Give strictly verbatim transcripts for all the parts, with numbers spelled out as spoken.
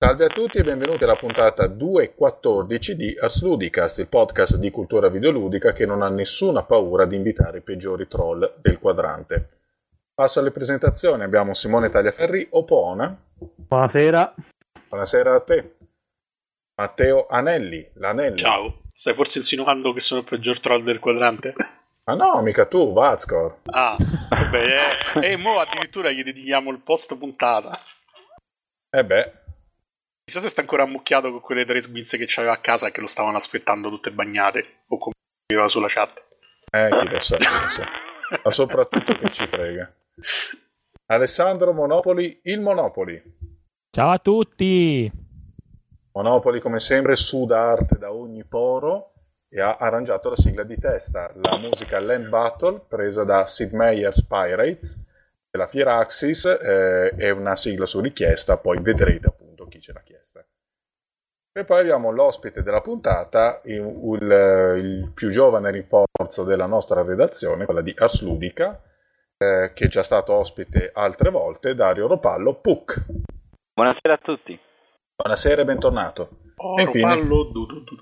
Salve a tutti e benvenuti alla puntata duecentoquattordici di Ars Ludicast, il podcast di cultura videoludica che non ha nessuna paura di invitare i peggiori troll del quadrante. Passo alle presentazioni, abbiamo Simone Tagliaferri, Opona. Buonasera. Buonasera a te. Matteo Anelli, l'Anelli. Ciao, stai forse insinuando che sono il peggior troll del quadrante? Ah no, mica tu, Vazcor. Ah, vabbè, e eh, mo addirittura gli dedichiamo il post puntata. Eh beh. Chissà se sta ancora ammucchiato con quelle tre sguinze che c'aveva a casa e che lo stavano aspettando tutte bagnate, o come diceva sulla chat. Eh, chi lo sa, chi lo sa. Ma soprattutto che ci frega. Alessandro Monopoli, il Monopoli. Ciao a tutti. Monopoli, come sempre, suda arte da ogni poro e ha arrangiato la sigla di testa, la musica Land Battle, presa da Sid Meier's Pirates, della Firaxis, eh, è una sigla su richiesta, poi vedrete appunto chi ce l'ha chiesta. E poi abbiamo l'ospite della puntata, il, il, il più giovane rinforzo della nostra redazione, quella di Ars Ludica, eh, che è già stato ospite altre volte, Dario Ropallo, Puck. Buonasera a tutti. Buonasera e bentornato. Oh, e infine... Ropallo, du, du, du.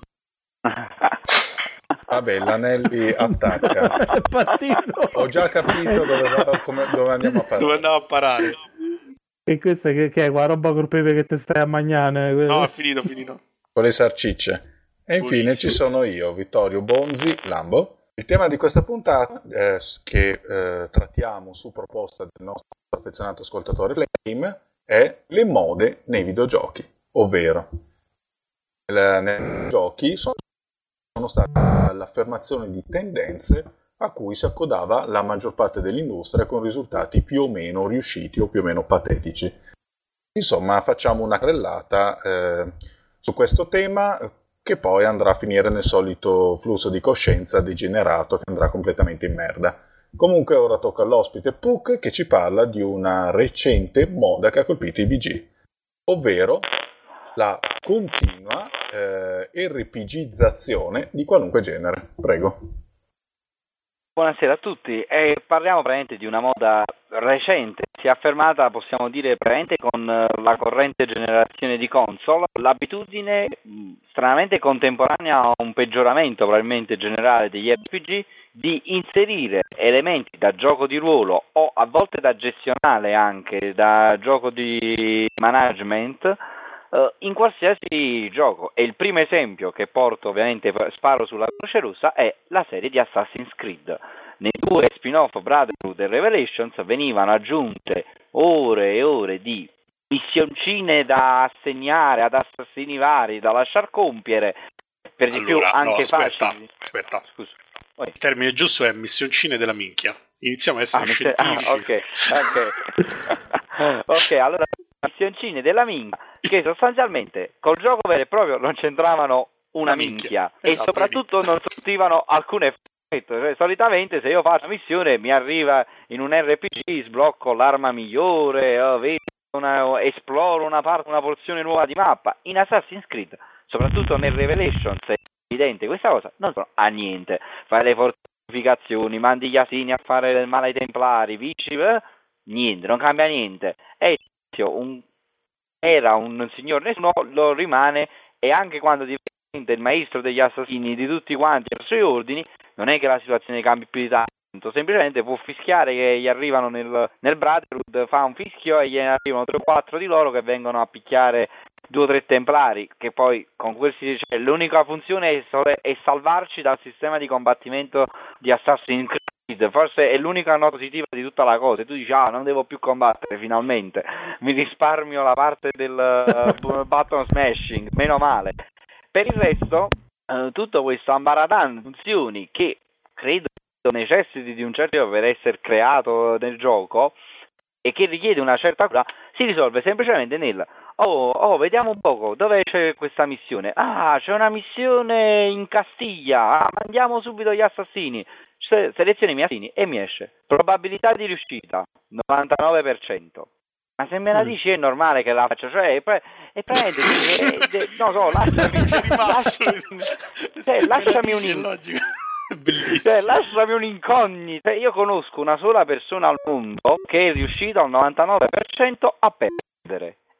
Vabbè, l'Anelli attacca. È partito. Ho già capito dove, va, come, dove andiamo a parare. Dove andiamo a parare? E questa che, che è qua roba col pepe che te stai a mangiare? No, è finito, finito. Con le sarcicce. E infine Buonissimo. Ci sono io, Vittorio Bonzi, Lambo. Il tema di questa puntata, eh, che eh, trattiamo su proposta del nostro affezionato ascoltatore Flame, è le mode nei videogiochi, ovvero nel, nei giochi sono, sono state l'affermazione di tendenze a cui si accodava la maggior parte dell'industria con risultati più o meno riusciti o più o meno patetici. Insomma, facciamo una carrellata eh, su questo tema che poi andrà a finire nel solito flusso di coscienza degenerato che andrà completamente in merda. Comunque ora tocca all'ospite Puck che ci parla di una recente moda che ha colpito i V G, ovvero la continua eh, RPGizzazione di qualunque genere. Prego. Buonasera a tutti. Eh, parliamo praticamente di una moda recente, si è affermata, possiamo dire, praticamente con la corrente generazione di console, l'abitudine mh, stranamente contemporanea a un peggioramento probabilmente generale degli R P G di inserire elementi da gioco di ruolo o a volte da gestionale anche, da gioco di management uh, in qualsiasi gioco. E il primo esempio che porto, ovviamente sparo sulla croce rossa, è la serie di Assassin's Creed. Nei due spin-off Brotherhood e Revelations venivano aggiunte ore e ore di missioncine da assegnare ad assassini vari da lasciar compiere, per di allora, più anche no, aspetta, facili. Aspetta, scusa. Il termine giusto è missioncine della minchia. Iniziamo a essere ah, scientifici. Ah, ok, ok. Ok, allora, missioncine della minchia che sostanzialmente col gioco vero e proprio non c'entravano una, una minchia, minchia. Esatto, e soprattutto non sortivano alcune cioè, solitamente se io faccio una missione mi arriva in un R P G, sblocco l'arma migliore, oh, vedo una, esploro una parte, una porzione nuova di mappa. In Assassin's Creed, soprattutto nel Revelations, è evidente questa cosa, non sono a niente. Fai le fortificazioni, mandi gli asini a fare del male ai templari, vici, eh, niente, non cambia niente. È un, era un signor nessuno, lo rimane, e anche quando diventa il maestro degli assassini di tutti quanti i suoi ordini, non è che la situazione cambi più di tanto, semplicemente può fischiare che gli arrivano nel, nel Brotherhood, fa un fischio e gliene arrivano tre o quattro di loro che vengono a picchiare due o tre templari, che poi con questi, cioè, l'unica funzione è, è salvarci dal sistema di combattimento di Assassin's Creed. Forse è l'unica nota positiva di tutta la cosa. Tu dici, ah, non devo più combattere, finalmente mi risparmio la parte del uh, button smashing, meno male. Per il resto, uh, tutto questo ambaradan di funzioni che credo necessiti di un certo tempo per essere creato nel gioco e che richiede una certa cura, si risolve semplicemente nel oh, oh, vediamo un poco, dove c'è questa missione? Ah, c'è una missione in Castiglia, ah, mandiamo subito gli assassini, Se- selezioni i miei assassini e mi esce probabilità di riuscita novantanove per cento. Ma se me la dici è normale che la faccia, cioè è, pre- è prende, è, è, no so, lasciami, lasciami, cioè, lasciami un cioè, lasciami un'incognita. Io conosco una sola persona al mondo che è riuscita al novantanove per cento a perdere,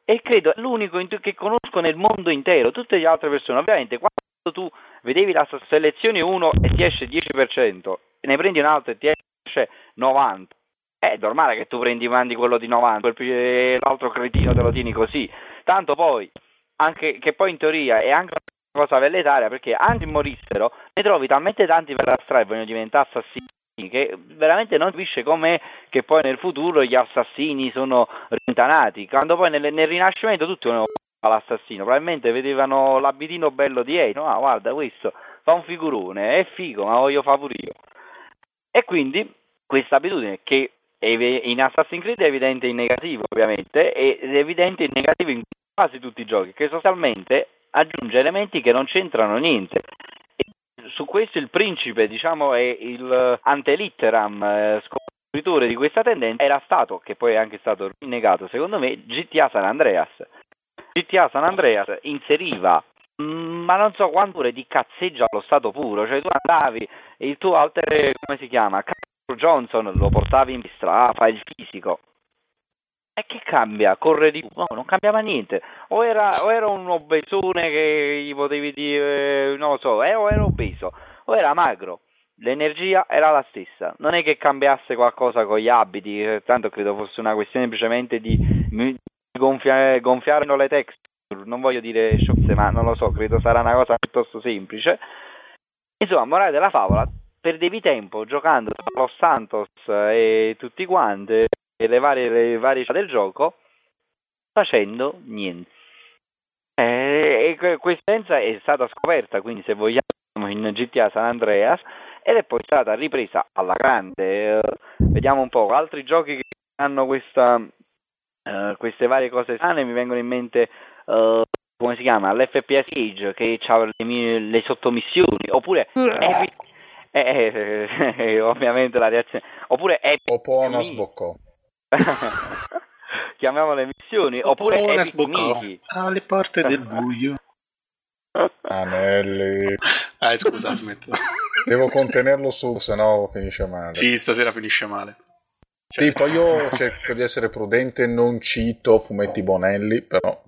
e credo è l'unico che conosco nel mondo intero. Tutte le altre persone, ovviamente, quando tu vedevi la selezione uno e ti esce dieci per cento, e ne prendi un altro e ti esce novanta, è normale che tu prendi mandi quello di novanta, e l'altro cretino te lo tieni così. Tanto poi, anche che poi in teoria è anche una cosa velletaria, perché anche se morissero, ne trovi talmente tanti per la strada e vogliono diventare assassini, che veramente non capisce com'è che poi nel futuro gli assassini sono rintanati, quando poi nel, nel Rinascimento tutti volevano l'assassino, probabilmente vedevano l'abitino bello di Eino, ah guarda questo fa un figurone, è figo, ma voglio fare pure io. E quindi questa abitudine, che in Assassin's Creed è evidente in negativo ovviamente, ed è evidente in negativo in quasi tutti i giochi, che sostanzialmente aggiunge elementi che non c'entrano niente. Su questo il principe, diciamo, è il antelitteram eh, scopritore di questa tendenza, era stato, che poi è anche stato rinnegato secondo me, G T A San Andreas. G T A San Andreas inseriva, mh, ma non so quanto ore di cazzeggio allo stato puro, cioè tu andavi, il tuo alter, come si chiama, Carl Johnson, lo portavi in pista, fa il fisico. E che cambia? Corre di più? No, non cambiava niente. O era, o era un obesone che gli potevi dire, non lo so, eh, o era obeso, o era magro. L'energia era la stessa. Non è che cambiasse qualcosa con gli abiti, eh, tanto credo fosse una questione semplicemente di, di gonfia, gonfiare le texture. Non voglio dire sciocche, ma non lo so, credo sarà una cosa piuttosto semplice. Insomma, morale della favola, perdevi tempo giocando tra Los Santos e tutti quanti, e le varie, le varie del gioco, facendo niente. E, e questa tendenza è stata scoperta, quindi se vogliamo, in G T A San Andreas, ed è poi stata ripresa alla grande. Uh, vediamo un po' altri giochi che hanno questa uh, queste varie cose strane. Mi vengono in mente uh, come si chiama, l'F P S Age, che ha le, le sottomissioni, oppure Epic, eh, eh, eh, ovviamente la reazione, oppure Epic Opona sboccò. Chiamiamole missioni, oppure Epic Mickey alle porte del buio. Anelli. Ah, scusa, smetto. Devo contenerlo su, sennò finisce male. Sì, stasera finisce male. Cioè... Sì, poi io cerco di essere prudente, non cito fumetti Bonelli, però.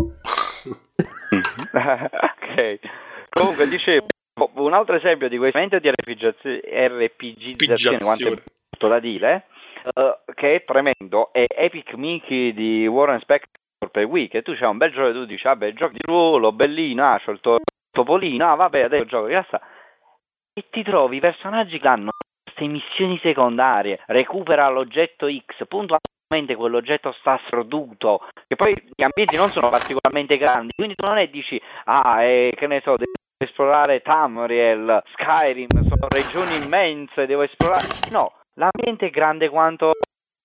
Ok. Comunque dicevo, un altro esempio di questo momento di RPGizzazione, quanto è tutto da dire, Uh, che è tremendo, è Epic Mickey di Warren Spector per Wii, che tu c'hai un bel gioco e tu dici vabbè, gioco di ruolo, bellino, ah, c'ho il to- topolino, ah vabbè, adesso gioco di cassa, e ti trovi i personaggi che hanno queste missioni secondarie, recupera l'oggetto X, puntualmente quell'oggetto sta sperduto, che poi gli ambienti non sono particolarmente grandi, quindi tu non è dici, ah, eh, che ne so, devo esplorare Tamriel, Skyrim, sono regioni immense, devo esplorare, no. L'ambiente è grande quanto...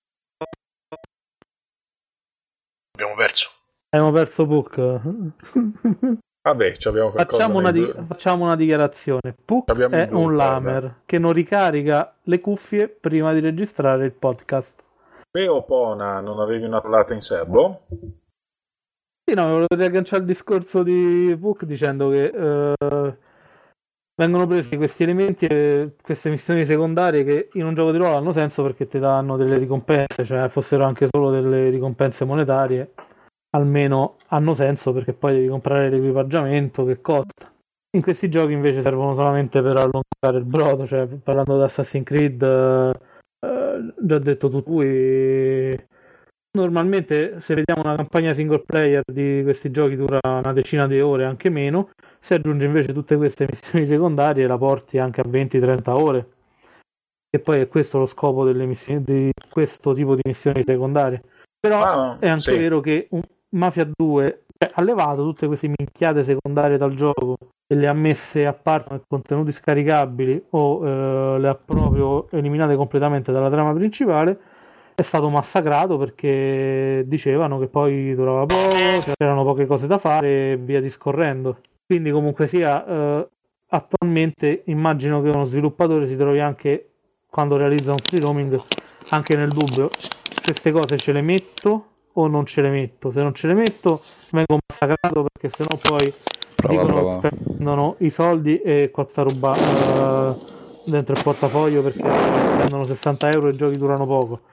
Abbiamo perso. Abbiamo perso Puck. Vabbè, ci abbiamo qualcosa. Facciamo una, di... due... Facciamo una dichiarazione. Puck è un lamer guarda. Che non ricarica le cuffie prima di registrare il podcast. Beh, Opona, non avevi una parlata in serbo? Sì, no, volevo riagganciare il discorso di Puck dicendo che... Uh... vengono presi questi elementi e queste missioni secondarie che in un gioco di ruolo hanno senso perché ti danno delle ricompense, cioè fossero anche solo delle ricompense monetarie, almeno hanno senso perché poi devi comprare l'equipaggiamento che costa. In questi giochi invece servono solamente per allungare il brodo, cioè parlando di Assassin's Creed, eh, già detto tu, e normalmente se vediamo una campagna single player di questi giochi dura una decina di ore, anche meno. Se aggiunge invece tutte queste missioni secondarie la porti anche a venti trenta ore, e poi è questo lo scopo delle missioni, di questo tipo di missioni secondarie. Però ah, è anche sì. vero che un Mafia due cioè, ha levato tutte queste minchiate secondarie dal gioco e le ha messe a parte come contenuti scaricabili o eh, le ha proprio eliminate completamente dalla trama principale. È stato massacrato perché dicevano che poi durava poco, c'erano poche cose da fare e via discorrendo. Quindi comunque sia, eh, attualmente immagino che uno sviluppatore si trovi anche, quando realizza un free roaming, anche nel dubbio, queste cose ce le metto o non ce le metto. Se non ce le metto vengo massacrato perché sennò poi prova, dicono prova. che prendono i soldi e qualcosa roba eh, dentro il portafoglio perché prendono sessanta euro e i giochi durano poco.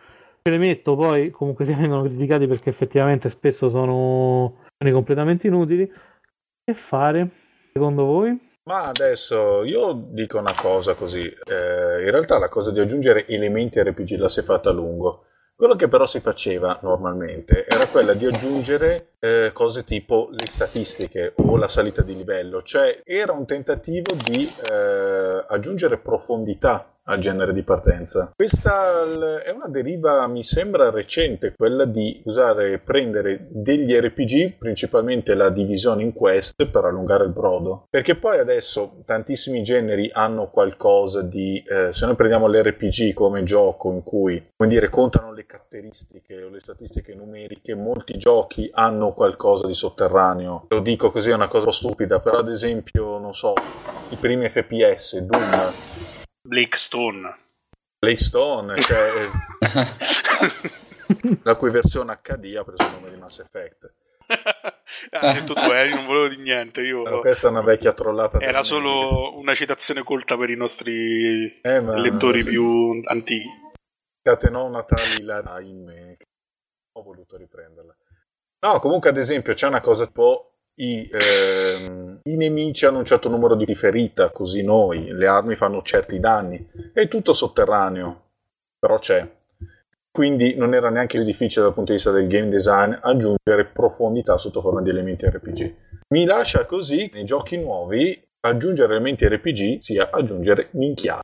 ce le metto, poi comunque si vengono criticati perché effettivamente spesso sono completamente inutili. Che fare, secondo voi? Ma adesso io dico una cosa così, eh, in realtà la cosa di aggiungere elementi R P G la si è fatta a lungo. Quello che però si faceva normalmente era quella di aggiungere eh, cose tipo le statistiche o la salita di livello, cioè era un tentativo di eh, aggiungere profondità al genere di partenza. Questa l- è una deriva, mi sembra recente, quella di usare, prendere degli R P G, principalmente la divisione in quest, per allungare il brodo. Perché poi adesso tantissimi generi hanno qualcosa di... Eh, se noi prendiamo l'R P G come gioco in cui, come dire, contano le caratteristiche o le statistiche numeriche, molti giochi hanno qualcosa di sotterraneo. Lo dico così, è una cosa stupida, però ad esempio, non so, i primi F P S, Doom... Blake Stone. Blake Stone, cioè la cui versione acca di ha preso il nome di Mass Effect. Ah, detto tu, eh, io non volevo dire niente. Io... No, questa è una vecchia trollata. Era solo una citazione colta per i nostri eh, ma, lettori sì. più antichi. Catenò una tale ilarità in me che ho voluto riprenderla. No, comunque ad esempio c'è una cosa tipo I, ehm, i nemici hanno un certo numero di ferita, così noi, le armi fanno certi danni, è tutto sotterraneo, però c'è, quindi non era neanche difficile dal punto di vista del game design aggiungere profondità sotto forma di elementi R P G. Mi lascia così nei giochi nuovi aggiungere elementi R P G sia aggiungere minchiate,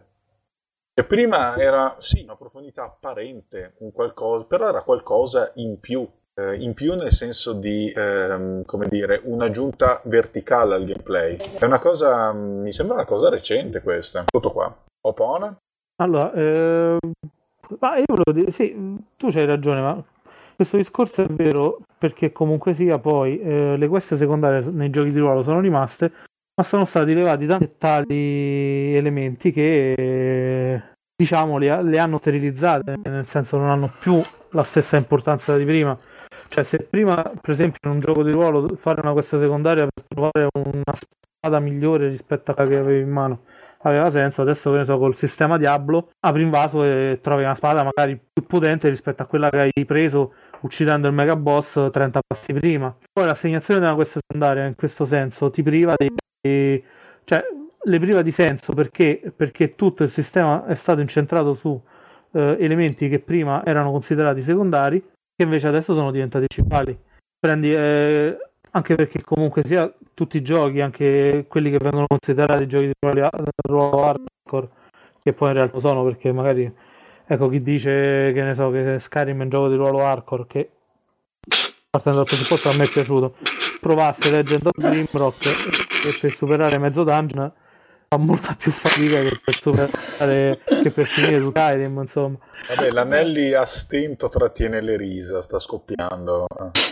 che prima era sì una profondità apparente, un qualcosa, però era qualcosa in più. In più nel senso di, ehm, come dire, un'aggiunta verticale al gameplay. È una cosa, mi sembra una cosa recente questa. Tutto qua. Opona? Allora, eh, ma io volevo dire, sì, tu c'hai ragione, ma questo discorso è vero perché comunque sia poi eh, le quest secondarie nei giochi di ruolo sono rimaste, ma sono stati levati tanti tali elementi che eh, diciamo le, le hanno sterilizzate, nel senso non hanno più la stessa importanza di prima. Cioè, se prima, per esempio, in un gioco di ruolo fare una quest secondaria per trovare una spada migliore rispetto a quella che avevi in mano aveva senso, adesso che ne so, col sistema Diablo apri in vaso e trovi una spada magari più potente rispetto a quella che hai preso uccidendo il mega boss trenta passi prima. Poi l'assegnazione di una quest secondaria in questo senso ti priva di... cioè, le priva di senso perché, perché tutto il sistema è stato incentrato su eh, elementi che prima erano considerati secondari, che invece adesso sono diventati principali. Prendi eh, anche perché comunque sia tutti i giochi, anche quelli che vengono considerati giochi di ruolo hardcore, che poi in realtà sono, perché magari ecco chi dice che ne so che Skyrim è un gioco di ruolo hardcore, che partendo dal presupposto a me è piaciuto, provasse Legend of Grimrock e per superare mezzo dungeon fa molta più fatica che per superare che per finire su Skyrim, insomma. Vabbè, l'Anelli a stento trattiene le risa, sta scoppiando.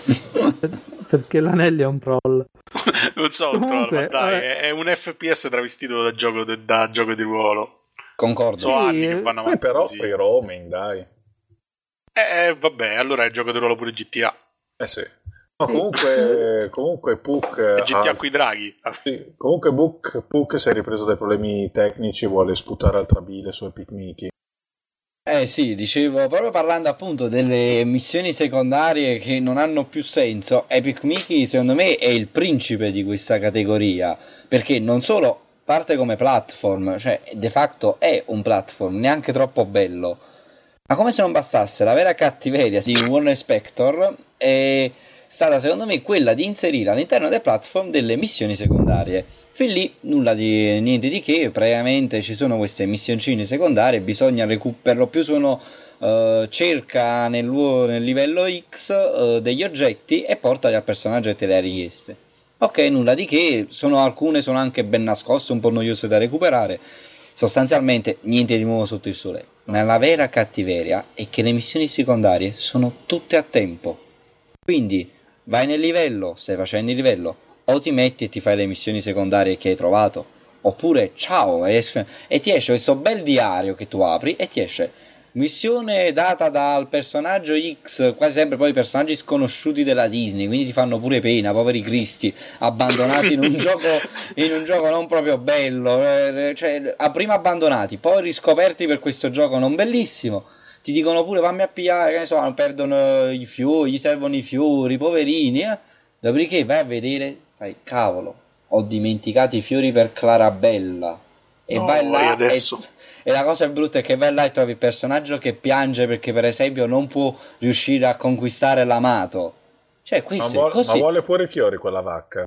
Perché l'Anelli è un troll. Non so, un Comunque, troll, ma dai, eh... è un F P S travestito da gioco, da gioco di ruolo. Concordo. Sono anni che vanno avanti. Poi però così. per Omen, dai. Eh, vabbè, allora è gioco di ruolo pure G T A. Eh sì. No, comunque, comunque Puck È G T A ha... coi draghi. Sì, comunque Puck, Puck si è ripreso dai problemi tecnici, vuole sputare altra bile su Epic Mickey. Eh sì, dicevo, proprio parlando appunto delle missioni secondarie che non hanno più senso, Epic Mickey secondo me è il principe di questa categoria, perché non solo parte come platform, cioè de facto è un platform, neanche troppo bello, ma come se non bastasse, la vera cattiveria di Warner Spector è stata secondo me quella di inserire all'interno del platform delle missioni secondarie. Fin lì nulla di niente di che, praticamente ci sono queste missioncine secondarie, bisogna recuperare, più sono uh, cerca nel, nel livello X uh, degli oggetti e portali al personaggio e te le ha richieste. Ok, nulla di che, sono, alcune sono anche ben nascoste, un po' noiose da recuperare, sostanzialmente niente di nuovo sotto il sole, ma la vera cattiveria è che le missioni secondarie sono tutte a tempo, quindi vai nel livello, stai facendo il livello, o ti metti e ti fai le missioni secondarie che hai trovato, oppure ciao, e, e ti esce questo bel diario che tu apri e ti esce missione data dal personaggio X, quasi sempre poi personaggi sconosciuti della Disney, quindi ti fanno pure pena, poveri cristi, abbandonati in un gioco in un gioco non proprio bello, cioè prima abbandonati, poi riscoperti per questo gioco non bellissimo. ti dicono pure fammi a pigliare, che ne so, perdono i fiori, gli servono i fiori, poverini, eh? Dopodiché vai a vedere, fai, cavolo, ho dimenticato i fiori per Clarabella. E No, vai là e adesso? e, e la cosa brutta è che vai là e trovi il personaggio che piange perché per esempio non può riuscire a conquistare l'amato. Cioè Ma, questo è vuol- ma così. vuole pure i fiori quella vacca.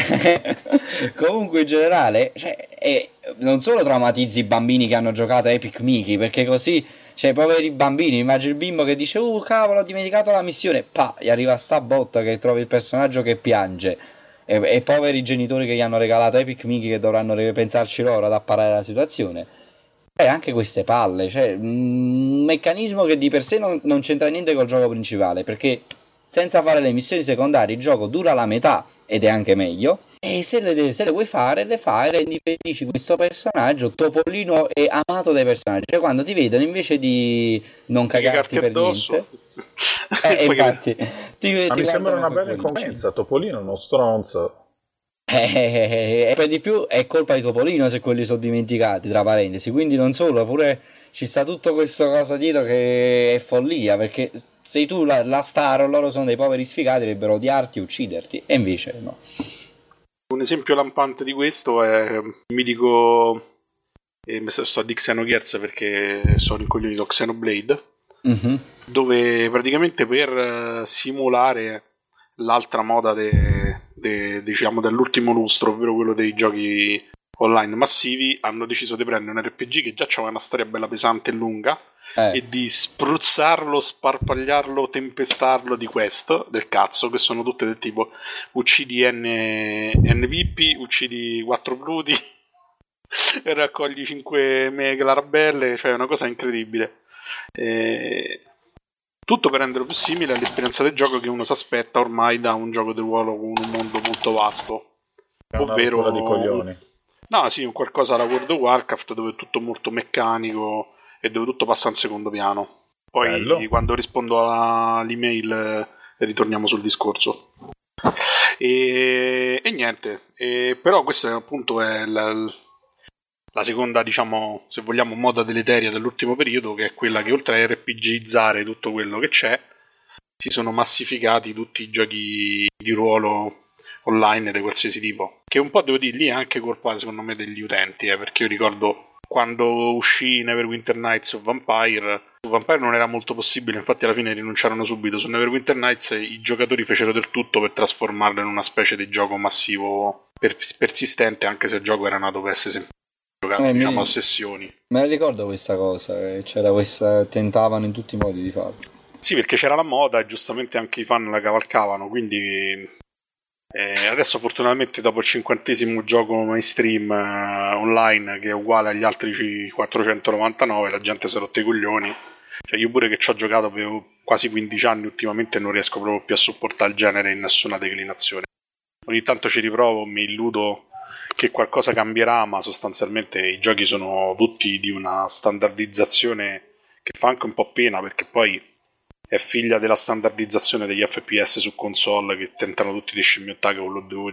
Comunque in generale, cioè, e non solo traumatizzi i bambini che hanno giocato a Epic Mickey, perché così, cioè, poveri bambini, immagini il bimbo che dice, uh, cavolo, ho dimenticato la missione, pa, gli arriva sta botta che trovi il personaggio che piange, e, e poveri genitori che gli hanno regalato Epic Mickey che dovranno pensarci loro ad apparare la situazione. E anche queste palle, cioè, un meccanismo che di per sé non, non c'entra niente col gioco principale, perché senza fare le missioni secondarie il gioco dura la metà ed è anche meglio, e se le, se le vuoi fare le fai, rendi felici questo personaggio topolino e amato dai personaggi, cioè quando ti vedono invece di non cagarti per addosso. niente eh, Poi infatti ti, ti Ma mi sembra guardano una con bella cuoricini. incongruenza. Topolino è uno stronzo. Eh, eh, eh, e per di più è colpa di Topolino se quelli sono dimenticati, tra parentesi, quindi non solo, pure ci sta tutto questo cosa dietro che è follia, perché sei tu la, la star, loro sono dei poveri sfigati, dovrebbero odiarti e ucciderti, e invece no. Un esempio lampante di questo è il mitico, eh, sto a di Xenogears perché sono incoglionito, Xenoblade, Mhm. dove praticamente per eh, simulare l'altra moda de- de- diciamo dell'ultimo lustro, ovvero quello dei giochi online massivi, hanno deciso di prendere un R P G che già aveva una storia bella pesante e lunga Eh, e di spruzzarlo, sparpagliarlo, tempestarlo di quest del cazzo, che sono tutte del tipo uccidi N, N V P, uccidi quattro gludi e raccogli cinque mega clarabelle, cioè è una cosa incredibile. E... tutto per renderlo più simile all'esperienza del gioco che uno si aspetta ormai da un gioco di ruolo con un mondo molto vasto. È una Ovvero rottura di coglioni. No, sì, un qualcosa alla World of Warcraft dove è tutto molto meccanico e dove tutto passa in secondo piano. Poi Bello. quando rispondo alla- all'email eh, ritorniamo sul discorso. E, e niente, e, però questa appunto è la, la seconda, diciamo, se vogliamo, moda deleteria dell'ultimo periodo, che è quella che oltre a RPGizzare tutto quello che c'è, si sono massificati tutti i giochi di ruolo online di qualsiasi tipo, che un po' devo dire lì è anche colpa secondo me degli utenti, eh, perché io ricordo quando uscì Neverwinter Nights of Vampire, su Vampire non era molto possibile, infatti alla fine rinunciarono subito. Su Neverwinter Nights i giocatori fecero del tutto per trasformarlo in una specie di gioco massivo per- persistente, anche se il gioco era nato per essere sempre giocato, Eh, mi- diciamo, a sessioni. me la ricordo questa cosa, eh, c'era questa, tentavano in tutti i modi di farlo. Sì, perché c'era la moda e giustamente anche i fan la cavalcavano, quindi eh, adesso fortunatamente dopo il cinquantesimo gioco mainstream eh, online che è uguale agli altri quattrocentonovantanove, la gente si è rotta i coglioni. Cioè io pure che ci ho giocato per quasi quindici anni ultimamente non riesco proprio più a sopportare il genere in nessuna declinazione. Ogni tanto ci riprovo, mi illudo che qualcosa cambierà, ma sostanzialmente i giochi sono tutti di una standardizzazione che fa anche un po' pena, perché poi è figlia della standardizzazione degli F P S su console che tentano tutti di scimmiottare con lo due.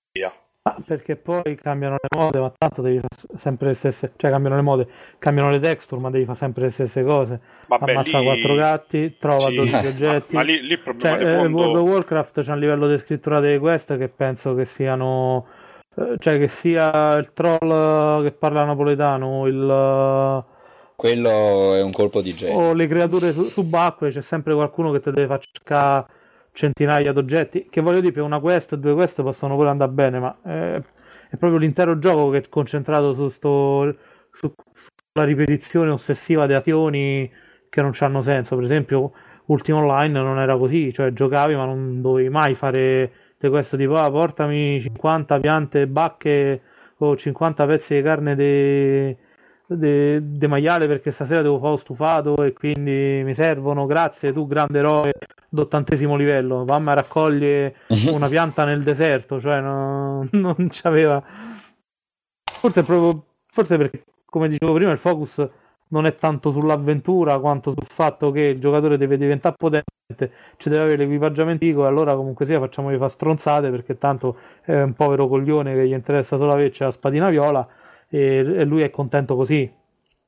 Ah, perché poi cambiano le mode, ma tanto devi fare sempre le stesse, cioè cambiano le mode, cambiano le texture, ma devi fare sempre le stesse cose. Vabbè, Ammazza lì... quattro gatti, trova sì, dodici ma, oggetti. ma lì, lì il problema Cioè, di eh, fondo... World of Warcraft c'è un livello di scrittura delle quest che penso che siano, eh, cioè che sia il troll che parla napoletano, il, Quello è un colpo di genio. o le creature su- subacquee, c'è sempre qualcuno che ti deve far cercare centinaia di oggetti, che voglio dire, per una quest, due quest possono pure andare bene, ma eh, è proprio l'intero gioco che è concentrato su sto, su- sulla ripetizione ossessiva di azioni che non hanno senso. Per esempio Ultima Online non era così, cioè giocavi ma non dovevi mai fare le quest tipo ah, portami cinquanta piante bacche o cinquanta pezzi di carne di de, de maiale perché stasera devo fare lo stufato e quindi mi servono, grazie, tu grande eroe d'ottantesimo livello, mamma raccoglie una pianta nel deserto, cioè no- non c'aveva, forse è proprio, forse perché come dicevo prima il focus non è tanto sull'avventura quanto sul fatto che il giocatore deve diventare potente, ci deve avere l'equipaggiamento e allora comunque sia facciamogli fare stronzate perché tanto è un povero coglione che gli interessa solo averci la spadina viola e, e lui è contento così.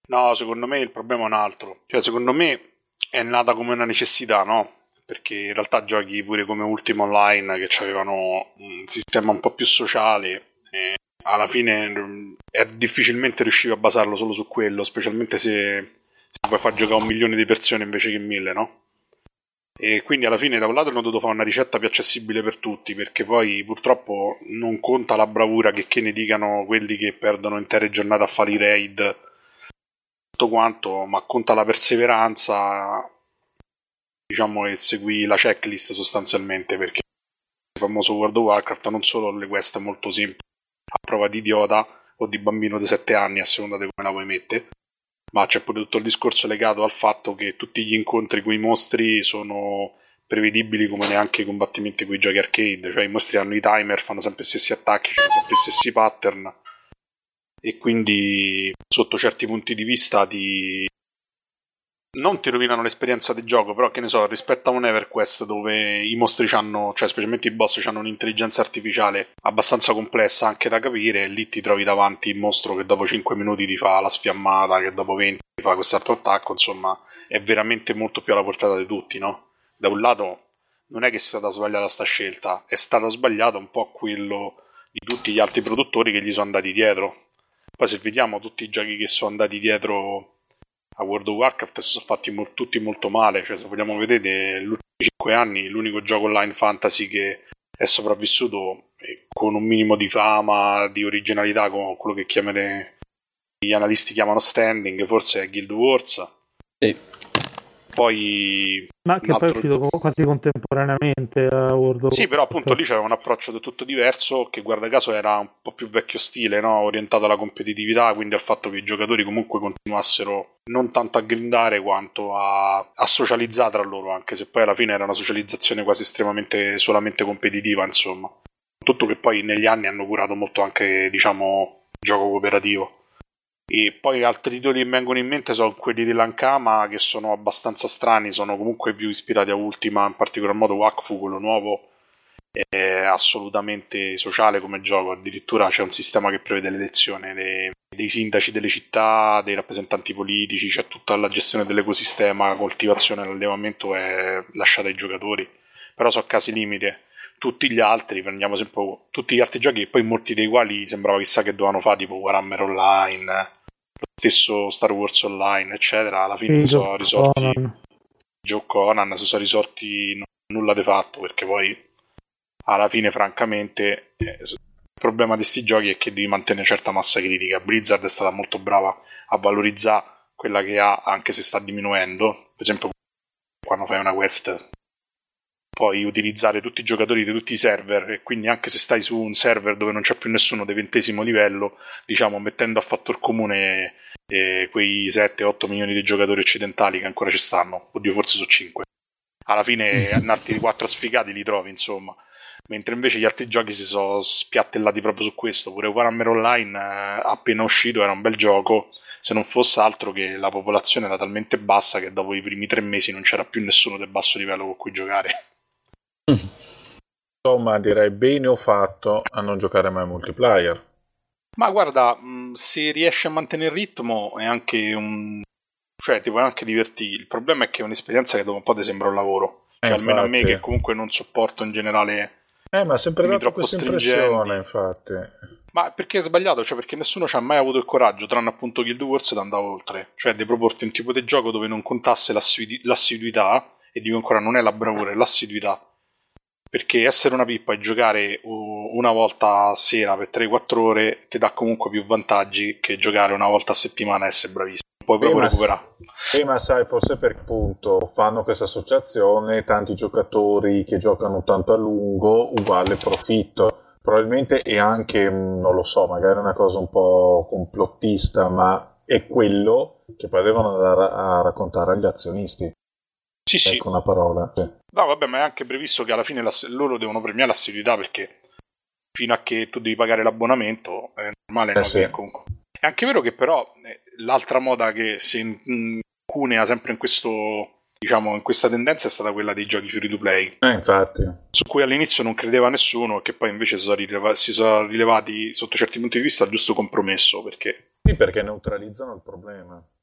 No, secondo me il problema è un altro. Cioè, secondo me è nata come una necessità, no? Perché in realtà giochi pure come Ultima Online che avevano un sistema un po' più sociale e alla fine è difficilmente riuscivi a basarlo solo su quello, specialmente se, se puoi far giocare un milione di persone invece che mille, no? E quindi alla fine da un lato hanno dovuto fare una ricetta più accessibile per tutti, perché poi purtroppo non conta la bravura che, che ne dicano quelli che perdono intere giornate a fare i raid, tutto quanto, ma conta la perseveranza, diciamo, e segui la checklist sostanzialmente, perché il famoso World of Warcraft non solo le quest molto semplici a prova di idiota o di bambino di sette anni a seconda di come la vuoi mettere, ma c'è pure tutto il discorso legato al fatto che tutti gli incontri con i mostri sono prevedibili come neanche i combattimenti con i giochi arcade, cioè i mostri hanno i timer, fanno sempre gli stessi attacchi, hanno sempre gli stessi pattern, e quindi sotto certi punti di vista ti non ti rovinano l'esperienza di gioco, però che ne so, rispetto a un EverQuest dove i mostri hanno, cioè specialmente i boss hanno un'intelligenza artificiale abbastanza complessa anche da capire, e lì ti trovi davanti il mostro che dopo cinque minuti ti fa la sfiammata, che dopo venti ti fa quest'altro attacco, insomma è veramente molto più alla portata di tutti, no? Da un lato non è che è stata sbagliata sta scelta, è stata sbagliata un po' quello di tutti gli altri produttori che gli sono andati dietro. Poi se vediamo tutti i giochi che sono andati dietro a World of Warcraft si sono fatti mo- tutti molto male, cioè se vogliamo vedere negli ultimi cinque anni l'unico gioco online fantasy che è sopravvissuto eh, con un minimo di fama, di originalità, con quello che chiamere, gli analisti chiamano standing, forse è Guild Wars. Sì. Poi ma che altro... poi è uscito quasi contemporaneamente a World of Sì, però appunto lì c'era un approccio del tutto diverso che guarda caso era un po' più vecchio stile, no? Orientato alla competitività, quindi al fatto che i giocatori comunque continuassero non tanto a grindare quanto a, a socializzare tra loro, anche se poi alla fine era una socializzazione quasi estremamente solamente competitiva, insomma. Tutto che poi negli anni hanno curato molto anche, diciamo, gioco cooperativo. E poi altri titoli che vengono in mente sono quelli di Lankama, che sono abbastanza strani, sono comunque più ispirati a Ultima, in particolar modo Wakfu, quello nuovo, è assolutamente sociale come gioco, addirittura c'è un sistema che prevede l'elezione dei, dei sindaci delle città, dei rappresentanti politici, c'è tutta la gestione dell'ecosistema, la coltivazione e l'allevamento è lasciata ai giocatori, però sono casi limite. Tutti gli altri, prendiamo sempre tutti gli altri giochi, e poi molti dei quali sembrava chissà che dovevano fare, tipo Warhammer Online, lo stesso Star Wars Online, eccetera, alla fine sì, si sono risolti Conan. Joe Conan, si sono risolti n- nulla di fatto, perché poi alla fine francamente eh, il problema di sti giochi è che devi mantenere certa massa critica. Blizzard è stata molto brava a valorizzare quella che ha, anche se sta diminuendo, per esempio quando fai una quest puoi utilizzare tutti i giocatori di tutti i server, e quindi anche se stai su un server dove non c'è più nessuno di ventesimo livello, diciamo mettendo a fattor comune eh, quei sette otto milioni di giocatori occidentali che ancora ci stanno, oddio forse sono cinque, alla fine un altri quattro sfigati li trovi, insomma, mentre invece gli altri giochi si sono spiattellati proprio su questo. Pure Warhammer Online eh, appena uscito era un bel gioco, se non fosse altro che la popolazione era talmente bassa che dopo i primi tre mesi non c'era più nessuno del basso livello con cui giocare. Insomma, direi bene ho fatto a non giocare mai multiplayer. Ma guarda, se riesci a mantenere il ritmo è anche un... cioè ti puoi anche divertire. Il problema è che è un'esperienza che dopo un po' ti sembra un lavoro. Cioè, eh, almeno a me che comunque non sopporto in generale... Eh, ma ha sempre dato questa impressione, infatti. Ma perché è sbagliato? Cioè perché nessuno ci ha mai avuto il coraggio, tranne appunto Guild Wars, di andare oltre. Cioè di proporti un tipo di gioco dove non contasse l'assidu- l'assiduità, e dico ancora non è la bravura, è l'assiduità. Perché essere una pippa e giocare una volta a sera per tre quattro ore ti dà comunque più vantaggi che giocare una volta a settimana e essere bravissimo. Puoi proprio recuperare. Prima sai, forse per appunto fanno questa associazione, tanti giocatori che giocano tanto a lungo, uguale profitto. Probabilmente è anche, non lo so, magari una cosa un po' complottista, ma è quello che poi devono andare a raccontare agli azionisti. Sì, sì. Ecco una parola. Sì. No, vabbè, ma è anche previsto che alla fine la, loro devono premiare l'assiduità, perché fino a che tu devi pagare l'abbonamento è normale. Eh no, sì. Comunque. È anche vero che però eh, l'altra moda che si incunea sempre in questo, diciamo, in questa tendenza è stata quella dei giochi free to play. Eh, infatti. Su cui all'inizio non credeva nessuno, e che poi invece si sono, rileva- si sono rilevati sotto certi punti di vista il giusto compromesso, perché... Sì, perché neutralizzano il problema.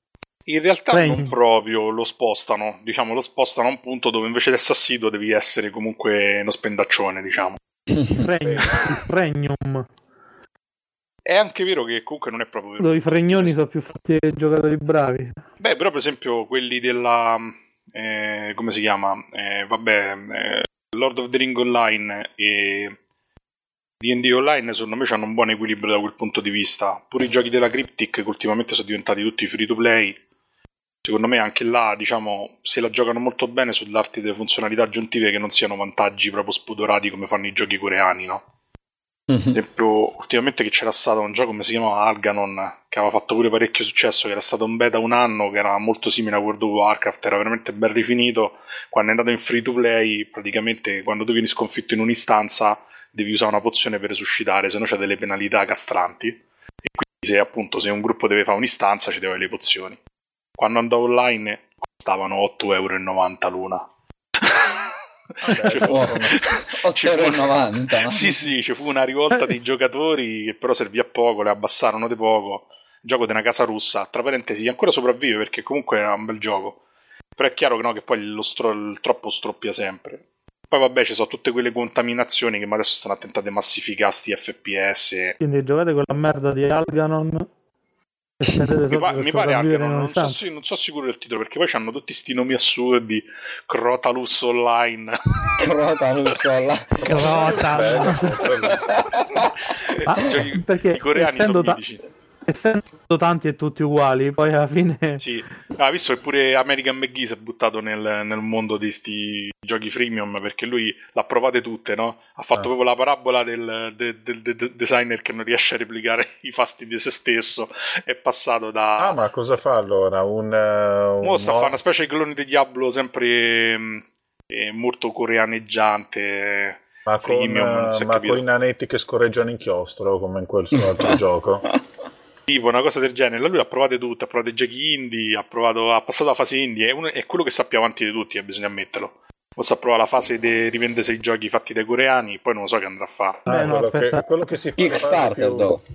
In realtà Regno. non proprio, lo spostano, diciamo, lo spostano a un punto dove invece del sassido devi essere comunque uno spendaccione, diciamo. Fregno, il fregnum. È anche vero che comunque non è proprio vero. Dove i fregnoni sono più fatti dei giocatori bravi. Beh, però per esempio quelli della... Eh, come si chiama? Eh, vabbè, eh, Lord of the Ring Online e D and D Online secondo me hanno un buon equilibrio da quel punto di vista. Pure i giochi della Cryptic che ultimamente sono diventati tutti free to play, secondo me anche là, diciamo, se la giocano molto bene sull'arte delle funzionalità aggiuntive che non siano vantaggi proprio spudorati come fanno i giochi coreani, no? Ad esempio, ultimamente che c'era stato un gioco come si chiamava Alganon, che aveva fatto pure parecchio successo, che era stato un beta un anno, che era molto simile a World of Warcraft, era veramente ben rifinito. Quando è andato in free to play, praticamente quando tu vieni sconfitto in un'istanza devi usare una pozione per resuscitare, se no c'è delle penalità castranti, e quindi se appunto se un gruppo deve fare un'istanza ci deve le pozioni. Quando andavo online costavano otto virgola novanta euro l'una. otto virgola novanta euro. Sì, sì, ci fu una rivolta dei giocatori che però servì a poco, le abbassarono di poco. Gioco di una casa russa, tra parentesi, ancora sopravvive perché comunque era un bel gioco. Però è chiaro che no, che poi lo stro- il troppo stroppia sempre. Poi vabbè, ci sono tutte quelle contaminazioni che adesso stanno tentate a massificare sti F P S. Quindi giocate con la merda di Alganon. Mi, pa- mi pare anche, non, non, so, non so sicuro del titolo, perché poi hanno tutti sti nomi assurdi. Crotalus Online. Crotalus Online. Crotalus. Ah, Giochi, perché i coreani sono ta- mitici. essendo tanti e tutti uguali, poi alla fine... Sì, ah, visto che pure American McGee si è buttato nel, nel mondo di sti giochi freemium, perché lui l'ha provate tutte, no? Ha fatto ah. proprio la parabola del, del, del, del designer che non riesce a replicare i fasti di se stesso. È passato da... Ah, ma cosa fa allora? Un... Uh, un sta no... fa una specie di clone di Diablo sempre eh, molto coreaneggiante. Ma con, freemium, uh, ma con i nanetti che scorreggiano inchiostro, come in quel suo altro gioco. Tipo una cosa del genere. Lui l'ha provate tutte, ha provato i giochi indie, ha provato, ha passato la fase indie, è, uno, è quello che sta più avanti di tutti, eh, bisogna ammetterlo. O sta a provare la fase di rivendersi i giochi fatti dai coreani, poi non lo so che andrà a fare. Ah, Beh, no, quello, che, quello che si fa Kickstarter, più... no.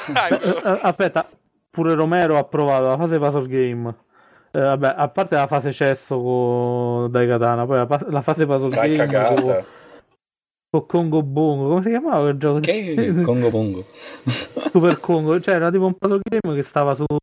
Aspetta, pure Romero ha provato la fase puzzle game. Eh, vabbè, a parte la fase cesso con Daikatana, poi la, la fase puzzle Dai game cagata. con... con Congo Bongo, come si chiamava quel gioco? Che Congo Bongo. Super Congo, cioè era tipo un puzzle game che stava su,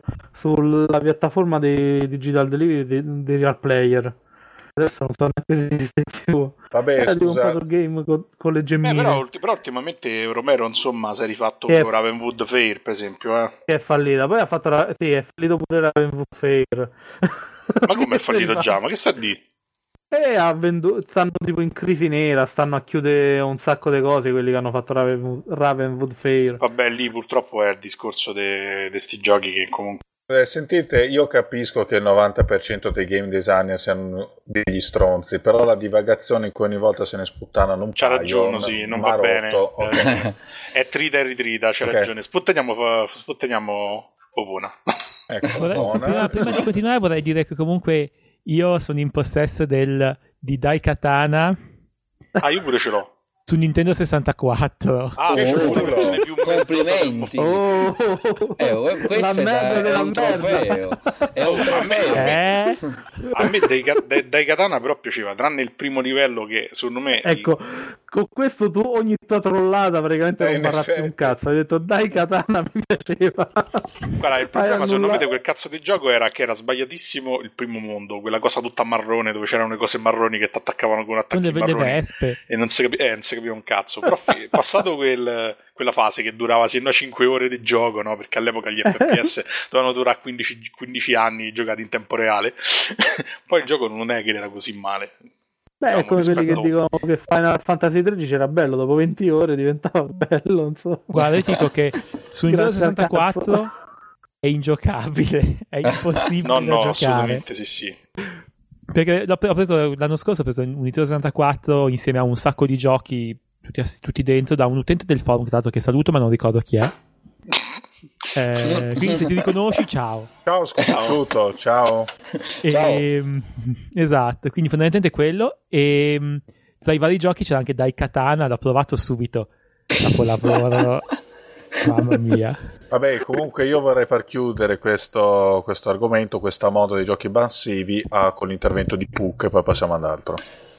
sulla piattaforma dei Digital Delivery dei, dei Real Player. Adesso non so neanche se esiste più. Vabbè, era scusa. tipo un puzzle game con, con le gemmine. Eh, però, però ultimamente Romero insomma si è rifatto che con Ravenwood Fair per esempio, eh. Che è fallita, poi ha fatto la... sì, è fallito pure Ravenwood Fair. Ma come è fallito già? Ma che sta di? E ha venduto, stanno tipo in crisi nera, stanno a chiudere un sacco di cose quelli che hanno fatto Raven, Ravenwood Fair. Vabbè, lì purtroppo è il discorso di questi giochi che comunque... Eh, sentite, io capisco che il novanta per cento dei game designer siano degli stronzi, però la divagazione in cui ogni volta se ne sputtanano un c'ha paio ragione, sì, non va rotto. bene. Okay. È trita e ritrita, c'ha Okay. ragione. Sputtaniamo, sputtaniamo Popona. Ecco, Vorrei- buona. prima, prima di continuare vorrei dire che comunque io sono in possesso del, di Daikatana Ah, io pure ce l'ho. su Nintendo sessantaquattro. Ah, Che c'è culo. una versione più Complimenti. Oh, Eh, questo la è, merda da- è della un merda. trofeo. È un A trofeo. Eh? A me dai, dai, dai Katana però piaceva, tranne il primo livello che secondo me... ecco, con questo tu ogni tua trollata praticamente Eh, non in parlassi effetti. un cazzo. Hai detto dai Katana mi piaceva. Guarda, il problema Hai secondo me annullato- di quel cazzo di gioco era che era sbagliatissimo il primo mondo, quella cosa tutta marrone dove c'erano le cose marroni che ti attaccavano con Con attacchi le, le marroni vespe. e non si, capi- eh, non si capiva un cazzo. Però fi- passato quel, quella fase che durava sino a cinque ore di gioco, no? Perché all'epoca gli F P S dovevano durare quindici, quindici anni giocati in tempo reale, poi il gioco non è che era così male. Beh, è Diciamo, come quelli che rispetto- dicono che Final Fantasy tredici era bello, dopo venti ore diventava bello, non so. Guarda, io ti dico che su Nintendo Grazie al sessantaquattro cazzo. è ingiocabile, è impossibile No, da no, giocare. assolutamente sì, sì. Perché l'ho ho preso l'anno scorso, ho preso un Nintendo sessantaquattro insieme a un sacco di giochi tutti, ass- tutti dentro da un utente del forum, tra l'altro, che saluto ma non ricordo chi è. Eh, quindi se ti riconosci, ciao. Ciao sconosciuto, ciao. E, esatto, quindi fondamentalmente quello. E tra i vari giochi c'era anche Daikatana, l'ho provato subito. Capolavoro. Mamma mia. Vabbè, comunque io vorrei far chiudere questo, questo argomento, questa moda dei giochi massivi a, con l'intervento di Puck e poi passiamo ad altro.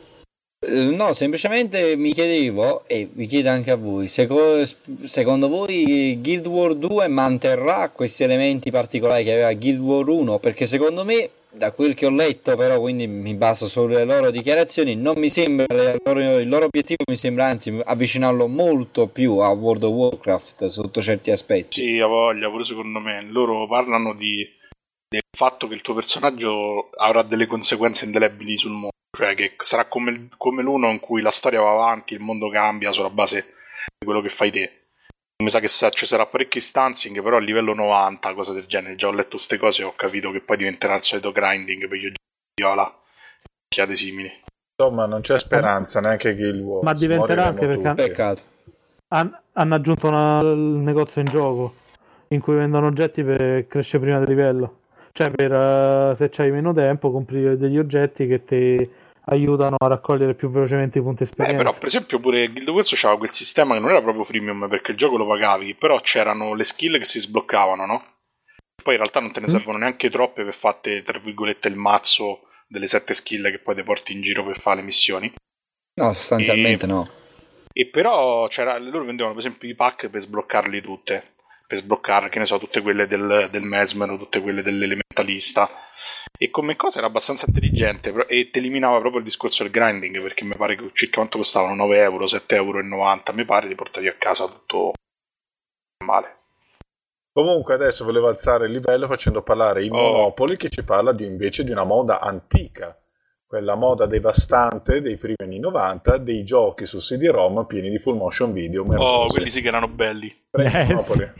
No, semplicemente mi chiedevo, e vi chiedo anche a voi, seco- secondo voi Guild Wars due manterrà questi elementi particolari che aveva Guild Wars uno? Perché secondo me, da quel che ho letto, però, quindi mi baso sulle loro dichiarazioni, non mi sembra, il loro, il loro obiettivo mi sembra anzi avvicinarlo molto più a World of Warcraft sotto certi aspetti. Sì, ha voglia, pure secondo me. Loro parlano di, del fatto che il tuo personaggio avrà delle conseguenze indelebili sul mondo. Cioè che sarà come, come l'uno in cui la storia va avanti, il mondo cambia sulla base di quello che fai te. Mi sa che sa, ci sarà parecchi stancing, però a livello novanta, cosa del genere. Già ho letto queste cose e ho capito che poi diventerà il solito grinding per gli oggetti di viola, chiade simili. Insomma, non c'è speranza neanche Guild Wars. Ma diventerà anche perché tutti. Peccato. han- hanno aggiunto una- il negozio in gioco in cui vendono oggetti per crescere prima del livello. Cioè, per eh, se c'hai meno tempo, compri degli oggetti che ti aiutano a raccogliere più velocemente i punti Beh, esperienza. però per esempio pure Guild Wars c'aveva quel sistema che non era proprio freemium perché il gioco lo pagavi, però c'erano le skill che si sbloccavano, no? Poi in realtà non te ne servono neanche troppe per fatte, tra virgolette, il mazzo delle sette skill che poi ti porti in giro per fare le missioni. No, sostanzialmente E- no. E però c'era, loro vendevano per esempio i pack per sbloccarli tutte, per sbloccare, che ne so, tutte quelle del, del Mesmer o tutte quelle dell'elementalista. E come cosa era abbastanza intelligente però- e ti eliminava proprio il discorso del grinding, perché mi pare che circa quanto costavano nove euro, sette euro e novanta, mi pare, ti portavi a casa tutto male. Comunque adesso volevo alzare il livello facendo parlare i Oh. Monopoli, che ci parla di, invece di una moda antica, quella moda devastante dei primi anni novanta, dei giochi su C D-ROM pieni di full motion video Oh, merdosi. quelli sì che erano belli. Prego, Yes. Monopoli.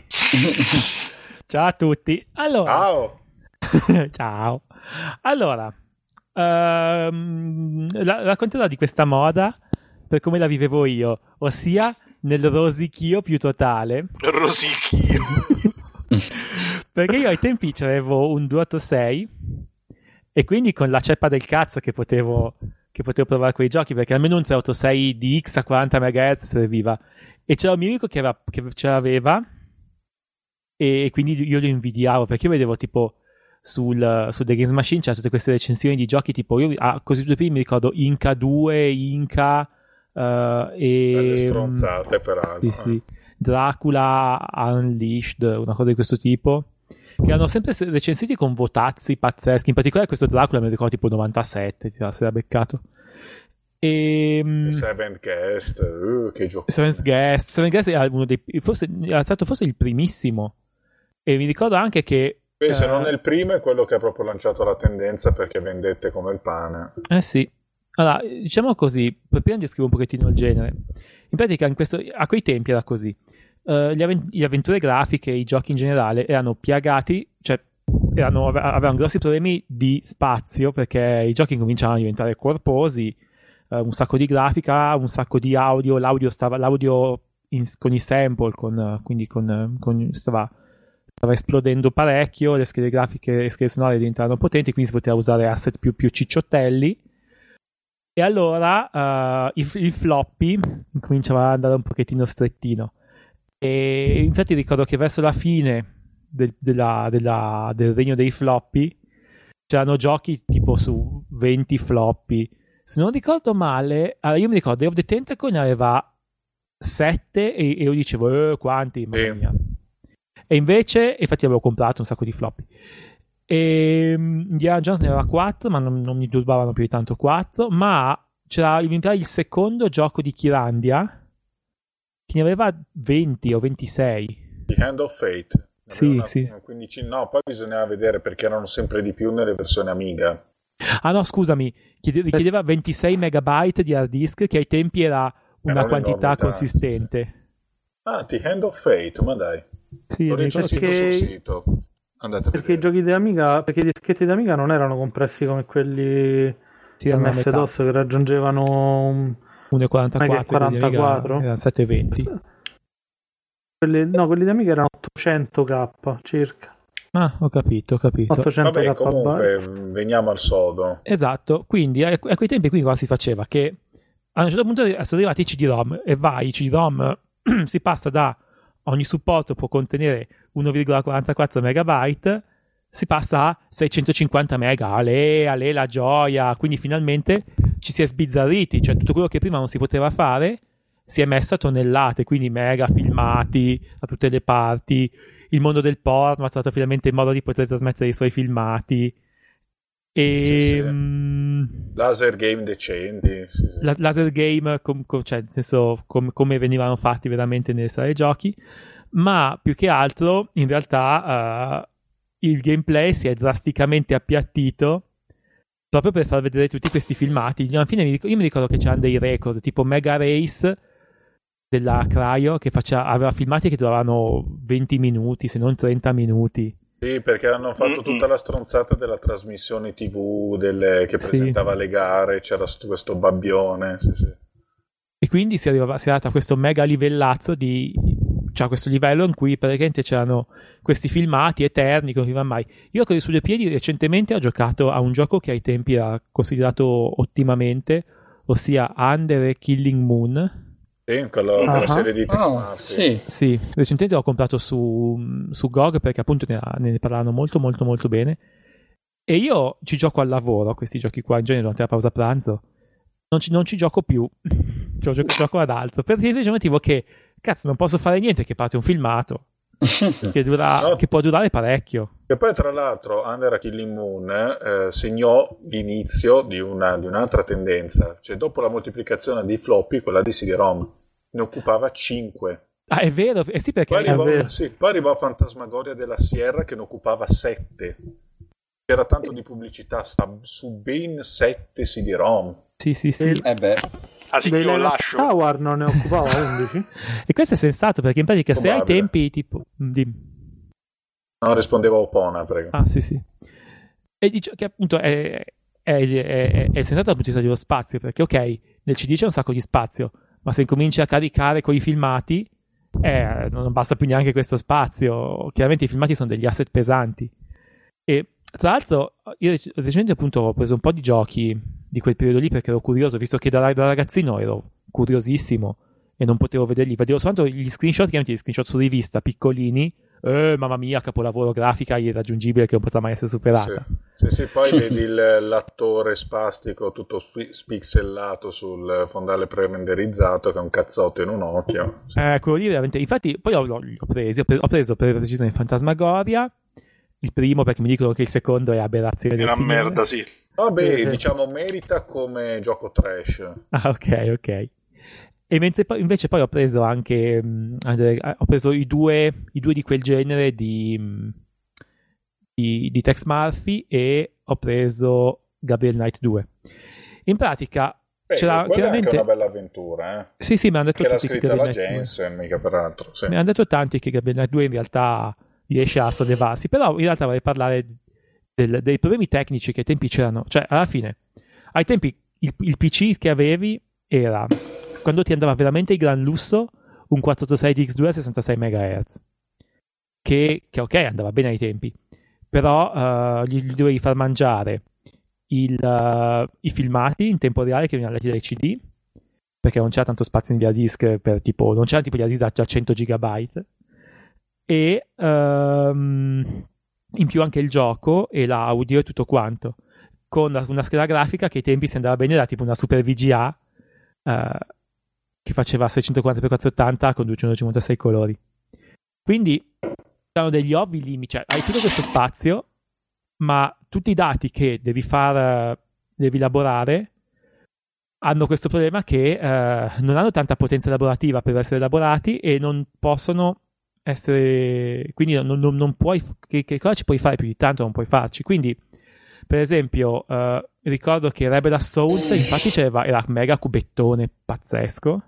Ciao a tutti. Allora, Ciao! ciao. Allora, ehm, la- racconterò di questa moda per come la vivevo io, ossia nel rosichio più totale. Rosicchio. Perché io ai tempi avevo un duecentoottantasei e quindi con la ceppa del cazzo che potevo, che potevo provare quei giochi, perché almeno un trecentoottantasei D X a quaranta megahertz serviva. E c'era un mio amico che, aveva, che ce l'aveva e quindi io lo invidiavo, perché io vedevo tipo sul, su The Games Machine c'erano tutte queste recensioni di giochi tipo, io ah, così due primi mi ricordo Inca due, Inca uh, e... Belle stronzate peraltro. Sì, sì. Dracula Unleashed, una cosa di questo tipo, che erano sempre recensiti con votazzi pazzeschi. In particolare questo Dracula mi ricordo tipo novantasette, ti era beccato. E Seventh Guest, uh, che gioco. Seventh Guest, Seventh Guest era uno dei forse era stato forse il primissimo. E mi ricordo anche che Beh, se eh, non è il primo, è quello che ha proprio lanciato la tendenza, perché vendette come il pane. Eh sì. Allora, diciamo così, per prima descrivo un pochettino il genere. In pratica, in questo, a quei tempi era così. Uh, gli avven- le avventure grafiche, i giochi in generale, erano piagati, cioè erano, ave- avevano grossi problemi di spazio, perché i giochi cominciavano a diventare corposi, uh, un sacco di grafica, un sacco di audio, l'audio stava, l'audio in- con i sample, con, uh, quindi con, uh, con stava, stava esplodendo parecchio, le schede grafiche e le schede sonore diventavano potenti, quindi si poteva usare asset più, più cicciottelli. E allora uh, il, il floppy cominciava ad andare un pochettino strettino. E infatti ricordo che verso la fine del, della, della, del regno dei floppy c'erano giochi tipo su venti floppy. Se non ricordo male, allora io mi ricordo Day of the Tentacle ne aveva sette e, e io dicevo eh, quanti, mamma Sì. mia. E invece, infatti avevo comprato un sacco di floppy. E Indiana Jones ne aveva quattro, ma non, non mi turbavano più di tanto quattro. Ma c'era mi pare il secondo gioco di Kirandia che ne aveva venti o ventisei. The Hand of Fate. Ne Sì, aveva una- sì. una quindicina. No, poi bisognava vedere, perché erano sempre di più nelle versioni Amiga. Ah no, scusami, chiede- richiedeva ventisei megabyte di hard disk, che ai tempi era una Era quantità un'enormità, consistente. Ah, The Hand of Fate, ma dai. Sì, L'ho mi ricordo- recensito Perché- sul sito. Andate a Perché i vedere. giochi di Amiga, perché i dischetti di Amiga non erano compressi come quelli sì, erano a metà. M S-DOS che raggiungevano un- uno virgola quarantaquattro, quelli di Amiga quarantaquattro? erano sette virgola venti. quelli, no, quelli di Amiga erano ottocento K circa. Ah, ho capito, ho capito. ottocento Vabbè, K comunque, veniamo al sodo. Esatto, quindi a, a quei tempi qui cosa si faceva? Che a un certo punto sono arrivati i C D-ROM e vai, i C D-ROM si passa da ogni supporto può contenere uno virgola quarantaquattro megabyte, si passa a seicentocinquanta mega, ale, ale la gioia, quindi finalmente ci si è sbizzarriti, cioè tutto quello che prima non si poteva fare si è messo a tonnellate, quindi mega filmati da tutte le parti, il mondo del porno ha trovato finalmente il modo di poter trasmettere i suoi filmati, e Sì, sì. mh, Laser game decenti. Sì, sì. la- laser game, com- com- cioè nel senso com- come venivano fatti veramente nelle sale giochi, ma più che altro in realtà eh, il gameplay si è drasticamente appiattito proprio per far vedere tutti questi filmati. Alla fine mi ric- io mi ricordo che c'erano dei record tipo Mega Race della Cryo che faceva, aveva filmati che duravano venti minuti, se non trenta minuti. Sì, perché hanno fatto tutta la stronzata della trasmissione tivù delle- che Sì. presentava le gare, c'era st- questo babbione. Sì, sì. E quindi si è arrivata, si è arrivata a questo mega livellazzo di, cioè questo livello in cui praticamente c'erano questi filmati eterni che non finiva mai. Io con i su due piedi recentemente ho giocato a un gioco che ai tempi era considerato ottimamente, ossia Under Killing Moon. Sì, quello, quella Ah. serie di Tex Oh, Murphy. sì. Sì, recentemente l'ho comprato su, su G O G perché appunto ne, ne parlavano molto molto molto bene. E io ci gioco al lavoro a questi giochi qua, in genere durante la pausa pranzo. Non ci, non ci gioco più, cioè, gioco, gioco ad altro. Per il semplice motivo che, cazzo, non posso fare niente che parte un filmato che, dura, No. che può durare parecchio. E poi tra l'altro Under a Killing Moon eh, segnò l'inizio di, una, di un'altra tendenza, cioè dopo la moltiplicazione di floppy, quella di C D-ROM ne occupava cinque. Ah, è vero, eh sì, perché Poi arrivò, vero. sì, poi arrivò Fantasmagoria della Sierra che ne occupava sette. C'era tanto di pubblicità sta, su ben sette C D-ROM. sì, sì, sì. Il- Eh beh. Ah sì, Dei io Light lascio. Tower non ne occupava undici? E questo è sensato perché in pratica se ai Probabile. tempi tipo di, No, rispondeva Opona, prego. ah, sì, sì. E dice che appunto è, è, è, è sensato dal punto di vista dello spazio, perché ok, nel C D c'è un sacco di spazio, ma se incominci a caricare con i filmati, eh, non basta più neanche questo spazio. Chiaramente i filmati sono degli asset pesanti. E tra l'altro, io rec- recentemente appunto ho preso un po' di giochi di quel periodo lì perché ero curioso, visto che da, da ragazzino ero curiosissimo e non potevo vederli, vedevo soltanto gli screenshot, chiaramente gli screenshot su rivista, piccolini. Eh, mamma mia, capolavoro, grafica irraggiungibile che non potrà mai essere superata. Sì, sì, sì, poi vedi il- l'attore spastico tutto spi- spixellato sul fondale pre-renderizzato che è un cazzotto in un occhio. Sì. Eh, quello lì veramente. Infatti, poi ho, ho, ho preso, ho preso, ho preso per precisione Fantasmagoria. Il primo perché mi dicono che il secondo è aberrazione È del una signore. merda, sì. Vabbè, Sì, sì. diciamo merita come gioco trash. Ah, ok, ok. E mentre poi, invece poi ho preso anche mh, eh, ho preso i due, i due di quel genere di, mh, di, di Tex Murphy e ho preso Gabriel Knight due. In pratica Beh, c'era quella è anche chiaramente una bella avventura, eh? sì, sì, mi hanno detto Che l'ha tutti che scritta la Gabriel Knight due. Jensen, mica peraltro. Sì. Mi hanno detto tanti che Gabriel Knight due in realtà riesce a sollevarsi, però in realtà vorrei parlare del- dei problemi tecnici che ai tempi c'erano. Cioè, alla fine, ai tempi il, il P C che avevi era, quando ti andava veramente il gran lusso, un quattrocentottantasei di X due a sessantasei megahertz, che, che ok, andava bene ai tempi, però eh, gli, gli dovevi far mangiare il, eh, i filmati in tempo reale che venivano letti dai C D, perché non c'era tanto spazio in hard disk per tipo, non c'era tipo gli hard disk da cento gigabyte, e ehm, in più anche il gioco e l'audio e tutto quanto, con la- una scheda grafica che ai tempi si andava bene, era tipo una Super V G A eh, che faceva seicentoquaranta per quattrocentottanta con duecentocinquantasei colori. Quindi c'erano degli ovvi limiti, cioè hai tutto questo spazio, ma tutti i dati che devi far, devi elaborare hanno questo problema che eh, non hanno tanta potenza elaborativa per essere elaborati e non possono essere, quindi non, non, non puoi, che, che cosa ci puoi fare più di tanto? Non puoi farci. Quindi per esempio eh, ricordo che Rebel Assault infatti c'era, era mega cubettone pazzesco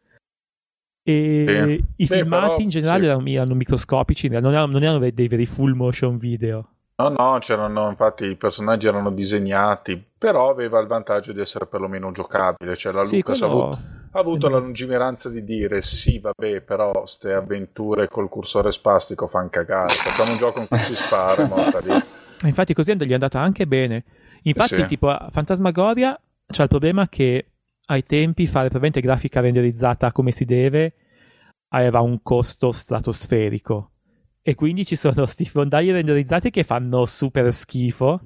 e Sì. i Beh, filmati però, in generale sì. erano, erano microscopici, non erano, non erano dei veri full motion video. No, no, c'erano, infatti i personaggi erano disegnati, però aveva il vantaggio di essere perlomeno giocabile, cioè la Sì, Lucas ha quello- avuto, ha avuto la lungimiranza di dire sì, vabbè, però ste avventure col cursore spastico fan cagare, facciamo un gioco in cui si spara e morta lì. Infatti così gli è andata anche bene. Infatti, Sì. tipo, a Fantasmagoria c'ha il problema che ai tempi fare probabilmente grafica renderizzata come si deve aveva un costo stratosferico. E quindi ci sono questi fondali renderizzati che fanno super schifo.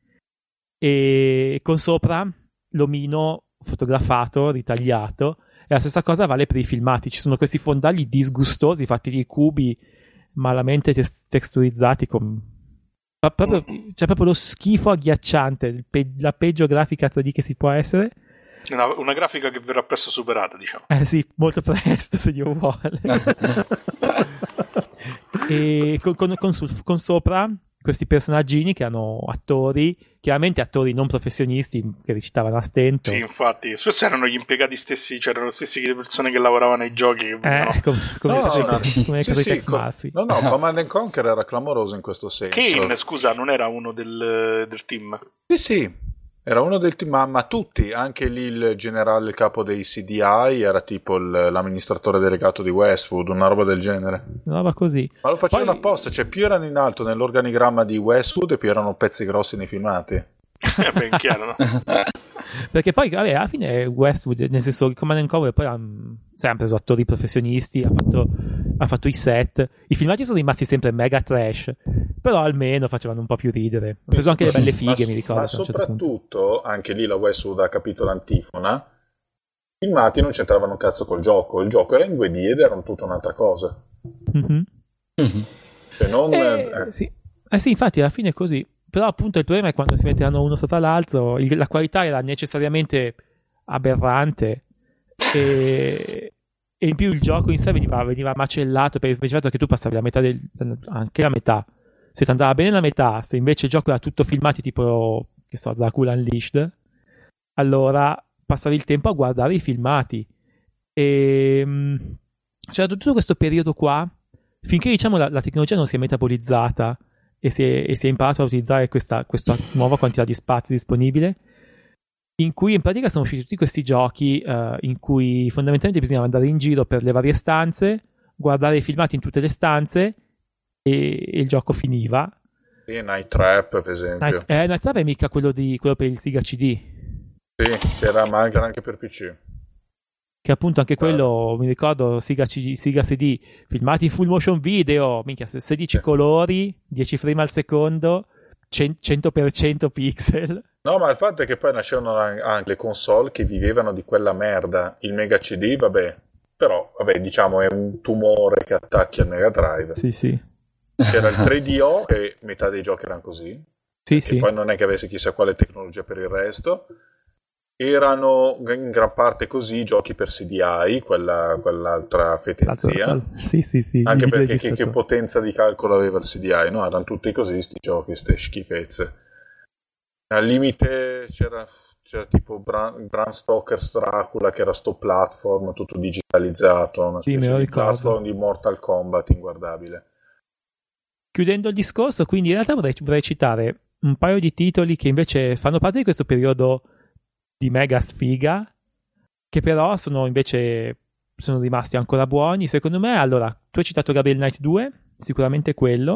E con sopra l'omino fotografato, ritagliato. E la stessa cosa vale per i filmati. Ci sono questi fondali disgustosi fatti di cubi malamente tes- texturizzati con... proprio, c'è proprio lo schifo agghiacciante, il pe- la peggio grafica tre D che si può essere. Una, una grafica che verrà presto superata, diciamo. Eh sì, molto presto se Dio vuole. E con, con, con, su, con sopra questi personaggini che hanno attori, chiaramente attori non professionisti che recitavano a stento. Sì, infatti, spesso erano gli impiegati stessi, c'erano le stesse persone che lavoravano ai giochi. Che eh, no. come, come, no, come, no. come sì, sì, co- no, no, Command and Conquer era clamoroso in questo senso. Kane, scusa, non era uno del, del team? Sì, sì. Era uno del team, ma, ma tutti, anche lì il generale, il capo dei C D I, era tipo il, l'amministratore delegato di Westwood, una roba del genere. Una roba così. Ma lo facevano Poi... apposta, cioè più erano in alto nell'organigramma di Westwood e più erano pezzi grossi nei filmati. È ben chiaro, no? Perché poi, vabbè, alla fine Westwood, nel senso che Command and Conquer poi ha sempre preso attori professionisti, ha fatto, ha fatto i set, i filmati sono rimasti sempre mega trash, però almeno facevano un po' più ridere. Ha preso anche le belle fighe, ma, mi ricordo. Ma soprattutto, certo anche lì la Westwood ha capito l'antifona, i filmati non c'entravano un cazzo col gioco, il gioco era in due D ed erano tutta un'altra cosa. Mm-hmm. Mm-hmm. Cioè non, eh, eh. Sì. Eh sì, infatti alla fine è così. Però appunto il problema è quando si metteranno uno sopra l'altro, il, la qualità era necessariamente aberrante e, e in più il gioco in sé veniva, veniva macellato per il fatto che tu passavi la metà del, anche la metà, se ti andava bene la metà, se invece il gioco era tutto filmati tipo, che so, Dracula Unleashed, allora passavi il tempo a guardare i filmati e c'era tutto questo periodo qua finché diciamo la, la tecnologia non si è metabolizzata e si è, e si è imparato a utilizzare questa, questa nuova quantità di spazio disponibile, in cui in pratica sono usciti tutti questi giochi uh, in cui fondamentalmente bisognava andare in giro per le varie stanze, guardare i filmati in tutte le stanze e, e il gioco finiva. Sì, Night Trap per esempio. Night, eh, Night Trap è mica quello, di, quello per il Sega C D. Sì, c'era ma anche per P C. Che appunto anche quello, mi ricordo, Sega, C- Sega C D, filmati in full motion video, minchia, sedici sì. colori, dieci frame al secondo, cento per cento pixel. No, ma il fatto è che poi nascevano anche le console che vivevano di quella merda. Il Mega C D, vabbè, però, vabbè, diciamo, è un tumore che attacchi al Mega Drive. Sì, sì. C'era il tre D O, che metà dei giochi erano così. Sì, sì. Poi non è che avesse chissà quale tecnologia per il resto. Erano in gran parte così giochi per C D I, quella, quell'altra fetenzia. Sì, sì, sì. Anche perché che, che potenza di calcolo aveva il C D I, no? Erano tutti così sti giochi, ste schifezze. Al limite c'era, c'era tipo Bram, Bram Stoker's Dracula, che era sto platform tutto digitalizzato, una specie sì, di platform di Mortal Kombat inguardabile. Chiudendo il discorso, quindi in realtà vorrei, vorrei citare un paio di titoli che invece fanno parte di questo periodo di mega sfiga, che però sono invece sono rimasti ancora buoni secondo me. Allora, tu hai citato Gabriel Knight due, sicuramente quello,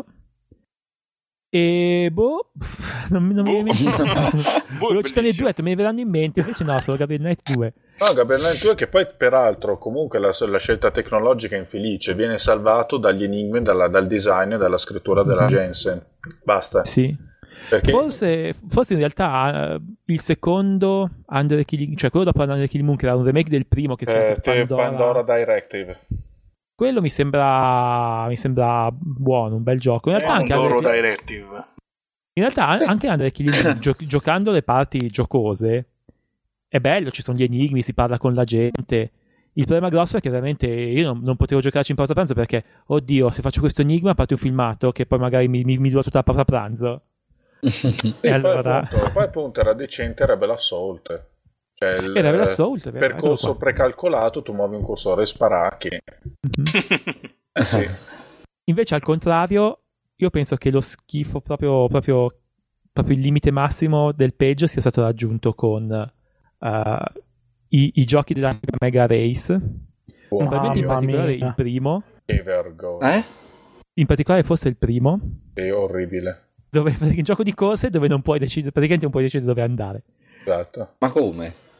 e boh non, non boh. mi viene volevo citare due, me ne verranno in mente, invece no, solo Gabriel Knight due. No, Gabriel Knight due, che poi peraltro comunque la, la scelta tecnologica è infelice, viene salvato dagli enigmi, dalla, dal design e dalla scrittura della mm-hmm. Jensen, basta. Sì. Perché... Forse, forse in realtà uh, il secondo Under the Killing, cioè quello dopo Under the Killing Moon, che era un remake del primo, che è stato eh, Pandora. Pandora Directive. Quello mi sembra mi sembra buono, un bel gioco. In realtà eh, anche Pandora Under... Directive. In realtà anche Under the Killing Moon, gio- giocando le parti giocose è bello, ci sono gli enigmi, si parla con la gente. Il problema grosso è che veramente io non, non potevo giocarci in pausa pranzo perché, oddio, se faccio questo enigma parte un filmato che poi magari mi, mi, mi dura tutta la pausa pranzo. Sì, e poi, allora... appunto, poi appunto era decente Rebel Assault, cioè il Rebel Assault, percorso precalcolato, tu muovi un cursore e sparacchi. Mm-hmm. eh, sì. Invece al contrario io penso che lo schifo proprio, proprio, proprio il limite massimo del peggio sia stato raggiunto con uh, i, i giochi della Mega Race. Oh, probabilmente in particolare mia. il primo, che vergogna, eh? in particolare forse il primo, è orribile, dove un gioco di corse dove non puoi decidere, praticamente non puoi decidere dove andare. Esatto. Ma come?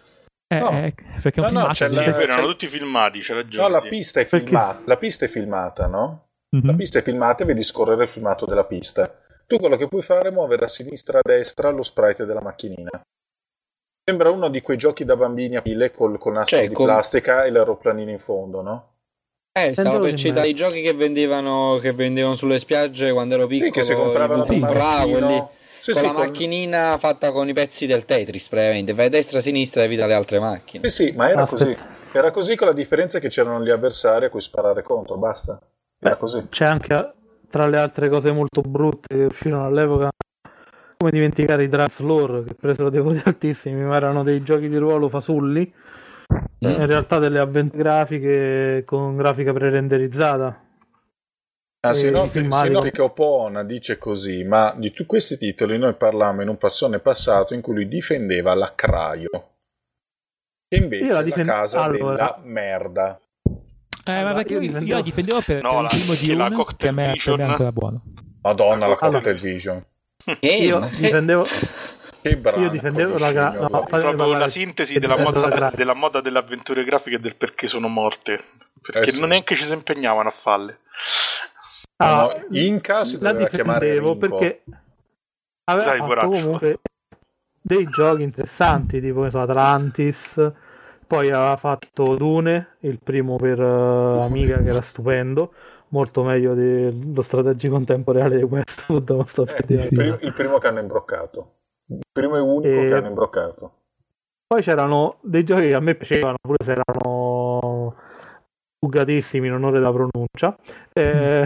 Eh, No. eh, perché è un No, no, filmato. c'è quindi- Sì, la- è vero, c'è- erano tutti filmati, c'è ragione. No, la sì. pista è Perché? filmata, la pista è filmata, no? Mhm. La pista è filmata e vedi scorrere il filmato della pista. Tu quello che puoi fare è muovere a sinistra e a destra lo sprite della macchinina. Sembra uno di quei giochi da bambini a pile col, con nastro Cioè, di com- plastica e l'aeroplanino in fondo, no? Eh, stavo Sento per che citare me- i giochi che vendevano, che vendevano sulle spiagge quando ero piccolo. Sì, che si compravano i man Bra, manchino. quelli Sì, con sì, la col- macchinina fatta con i pezzi del Tetris, praticamente. Vai a destra, a sinistra e evita le altre macchine. Sì, sì, ma era Aspetta. così. Era così con la differenza che c'erano gli avversari a cui sparare contro, basta. Era Beh, così. C'è anche, tra le altre cose molto brutte che uscirono all'epoca, come dimenticare i Drax Lore, che presero dei voti altissimi, ma erano dei giochi di ruolo fasulli, in realtà delle avventure grafiche con grafica pre-renderizzata. Ah, E Sinopi, i filmati- Sinopi Opona dice così, ma di tutti questi titoli noi parlammo in un passone passato in cui lui difendeva la Craio, che invece Io la è difen- la casa allora- della merda. Eh, ma Allora, perché io io, difendevo- io la difendevo per, No, per il la- primo sì, di la uno, Cocktail che a me, per me Vision. è ancora buono. Madonna, la Allora- Cocktail Vision. Eh, Io ma che- difendevo, Che brano. io difendevo la gra- no, allora. fate Proprio parlare- la sintesi che della difendo la moda, grafica. della moda delle avventure grafiche e del perché sono morte. Perché Eh sì. non neanche ci si impegnavano a farle. Ah, No, Inca si la doveva chiamare difendevo Rinco. perché aveva Dai, fatto poraccio. comunque dei giochi interessanti, tipo che so, Atlantis, poi aveva fatto Dune, il primo per eh, Amiga, che era stupendo, molto meglio dello strategico contemporaneo di Westwood, ma sto per Eh, dire. il, primo, il primo che hanno imbroccato. Il primo e unico E- che hanno imbroccato. Poi c'erano dei giochi che a me piacevano, pure se erano bugatissimi in onore della pronuncia. Eh,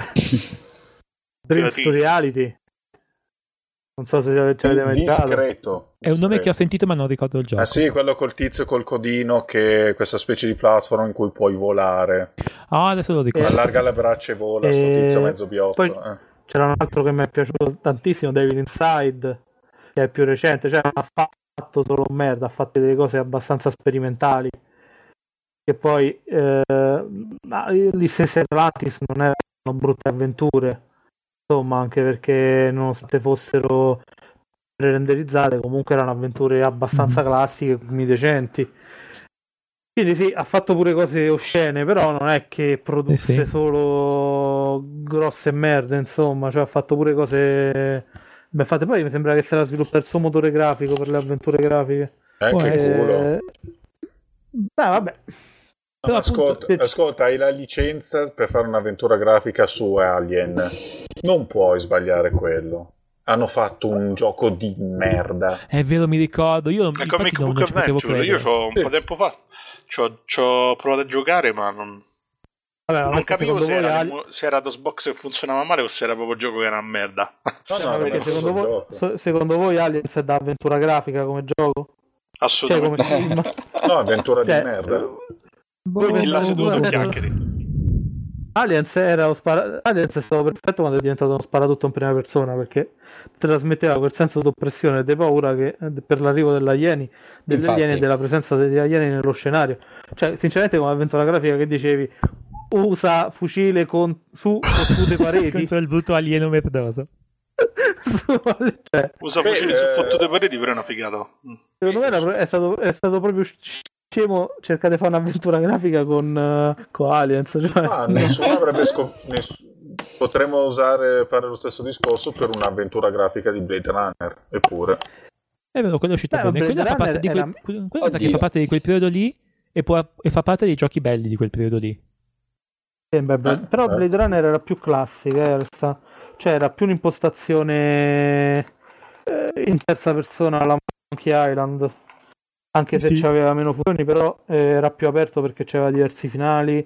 Dreams to Reality. Non so se ci avete mai giocato. Discreto. È un nome che ho Discreto. sentito ma non ricordo il gioco. Ah sì, quello col tizio col codino, che è questa specie di platform in cui puoi volare. Ah, adesso lo ricordo. Allarga le braccia e vola, sto Eh, tizio mezzo biotto. poi- eh. C'era un altro che mi è piaciuto tantissimo, Devil Inside, che è più recente, cioè non ha fatto solo merda, ha fatto delle cose abbastanza sperimentali. Che poi eh, ma gli stessi Atlantis non erano brutte avventure, insomma, anche perché nonostante fossero renderizzate, comunque erano avventure abbastanza Mhm. classiche, quindi decenti. Quindi sì, ha fatto pure cose oscene, però non è che produsse Eh sì. solo grosse merde, insomma, cioè ha fatto pure cose ben fatte. Poi mi sembra che sarà sviluppato il suo motore grafico per le avventure grafiche. Eh, Può che essere. culo. Eh, ah, vabbè. No, Però ascolta, appunto- ascolta, hai la licenza per fare un'avventura grafica su Alien. Non puoi sbagliare quello. Hanno fatto un gioco di merda. È vero, mi ricordo. Io non, È infatti come non, Book non ci potevo Adventure. credere. Io c'ho un Sì. po' tempo fa c'ho, c'ho provato a giocare, ma non, Vabbè, non perché capivo secondo se voi era, Ali- se era DOSBox che funzionava male o se era proprio il gioco che era una merda. No, no, Ma non è perché questo secondo voi, gioco. so- secondo voi Aliens è da avventura grafica come gioco? Cioè Assolutamente. come film? No, avventura Cioè, di merda. voi Metti là pensate- seduto adesso- chiacchieri. Aliens, era lo spara- Aliens è stato perfetto quando è diventato uno sparatutto in prima persona, perché trasmetteva quel senso d'oppressione e di paura che eh, per l'arrivo degli alieni, degli Infatti. alieni e della presenza degli alieni nello scenario. Cioè, sinceramente, come avventura grafica che dicevi usa fucile con su o su dei pareti. Contro il brutto alieno merdoso. Su- cioè, Usa Beh, fucili su eh, fottute pareti, però è una figata. Mm. secondo me era pro- è, stato, è stato proprio scemo cercare di fare un'avventura grafica con, eh, con Aliens. Cioè. Ma nessuno avrebbe scop- ness- potremmo usare fare lo stesso discorso per un'avventura grafica di Blade Runner, eppure. È vero, quello è uscito Beh, ma bene. Quella Blade fa parte Runner di quel, era- que- quella sa che Oddio. fa parte di quel periodo lì e, può- e fa parte dei giochi belli di quel periodo lì. Sì, beh, Blade- Eh, però eh. Blade Runner era più classica, era sta- cioè era più un'impostazione eh, in terza persona alla Monkey Island, anche se Sì. aveva meno funzioni, però eh, era più aperto perché c'aveva diversi finali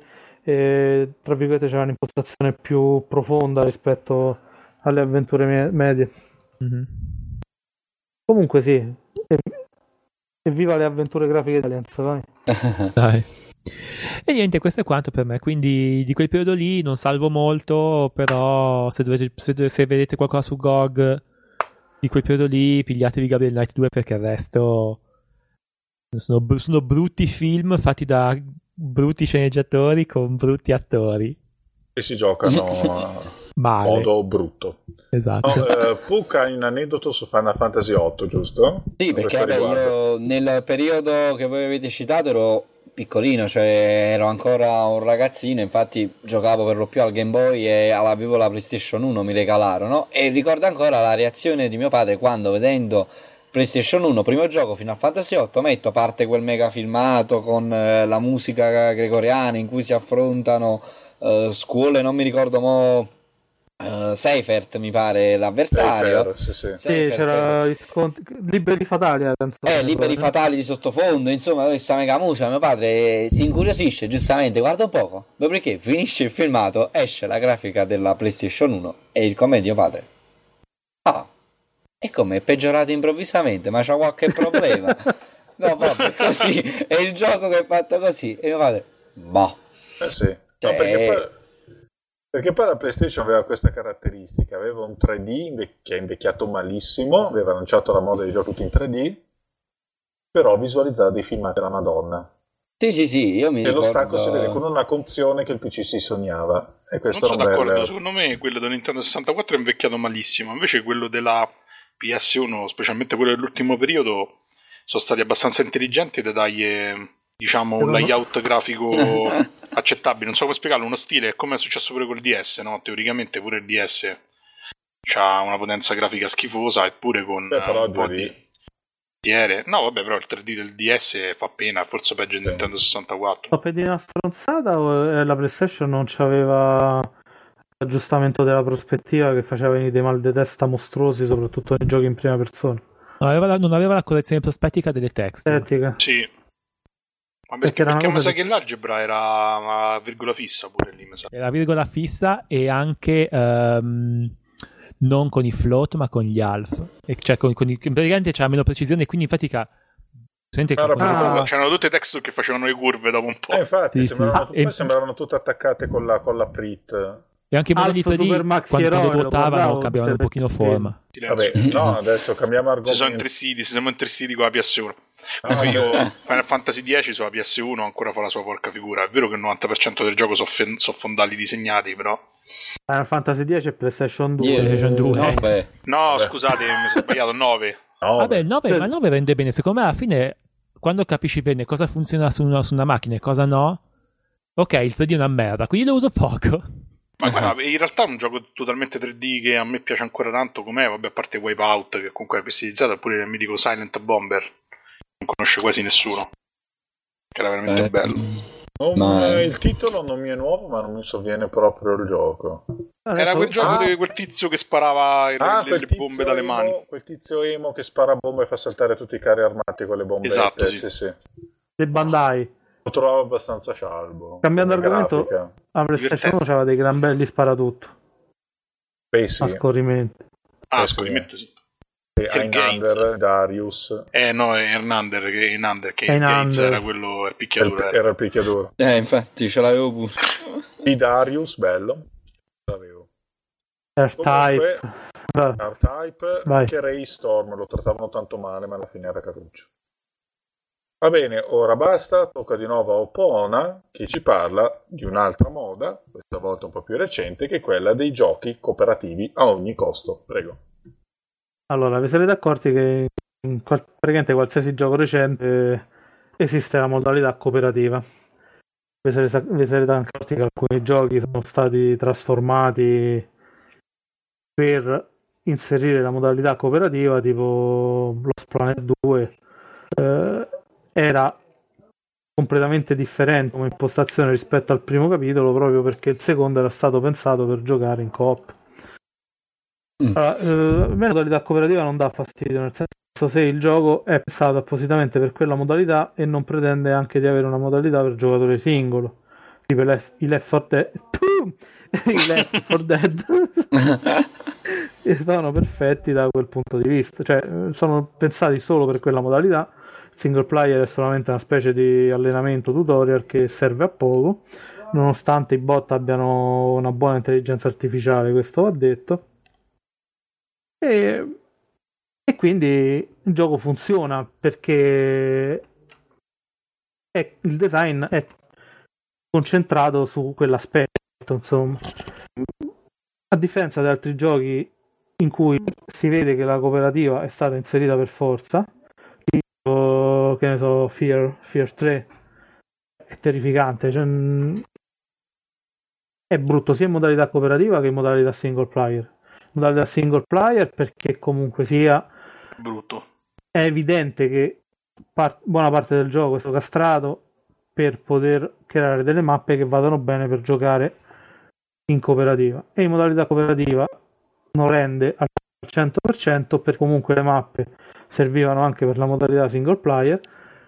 e tra virgolette c'era un'impostazione più profonda rispetto alle avventure me- medie. Mhm. Comunque sì, e- evviva le avventure grafiche di Aliens, vai. Dai. E niente, questo è quanto per me. Quindi di quel periodo lì non salvo molto, però se, dovete, se, dove- se vedete qualcosa su G O G di quel periodo lì, pigliatevi Gabriel Knight due perché il resto sono, br- sono brutti film fatti da brutti sceneggiatori con brutti attori. E si giocano Male. modo brutto. Esatto. No, eh, Puck hai un aneddoto su Final Fantasy otto, giusto? Sì, A perché questo vabbè, riguardo. io nel periodo che voi avete citato ero piccolino, cioè ero ancora un ragazzino, infatti giocavo per lo più al Game Boy e avevo la PlayStation uno, mi regalarono, e ricordo ancora la reazione di mio padre quando, vedendo PlayStation uno, primo gioco, Final Fantasy otto, metto parte quel mega filmato con eh, la musica gregoriana in cui si affrontano eh, scuole, non mi ricordo mo, eh, Seifert mi pare l'avversario. Fair, sì, sì. Sì, Seifert, c'era i sconti... Liberi Fatali, la canzone. eh, liberi fatali di sottofondo, insomma, questa mega musica, mio padre si incuriosisce, giustamente, guarda un poco, dopodiché finisce il filmato, esce la grafica della PlayStation uno e il come mio padre. Ah, e come è peggiorato improvvisamente, ma c'ha qualche problema? No, vabbè, così, è il gioco che è fatto così, e mio padre, boh. Eh sì. No, Cioè, perché poi, perché poi la PlayStation aveva questa caratteristica, aveva un tre D inve- che è invecchiato malissimo, aveva lanciato la moda di gioco tutto in tre D, però visualizzava dei filmati della Madonna. Sì, sì, sì, io mi E lo ricordo... stacco si vede con una conzione che il P C si sognava. E Non questo sono era un d'accordo, bel... secondo me quello da Nintendo sessantaquattro è invecchiato malissimo, invece quello della P S uno, specialmente quello dell'ultimo periodo, sono stati abbastanza intelligenti da dargli, diciamo, un layout grafico accettabile. Non so come spiegarlo, uno stile, è come è successo pure col D S, no? Teoricamente pure il D S ha una potenza grafica schifosa, eppure con Beh, però un po' due D. di tastiere. No, vabbè, però il tre D del D S fa pena, forse peggio di Sì. Nintendo sessantaquattro. Ma per dire una stronzata o eh, la PlayStation non c'aveva l'aggiustamento della prospettiva che faceva venire dei mal di testa mostruosi, soprattutto nei giochi in prima persona? Non aveva la, non aveva la correzione prospettica delle texture. Estetica. Sì. Ma Perché perché, era una perché mi cosa sa di- che l'algebra era a virgola fissa pure lì, mi sa. Era virgola fissa e anche ehm, non con i float ma con gli half. E cioè con, con i, praticamente c'era meno precisione, quindi in fatica... Sente Ma era con- proprio- Ah. C'erano tutte texture che facevano le curve dopo un po'. Eh, infatti, Sì, sembravano, sì. poi E- sembravano tutte attaccate con la, con la Prit. E anche i modelli Alfa tre D, Super Maxi quando, quando Eroe, lo ruotavano, guardavo cambiavano un tutte le pochino forma. Silenzio. Vabbè, no, adesso cambiamo Si sono argomento. intristiti, si siamo intristiti con la P S uno. Ah, Io vabbè. Final Fantasy dieci sulla P S uno ancora fa la sua porca figura. È vero che il novanta per cento del gioco sono fen- so fondali disegnati, però. Final Fantasy dieci e PlayStation due. Dio, PlayStation due. no, beh. No, Vabbè. scusate, mi sono sbagliato. nove. No, Vabbè, beh. il nove, ma il nove rende bene. Secondo me alla fine, quando capisci bene cosa funziona su una, su una macchina e cosa no, ok, il tre D è una merda, quindi lo uso poco. Ma guarda, in realtà è un gioco totalmente tre D che a me piace ancora tanto com'è, vabbè, a parte Wipeout che comunque è pestilizzato, oppure il mitico Silent Bomber, non conosce quasi nessuno, che era veramente Eh, bello. Non- Ma- eh, il titolo non mi è nuovo, ma non mi sovviene proprio il gioco. Era quel gioco Ah. di quel tizio che sparava le, Ah, le- quel le tizio, bombe dalle mani. emo, quel tizio emo che spara bombe e fa saltare tutti i carri armati con le bombette. Esatto, sì. sì, sì. Del Bandai. Lo trovavo abbastanza scialbo. Cambiando come argomento, grafica. la PlayStation uno c'aveva dei gran belli sparatutto Beh, sì. a scorrimento. Ah, Eh, sì. scorrimento sì. E Gates. Einander, Darius. Eh no, è Hernander che, Einander, che Einander. Gates era quello il Era il, picchiaduro. era il picchiaduro. Eh, infatti, ce l'avevo pure. Di Darius, bello. L'avevo. R-Type. Comunque, R-Type, Vai. anche Raystorm lo trattavano tanto male, ma alla fine era caruccio. Va bene, ora basta, tocca di nuovo a Opona, che ci parla di un'altra moda, questa volta un po' più recente, che è quella dei giochi cooperativi a ogni costo. Prego. Allora, vi sarete accorti che in qual- praticamente qualsiasi gioco recente esiste la modalità cooperativa. Vi sarete, vi sarete anche accorti che alcuni giochi sono stati trasformati per inserire la modalità cooperativa, tipo Lost Planet due. Eh, era completamente differente come impostazione rispetto al primo capitolo, proprio perché il secondo era stato pensato per giocare in coop. Mm. Allora, eh, a me la modalità cooperativa non dà fastidio, nel senso, se il gioco è pensato appositamente per quella modalità e non pretende anche di avere una modalità per giocatore singolo, tipo i Left, i Left four Dead, i Left four Dead e sono perfetti da quel punto di vista, cioè sono pensati solo per quella modalità. Il single player è solamente una specie di allenamento tutorial che serve a poco, nonostante i bot abbiano una buona intelligenza artificiale, questo va detto. E, e quindi il gioco funziona perché è, il design è concentrato su quell'aspetto, insomma. a differenza di altri giochi in cui si vede che la cooperativa è stata inserita per forza, tipo, che ne so, Fear, Fear tre è terrificante, cioè, è brutto sia in modalità cooperativa che in modalità single player. Modalità single player perché comunque sia brutto, è evidente che par- buona parte del gioco è stato castrato per poter creare delle mappe che vadano bene per giocare in cooperativa, e in modalità cooperativa non rende al cento per cento, per comunque le mappe servivano anche per la modalità single player,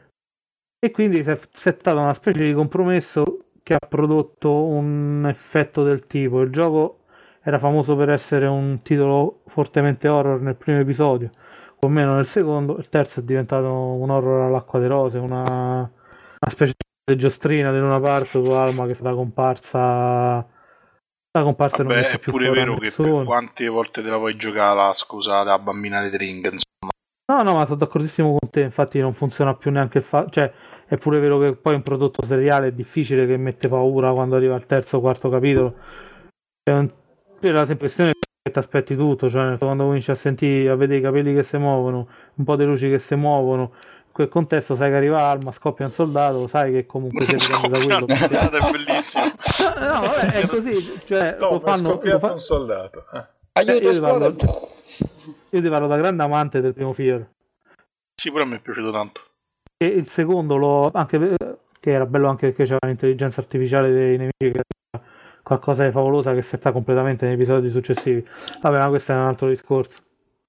e quindi si è settata una specie di compromesso che ha prodotto un effetto del tipo: il gioco era famoso per essere un titolo fortemente horror nel primo episodio, o meno nel secondo, il terzo è diventato un horror all'acqua di rose, una, una specie di giostrina di Luna Park con Alma che fa la comparsa la comparsa vabbè, non mette è più pure paura a vero che nessuno. per quante volte te la vuoi giocare la scusa da bambina di Ring, insomma. No, no, ma sono d'accordissimo con te, infatti non funziona più neanche il fatto, cioè è pure vero che poi un prodotto seriale è difficile che mette paura quando arriva al terzo o quarto capitolo, è un... per la semplice che ti aspetti tutto, cioè quando cominci a sentire, a vedere i capelli che si muovono, un po' di luci che si muovono, in quel contesto sai che arriva Alma, scoppia un soldato, sai che comunque si dipende da quello. È bellissimo. No, no, vabbè, è così, cioè Tom, lo fanno, è scoppiato lo fa... un soldato. Eh. Aiuto, io, ti parlo, squadra. io ti parlo da grande amante del primo Fear. Sì, pure a me è piaciuto tanto. E il secondo lo anche che era bello anche perché c'era l'intelligenza artificiale dei nemici, che era qualcosa di favolosa che si sta completamente negli episodi successivi. Vabbè, ma questo è un altro discorso.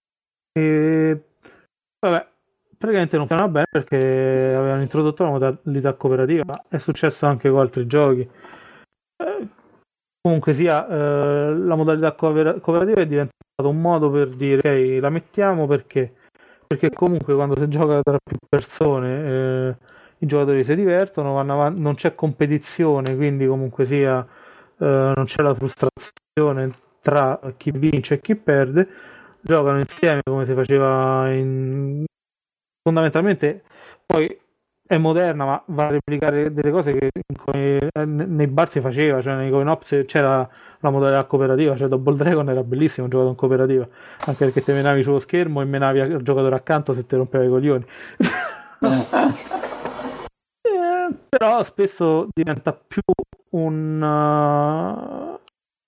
E vabbè, praticamente non funziona bene perché avevano introdotto la modalità cooperativa, ma è successo anche con altri giochi. Eh, comunque sia, eh, la modalità cooper- cooperativa è diventata un modo per dire ok, la mettiamo perché perché comunque quando si gioca tra più persone eh, i giocatori si divertono, vanno avanti, non c'è competizione, quindi comunque sia eh, non c'è la frustrazione tra chi vince e chi perde, giocano insieme come si faceva in... fondamentalmente poi è moderna, ma va a replicare delle cose che in, nei bar si faceva, cioè nei coin-ops c'era la modalità cooperativa, cioè Double Dragon era bellissimo giocato in cooperativa, anche perché te menavi sullo schermo e menavi il giocatore accanto se ti rompeva i coglioni. eh, però spesso diventa più un uh,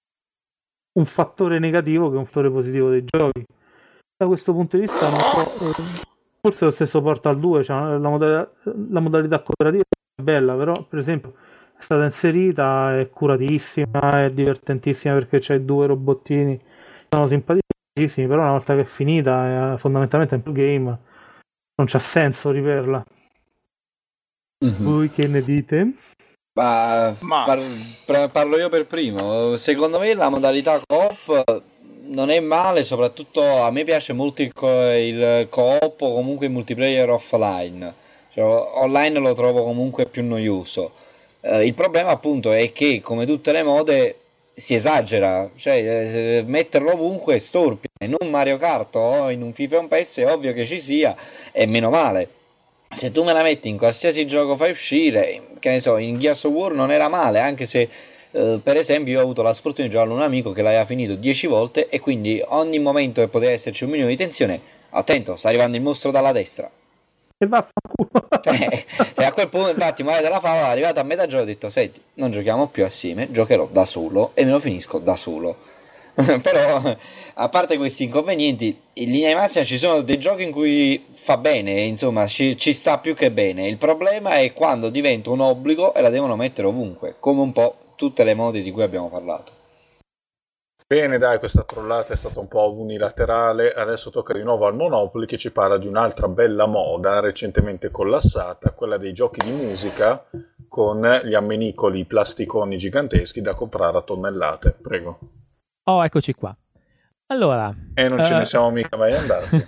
un fattore negativo che un fattore positivo dei giochi. Da questo punto di vista non so, eh, forse lo stesso Portal due, cioè la, modalità, la modalità cooperativa è bella, però per esempio è stata inserita, è curatissima, è divertentissima perché c'hai due robottini, sono simpaticissimi, però una volta che è finita è fondamentalmente un game, non c'ha senso riverla. Mm-hmm. Voi che ne dite? Ma, Ma... Par- parlo io per primo. Secondo me la modalità coop non è male, soprattutto a me piace molto il, co- il co-op o comunque il multiplayer offline, cioè, online lo trovo comunque più noioso. Uh, il problema appunto è che come tutte le mode si esagera, cioè metterlo ovunque storpia. In un Mario Kart o in un FIFA o un P E S è ovvio che ci sia, e meno male. Se tu me la metti in qualsiasi gioco fai uscire, che ne so, in Gears of War non era male, anche se Uh, per esempio io ho avuto la sfortuna di giocare a un amico che l'aveva finito dieci volte e quindi ogni momento che poteva esserci un minimo di tensione, attento, sta arrivando il mostro dalla destra e va cioè, e a quel punto infatti male della favola, arrivato a metà gioco ho detto senti, non giochiamo più assieme, giocherò da solo e me lo finisco da solo. Però a parte questi inconvenienti, in linea di massima ci sono dei giochi in cui fa bene, insomma ci, ci sta più che bene. Il problema è quando diventa un obbligo e la devono mettere ovunque, come un po' tutte le mode di cui abbiamo parlato. Bene, dai, questa trollata è stata un po' unilaterale. Adesso tocca di nuovo al Monopoly, che ci parla di un'altra bella moda recentemente collassata, quella dei giochi di musica con gli ammenicoli plasticoni giganteschi da comprare a tonnellate. Prego. Oh, eccoci qua. Allora, e non ce uh... ne siamo mica mai andati.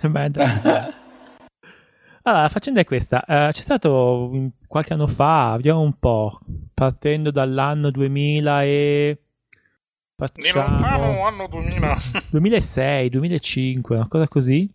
Allora, la faccenda è questa. Uh, c'è stato qualche anno fa, vediamo un po', partendo dall'anno duemila e... Facciamo... anno duemila. duemilasei, duemilacinque, una cosa così.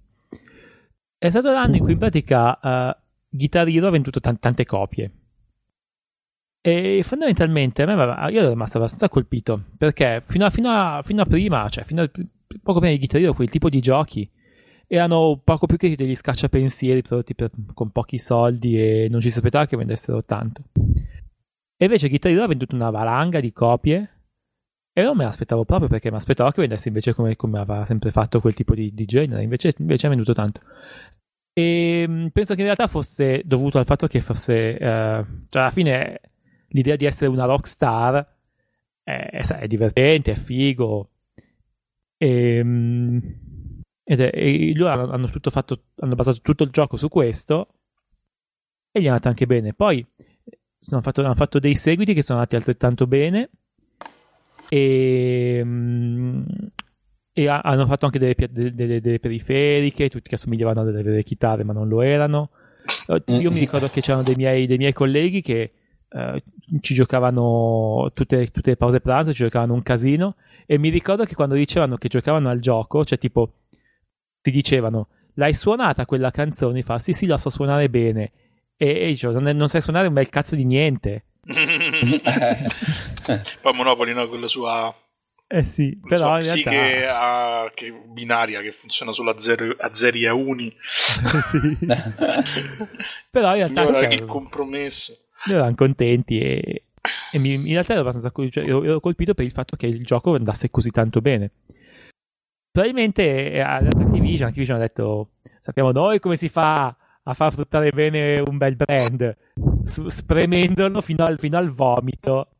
È stato l'anno in cui in pratica uh, Guitar Hero ha venduto t- tante copie. E fondamentalmente a me aveva- io ero rimasto abbastanza colpito, perché fino a, fino a, fino a prima, cioè fino a poco prima di Guitar Hero, quel tipo di giochi erano poco più che degli scacciapensieri prodotti per- con pochi soldi e non ci si aspettava che vendessero tanto. E invece Guitar Hero ha venduto una valanga di copie e non me l'aspettavo proprio, perché mi aspettavo che vendesse invece come, come aveva sempre fatto quel tipo di, di genere, invece, invece ha venduto tanto. E mh, penso che in realtà fosse dovuto al fatto che fosse, eh, cioè alla fine l'idea di essere una rockstar è, è divertente, è figo. E, mh, ed è, e loro hanno, hanno tutto fatto, hanno basato tutto il gioco su questo e gli è andato anche bene. Poi sono fatto, hanno fatto dei seguiti che sono andati altrettanto bene e, mh, e ha- hanno fatto anche delle, pia- delle- delle- delle periferiche, tutti che assomigliavano a delle vere chitarre ma non lo erano. Io mi ricordo che c'erano dei miei, dei miei colleghi che eh, ci giocavano tutte, tutte le pause pranzo, ci giocavano un casino, e mi ricordo che quando dicevano che giocavano al gioco, cioè tipo ti dicevano l'hai suonata quella canzone, fa sì sì la so suonare bene, e, e dicevo non, è- non sai suonare un bel cazzo di niente. Poi Monopoly, no, quella sua Eh sì, quella però sua in realtà psiche a- che binaria che funziona solo a, zero, a zeri e a uni. sì. Però in realtà Signora, cioè, che compromesso. loro erano contenti e, e mi- in realtà ero abbastanza col- cioè, ero, ero colpito per il fatto che il gioco andasse così tanto bene. Probabilmente eh, ad Activision, Activision ha detto sappiamo noi come si fa a far fruttare bene un bel brand, s- spremendolo fino al, fino al vomito.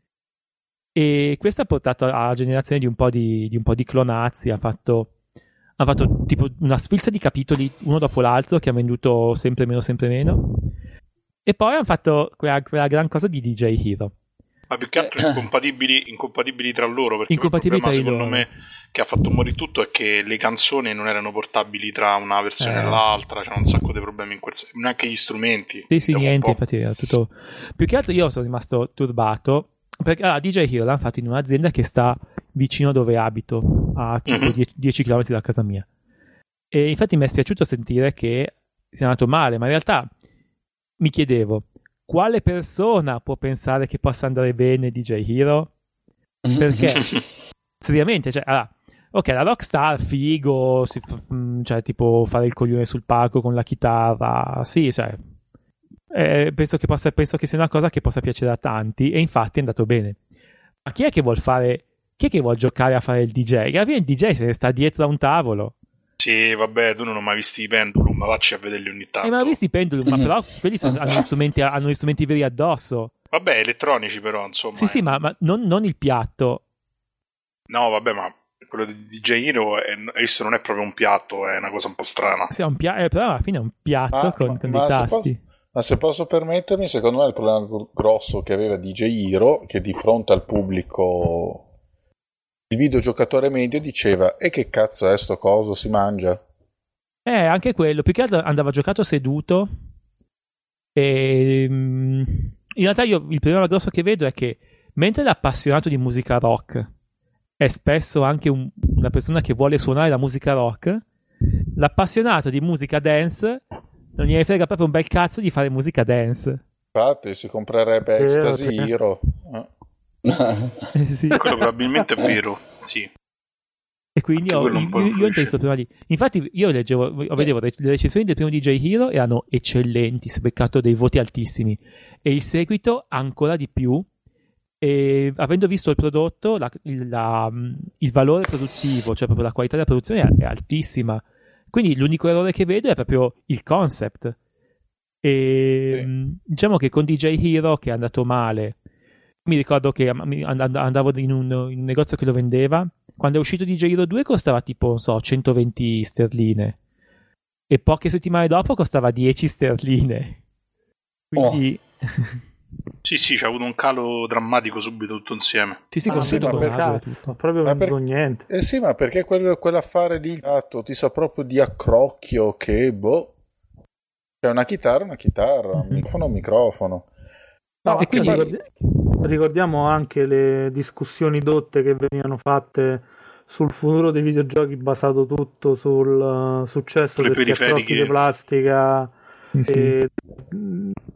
E questo ha portato alla generazione di un po' di, di un po' di clonazzi. Ha fatto, ha fatto tipo una sfilza di capitoli uno dopo l'altro che ha venduto sempre meno, sempre meno. E poi hanno fatto quella, quella gran cosa di D J Hero. Ma più che altro incompatibili, incompatibili tra loro, perché il Incompatibili problema tra di secondo loro. me che ha fatto morire tutto è che le canzoni non erano portabili tra una versione Eh. e l'altra, c'erano un sacco di problemi in quel senso, neanche gli strumenti. Sì, sì, Vediamo un niente, po'. infatti era tutto... Più che altro io sono rimasto turbato, perché allora, D J Hero l'hanno fatto in un'azienda che sta vicino dove abito, a tipo Mhm. dieci chilometri da casa mia. E infatti mi è spiaciuto sentire che sia andato male, ma in realtà mi chiedevo, quale persona può pensare che possa andare bene D J Hero? Perché, seriamente, cioè, allora, ok, la rockstar, figo, si fa- mm, cioè, tipo fare il coglione sul palco con la chitarra, sì, cioè, eh, penso che possa, penso che sia una cosa che possa piacere a tanti, e infatti è andato bene. Ma chi è che vuol fare, chi è che vuol giocare a fare il D J? Che alla fine il D J se ne sta dietro a un tavolo. Sì, vabbè, tu non hai mai visto i Pendulum, ma vacci a vederli ogni tanto. E ma ho visto i pendulum, ma Mhm. però quelli sono- hanno, gli strumenti, hanno gli strumenti veri addosso. Vabbè, elettronici però, insomma. Sì, sì, eh. ma, ma non, non il piatto. No, vabbè, ma quello di D J Hero è, questo non è proprio un piatto, è una cosa un po' strana. Sì, è un pia- eh, però alla fine è un piatto Ah, con, ma- con ma dei se tasti. posso- Ma se posso permettermi, secondo me il problema gr- grosso che aveva D J Hero, che di fronte al pubblico, il videogiocatore medio diceva e che cazzo è sto coso, si mangia? Eh, anche quello. Più che altro andava giocato seduto. E mm, in realtà io il problema grosso che vedo è che mentre l'appassionato di musica rock è spesso anche un- una persona che vuole suonare la musica rock, l'appassionato di musica dance non gliene frega proprio un bel cazzo di fare musica dance. Infatti si comprerebbe Sì, Ecstasy ok. Hero. Eh. Eh, sì. Quello probabilmente è vero, sì. E quindi Anche ho, quello un po' io, io ho influisce. visto prima di. Infatti, io leggevo, io vedevo le le recensioni del primo D J Hero erano eccellenti, si è beccato dei voti altissimi. E il seguito ancora di più. E avendo visto il prodotto, la- il, la- il valore produttivo, cioè proprio la qualità della produzione è, è altissima. Quindi l'unico errore che vedo è proprio il concept. E Sì. mh, diciamo che con D J Hero, che è andato male, mi ricordo che am- mi- and- and- andavo in un, in un negozio che lo vendeva. Quando è uscito D J Hero due costava tipo, non so, centoventi sterline. E poche settimane dopo costava dieci sterline. Quindi, Sì, sì, c'è avuto un calo drammatico subito tutto insieme. sì, sì, Ah, con sì, tutto ma per donato e Cazzo, tutto. proprio Ma non per- dico niente. Eh sì, ma perché quel- quell'affare lì dato, ti sa proprio di accrocchio che, boh, c'è una chitarra, una chitarra, un Mhm. microfono, un microfono. No, No, e quindi- ricordi- ricordiamo anche le discussioni dotte che venivano fatte sul futuro dei videogiochi, basato tutto sul uh, successo Sulle di questi accrocchi periferiche. di plastica Sì, sì. e, mh,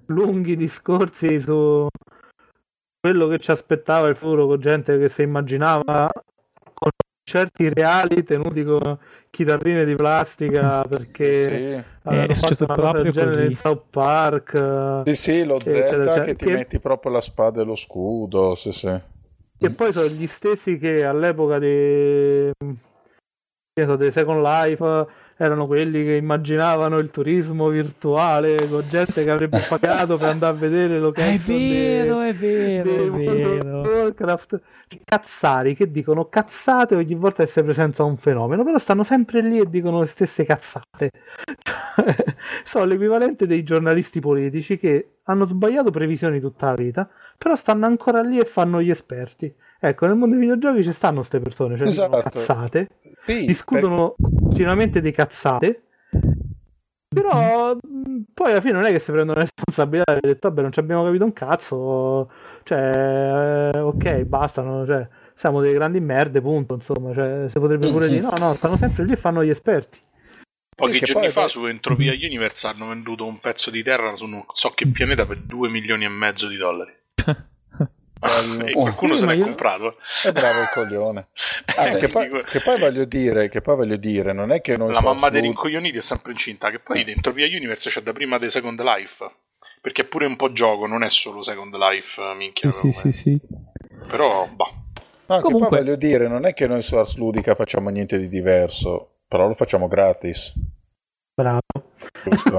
lunghi discorsi su quello che ci aspettava il futuro, con gente che si immaginava concerti reali tenuti con chitarrine di plastica, perché Sì. avevano È successo fatto una cosa del proprio genere così. in South Park. Sì, sì, lo eccetera, Zelda eccetera, che ti che- metti proprio la spada e lo scudo, sì, sì. Che poi sono gli stessi che all'epoca dei, che ne so, dei Second Life erano quelli che immaginavano il turismo virtuale con gente che avrebbe pagato per andare a vedere È location vero, dei- è vero, dei è World vero. of Warcraft. Cazzari che dicono cazzate ogni volta che si presenta un fenomeno, però stanno sempre lì e dicono le stesse cazzate. Sono l'equivalente dei giornalisti politici che hanno sbagliato previsioni tutta la vita, però stanno ancora lì e fanno gli esperti. Ecco, nel mondo dei videogiochi ci stanno queste persone, cioè dicono Esatto. cazzate, Sì, discutono continuamente di cazzate, però mh, poi alla fine non è che si prendono la responsabilità e hanno detto vabbè non ci abbiamo capito un cazzo, cioè eh, ok basta, no? Cioè, siamo dei grandi merde, punto, insomma, cioè, si potrebbe pure dire no no, stanno sempre lì e fanno gli esperti. Pochi Sì, che giorni poi- fa su Entropia Universe hanno venduto un pezzo di terra su non so che pianeta per due milioni e mezzo di dollari. Bello. E qualcuno Sì, se ma l'è io- comprato. È bravo il coglione. Vabbè, che, poi, dico- che poi voglio dire, che poi voglio dire, non è che noi La siamo mamma dei assurdi. rincoglioniti è sempre incinta. Che poi Entropia Universe c'è da prima di Second Life. Perché è pure un po' gioco, non è solo Second Life, minchia. Sì, sì, sì, sì. Però, bah. No, che Comunque- poi voglio dire, non è che noi su Ars Ludica facciamo niente di diverso, però lo facciamo gratis. Bravo. Giusto?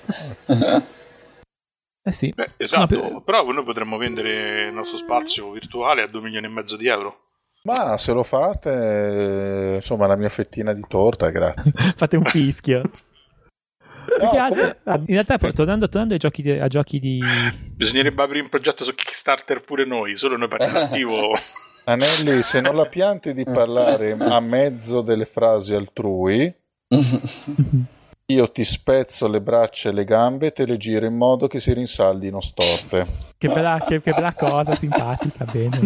Eh sì. Beh, esatto, No, per- però noi potremmo vendere il nostro spazio virtuale a due milioni e mezzo di euro. Ma se lo fate, eh, insomma, la mia fettina di torta, grazie. Fate un fischio. Più che No, altro, come- in realtà, poi, tornando, tornando ai giochi di, a giochi di. Bisognerebbe aprire un progetto su Kickstarter pure noi, solo noi per attivo. Anelli, se non la pianti di parlare a mezzo delle frasi altrui, io ti spezzo le braccia e le gambe e te le giro in modo che si rinsaldino storte. Che bella, che, che bella cosa, simpatica, bene.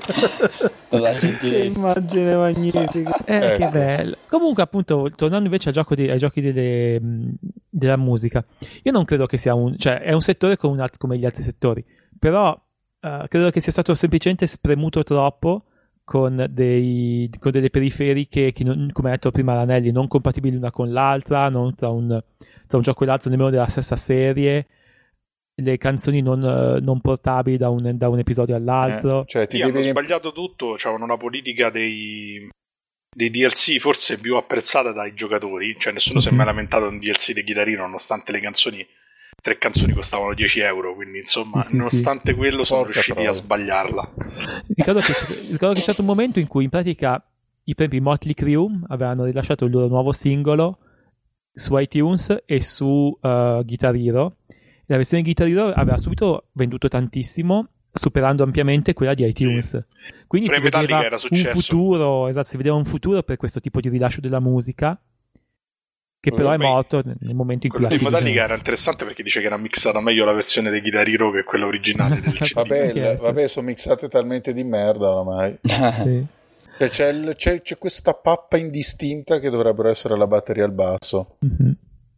La Che gentilezza. immagine magnifica. Eh, Ecco. Che bello. Comunque, appunto, tornando invece al gioco di- ai giochi delle, mh, della musica, io non credo che sia un. Cioè, è un settore come, un alt- come gli altri settori, però eh, credo che sia stato semplicemente spremuto troppo con, dei, con delle periferiche che, non, come ha detto prima l'Anelli, non compatibili una con l'altra, non tra un, tra un gioco e l'altro, nemmeno della stessa serie. Le canzoni non, eh, non portabili da un, da un episodio all'altro. Eh, cioè, ti Sì, devi hanno riemp- sbagliato tutto, c'avevano una politica dei, dei D L C forse più apprezzata dai giocatori, cioè nessuno si è mai lamentato di un D L C di Chitarrino, nonostante le canzoni, tre canzoni costavano dieci euro, quindi insomma, Sì, sì, nonostante quello sono Porca riusciti troia. a sbagliarla. Ricordo che, c'è- ricordo che c'è stato un momento in cui in pratica i, per esempio, i Motley Crue avevano rilasciato il loro nuovo singolo su iTunes e su uh, Guitar Hero. La versione Guitar Hero aveva subito venduto tantissimo, superando ampiamente quella di iTunes. Quindi si Pre Metallica vedeva era un successo. futuro, esatto, si vedeva un futuro per questo tipo di rilascio della musica, che però Eh, è beh, morto nel momento in cui Quello di la Metallica era interessante perché dice che era mixata meglio la versione di Guitar Hero che quella originale del C D. Vabbè, Anche il- essere. vabbè, sono mixate talmente di merda oramai. Sì. Cioè, c'è, il- c'è- c'è questa pappa indistinta che dovrebbero essere la batteria al basso. Mhm.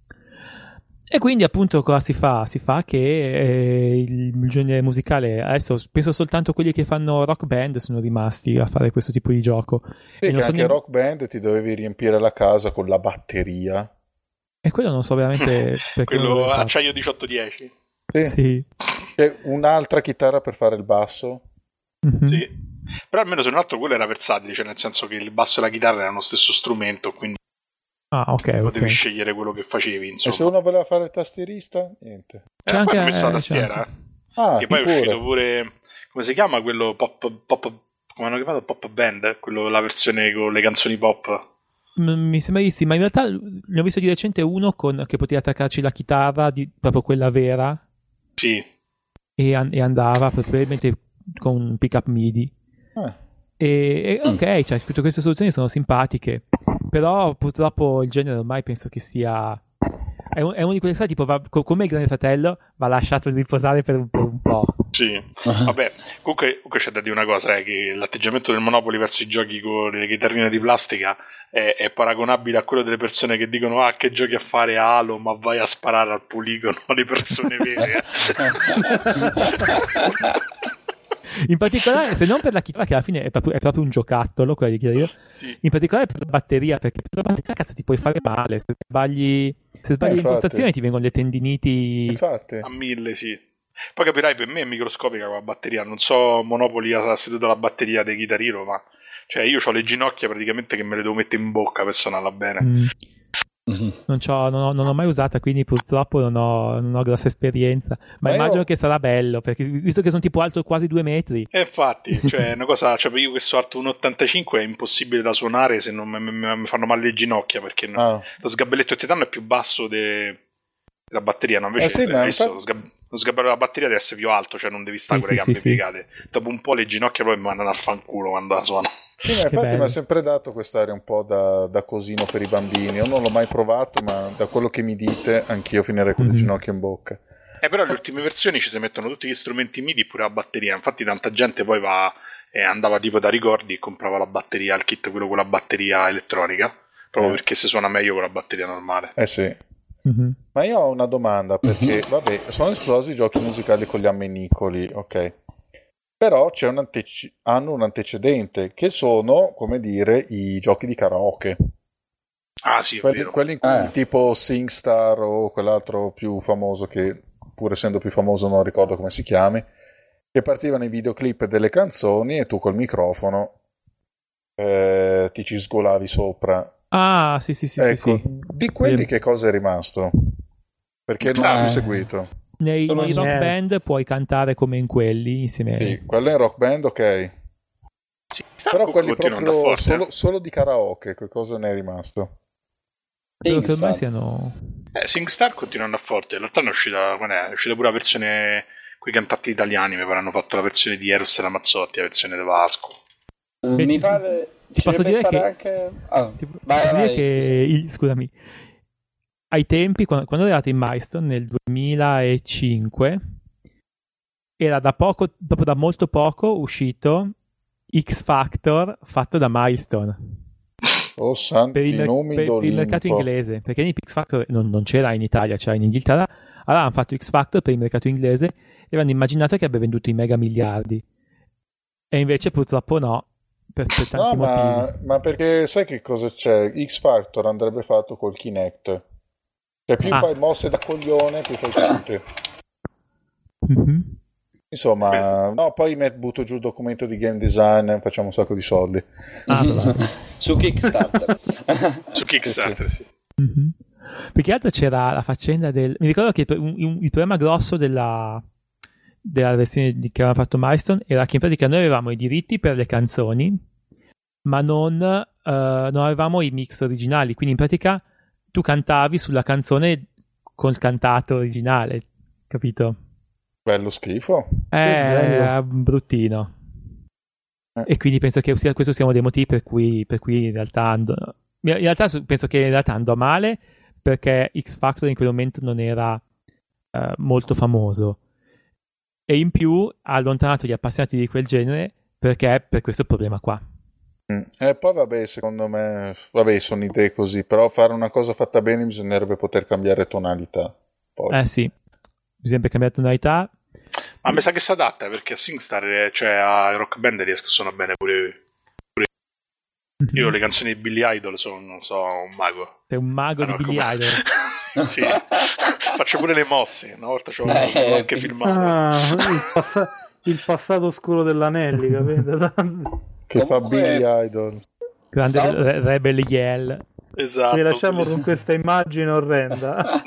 E quindi appunto cosa si fa? Si fa che eh, il, il genere musicale, adesso penso soltanto quelli che fanno rock band sono rimasti a fare questo tipo di gioco. Sì, E che non so anche ne- Rock Band ti dovevi riempire la casa con la batteria. E quello non so veramente perché non Quello l'ho fatto. acciaio diciotto dieci. Sì. Sì. C'è un'altra chitarra per fare il basso. Mhm. Sì. Però almeno se non altro quello era versatile, cioè nel senso che il basso e la chitarra erano lo stesso strumento, quindi Ah, ok, potevi ok. scegliere quello che facevi, E insomma. se uno voleva fare il tastierista, niente. C'è Eh, anche- poi hanno messo la eh, tastiera, c'è eh. Ah, Che poi è pure. uscito pure, come si chiama quello pop, pop come hanno chiamato pop band, quello, la versione con le canzoni pop. M- Mi sembra di sì, ma in realtà ne ho visto di recente uno con, che poteva attaccarci la chitarra, di, proprio quella vera, Sì, e, an- e andava probabilmente con un pick-up MIDI. Ah, E, e ok, cioè, tutte queste soluzioni sono simpatiche, però purtroppo il genere ormai penso che sia. È, un- è uno di quelle cose tipo, va, co- come il Grande Fratello, va lasciato riposare per un, per un po'. po'. Sì, vabbè, comunque, comunque c'è da dire una cosa, è che l'atteggiamento del Monopoly verso i giochi con le chitarrine di plastica è, è paragonabile a quello delle persone che dicono ah, che giochi a fare Halo, ma vai a sparare al poligono alle persone vere. In particolare, se non per la chitarra, che alla fine è proprio, è proprio un giocattolo, quella di chitarra, Sì. in particolare per la batteria, perché per la batteria cazzo ti puoi fare male, se sbagli, se sbagli Eh, l'impostazione infatti. ti vengono le tendiniti. Infatti. A mille, sì. Poi capirai, per me è microscopica la batteria. Non so Monopoli ha seduto la batteria dei Guitar Hero, ma cioè io ho le ginocchia praticamente che me le devo mettere in bocca per suonarla bene. Mm. Non, c'ho, non, ho, non ho mai usata, quindi purtroppo non ho, non ho grossa esperienza. Ma, Ma immagino io- che sarà bello, perché visto che sono tipo alto quasi due metri. E infatti, cioè, una cosa, cioè, io che sono alto uno virgola ottantacinque è impossibile da suonare se non mi, mi- mi fanno male le ginocchia, perché no- Ah. lo sgabelletto titano è più basso de- della batteria, no? Invece Eh sì, hai ma visto, infatti- lo, sgab- lo sgabello della batteria deve essere più alto, cioè non devi stare Sì, con le sì, gambe sì, sì. piegate. Dopo un po' le ginocchia proprio mi mandano a fanculo quando la suono. Sì, ma infatti mi bello. ha sempre dato quest'area un po' da, da cosino per i bambini. Io non l'ho mai provato, ma da quello che mi dite, anch'io finirei con le Mhm. ginocchia in bocca. Eh, però le ultime versioni ci si mettono tutti gli strumenti MIDI pure la batteria. Infatti tanta gente poi va eh, andava tipo da ricordi e comprava la batteria, il kit quello con la batteria elettronica, proprio Eh. perché si suona meglio con la batteria normale. Eh sì. Mhm. Ma io ho una domanda, perché, vabbè, sono esplosi i giochi musicali con gli ammenicoli, ok? Però c'è un antece- hanno un antecedente, che sono, come dire, i giochi di karaoke. Ah sì, è Quelli, vero. quelli in cui, Eh. tipo SingStar o quell'altro più famoso, che pur essendo più famoso non ricordo come si chiami, che partivano i videoclip delle canzoni e tu col microfono eh, ti ci sgolavi sopra. Ah, sì, sì, sì, sì, Ecco, sì. di quelli Eh. che cosa è rimasto? Perché non Ah, ho più eh. seguito. Nei, Sono nei rock niente. band puoi cantare come in quelli insieme. Sì, quello è in rock band, ok. Sì, Però quelli continuano da proprio forte. solo, solo di karaoke, che cosa ne è rimasto? Credo che ormai Singstar. siano. Eh, SingStar continua a andare forte. L'altro anno è uscita, qual è? È uscita pure la versione con i cantanti italiani. Mi pare hanno fatto la versione di Eros Ramazzotti, la versione di Vasco. Beh, Mi ti- pare ti ci posso dovrebbe dire stare che- anche... Ah, Ti vai, posso vai, dire che il- scusami, ai tempi, quando, quando ero arrivato in Milestone nel duemilacinque, era da poco, proprio da molto poco, uscito X Factor fatto da Milestone Oh, per santi il, mer- nomi per- per il mercato d'Olimpo. inglese, perché in X Factor non, non c'era in Italia, c'era in Inghilterra. Allora hanno fatto X Factor per il mercato inglese e avevano immaginato che avrebbe venduto i mega miliardi, e invece purtroppo no, per, per No, tanti motivi. ma, ma perché sai che cosa c'è? X Factor andrebbe fatto col Kinect. Cioè, più Ah. fai mosse da coglione, più fai tutte. Mhm. Insomma, no, poi met- butto giù il documento di game design e facciamo un sacco di soldi. Ah, bravo. su Kickstarter. Su Kickstarter, sì. Mhm. Più che altro c'era la faccenda del. Mi ricordo che il, un- un- il problema grosso della, della versione di, che aveva fatto Milestone era che in pratica noi avevamo i diritti per le canzoni, ma non, eh, non avevamo i mix originali. Quindi in pratica tu cantavi sulla canzone col cantato originale, capito? Bello schifo. Eh, bello. era bruttino. Eh. E quindi penso che sia, questo sia uno dei motivi per cui, per cui in realtà ando, in realtà su- penso che in realtà andò male perché X Factor in quel momento non era eh, molto famoso, e in più ha allontanato gli appassionati di quel genere perché per questo problema qua. Mm. E poi vabbè, secondo me, vabbè, sono idee così, però fare una cosa fatta bene bisognerebbe poter cambiare tonalità. Poi. Eh sì, bisogna cambiare tonalità. Ma mi sa che si adatta, perché a SingStar, eh, cioè a Rock Band riesco a suonare bene pure. Io le canzoni di Billy Idol sono, non so, un mago. Sei un mago Ah, no, di Billy come- Idol. Sì, faccio pure le mosse. Una volta ci ho Eh, l'ho anche filmato. Ah, il, passa- il passato oscuro dell'Anelli, capite? Che fa Comunque- Billy Idol. Grande Salve. re- Rebel Yell. Esatto. Vi lasciamo con questa immagine orrenda.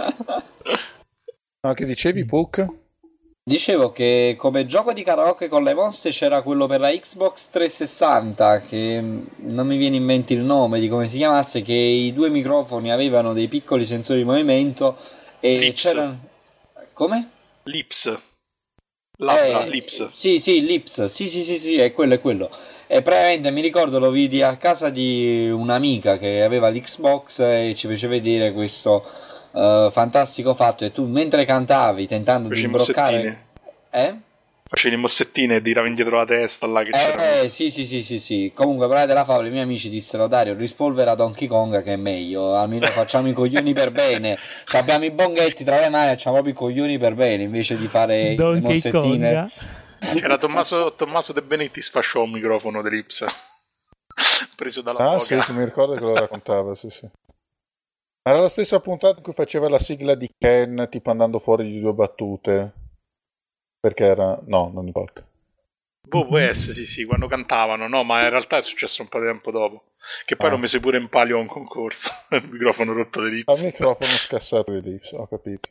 No, che dicevi, Puck? Dicevo che come gioco di karaoke con le mosse c'era quello per la Xbox trecentosessanta, che mh, non mi viene in mente il nome di come si chiamasse, che i due microfoni avevano dei piccoli sensori di movimento e Lips. c'erano... Come? Lips. Labbra, Eh, lips. Sì, sì, Lips, sì, sì, sì, sì, è quello, è quello. E praticamente mi ricordo lo vidi a casa di un'amica che aveva l'Xbox e ci fece vedere questo eh, fantastico fatto, e tu mentre cantavi tentando di Feci imbroccare... mossettine. Eh? Facevi le mossettine e tiravi indietro la testa là che c'era. Eh sì sì sì sì sì. Comunque parlare della favola, i miei amici dissero: Dario, rispolvera Donkey Kong che è meglio, almeno facciamo i coglioni per bene. Cioè, abbiamo i bonghetti tra le mani, facciamo proprio i coglioni per bene invece di fare Donkey le mossettine. Konga. C'era Tommaso, Tommaso De Benetti sfasciò un microfono dell'Ips preso dalla Ah foca. sì, mi ricordo che lo raccontava, sì sì. Era la stessa puntata in cui faceva la sigla di Ken, tipo andando fuori di due battute. Perché era... no, non importa. Boh, può essere, sì, sì, quando cantavano, no, ma in realtà è successo un po' di tempo dopo. Che poi Ah. lo mise pure in palio a un concorso, il microfono rotto di Al Lips. microfono scassato di Lips, ho capito.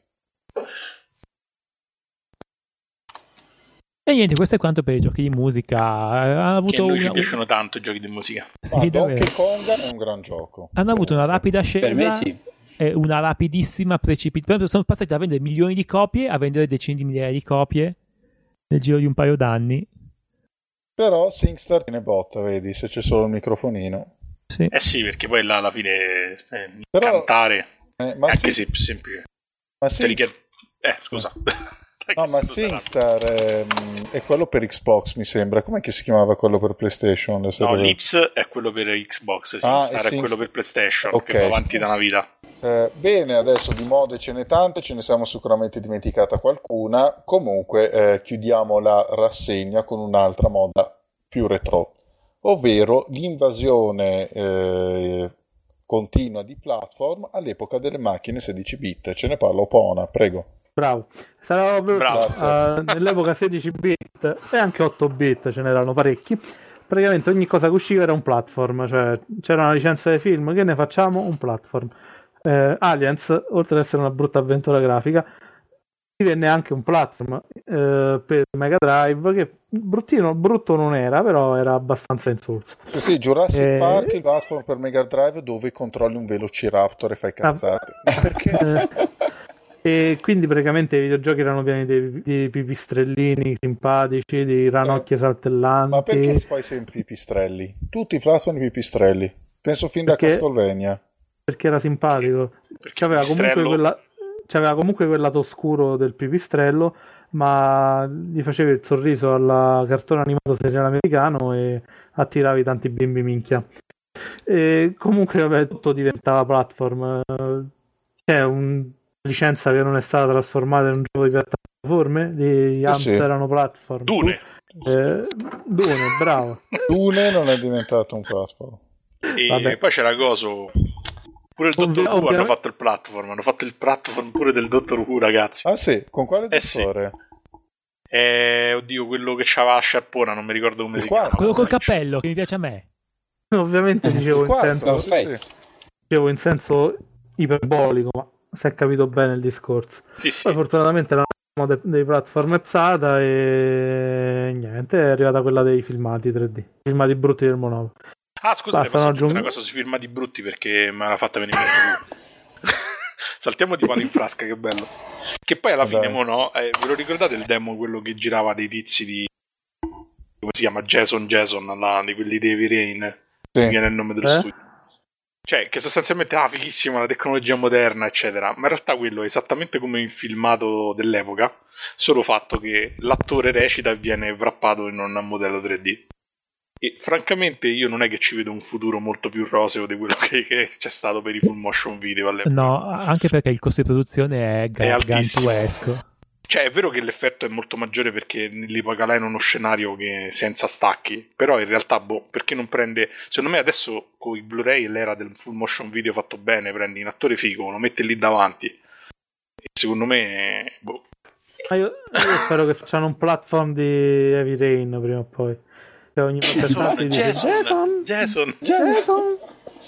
E niente, questo è quanto per i giochi di musica. Ha Che a avuto noi ci una... piacciono tanto i giochi di musica. Sì, Ma davvero. Donkey Kong è un gran gioco. Hanno avuto una rapida Per me ascesa sì. e una rapidissima precipitazione. Sono passati da vendere milioni di copie a vendere decine di migliaia di copie nel giro di un paio d'anni. Però SingStar tiene botta, vedi, se c'è solo il microfonino. Sì. Eh sì, perché poi là alla fine eh, Però- cantare Eh, ma è Sing- anche se più semplice. ma Te Sing- richiede- Eh, scusa. Dai, No, che ma sei tutto SingStar è, è quello per Xbox, mi sembra. Com'è che si chiamava quello per PlayStation? Le No, serie- l'Ips è quello per Xbox, Ah, SingStar e è Sing- quello per PlayStation, Ok. che va avanti da una vita. Eh, bene, adesso di mode ce n'è tante, ce ne siamo sicuramente dimenticata qualcuna. Comunque eh, chiudiamo la rassegna con un'altra moda più retro, ovvero l'invasione eh, continua di platform all'epoca delle macchine sedici bit. Ce ne parla Opona, prego. Bravo. Sarà veloce. Bravo. Uh, nell'epoca sedici bit e anche otto bit ce n'erano parecchi. Praticamente ogni cosa che usciva era un platform, cioè c'era una licenza di film, che ne facciamo? Un platform. Eh, Aliens, oltre ad essere una brutta avventura grafica, divenne anche un platform eh, per Mega Drive, che bruttino, brutto non era, però era abbastanza insulso. Sì, sì, Jurassic Eh, Park, il platform per Mega Drive dove controlli un Velociraptor e fai cazzate. Perché? Eh, e quindi praticamente i videogiochi erano pieni di, di pipistrellini simpatici, di ranocchie saltellanti. Ma perché fai sempre i pipistrelli? Tutti i platform i pipistrelli. Penso fin da Perché- Castlevania. Perché era simpatico. Perché C'aveva il comunque, pipistrello- quella, c'aveva comunque quel lato oscuro del pipistrello, ma gli facevi il sorriso alla cartone animato seriale americano e attiravi tanti bimbi minchia. E comunque vabbè, tutto diventava platform. C'è una licenza che non è stata trasformata in un gioco di piattaforme, gli Eh Ams sì. erano platform. Dune. Eh, Dune, bravo. Dune non è diventato un platform. E Vabbè. poi c'era Coso. Pure il Ovvia- Dottor Who hanno ovviamente- fatto il platform. Hanno fatto il platform pure del Dottor Who, ragazzi. Ah sì, con quale Eh sì. dottore? Eh, oddio, quello che c'aveva la sciarpona, non mi ricordo come Il si quarto. chiama. Quello col cappello che mi piace a me. Ovviamente dicevo in Quarto, senso, sì, Perfetto. sì. dicevo in senso iperbolico, ma si è capito bene il discorso. Sì, sì. Poi fortunatamente la moda dei platform è passata e niente, è arrivata quella dei filmati tre D, filmati brutti del Monopoly. Ah, scusate, Basta, posso no, aggiungere aggiung- una cosa sui filmati brutti perché me l'ha fatta venire in mente. Saltiamo di palo in frasca, che bello. Che poi alla Dai. fine, mo no, eh, ve lo ricordate il demo, quello che girava dei tizi di... come si chiama? Jason Jason, là, di quelli di Heavy Rain. Sì. Mi viene il nome dello Eh? studio. Cioè, che sostanzialmente, ah, fighissima la tecnologia moderna, eccetera. Ma in realtà quello è esattamente come il filmato dell'epoca, solo fatto che l'attore recita e viene wrappato in un modello tre D. E francamente io non è che ci vedo un futuro molto più roseo di quello che, che c'è stato per i full motion video all'epoca. No, anche perché il costo di produzione è È altissimo. gargantuesco. Cioè, è vero che l'effetto è molto maggiore perché nell'epoca là è uno scenario che senza stacchi, però in realtà, boh, perché non prende... Secondo me adesso con i Blu-ray è l'era del full motion video fatto bene, prendi un attore figo, lo metti lì davanti e secondo me, boh, Ma io, io spero che facciano un platform di Heavy Rain prima o poi. Che ogni volta che Jason, salti dici, Jason, Jason, Jason.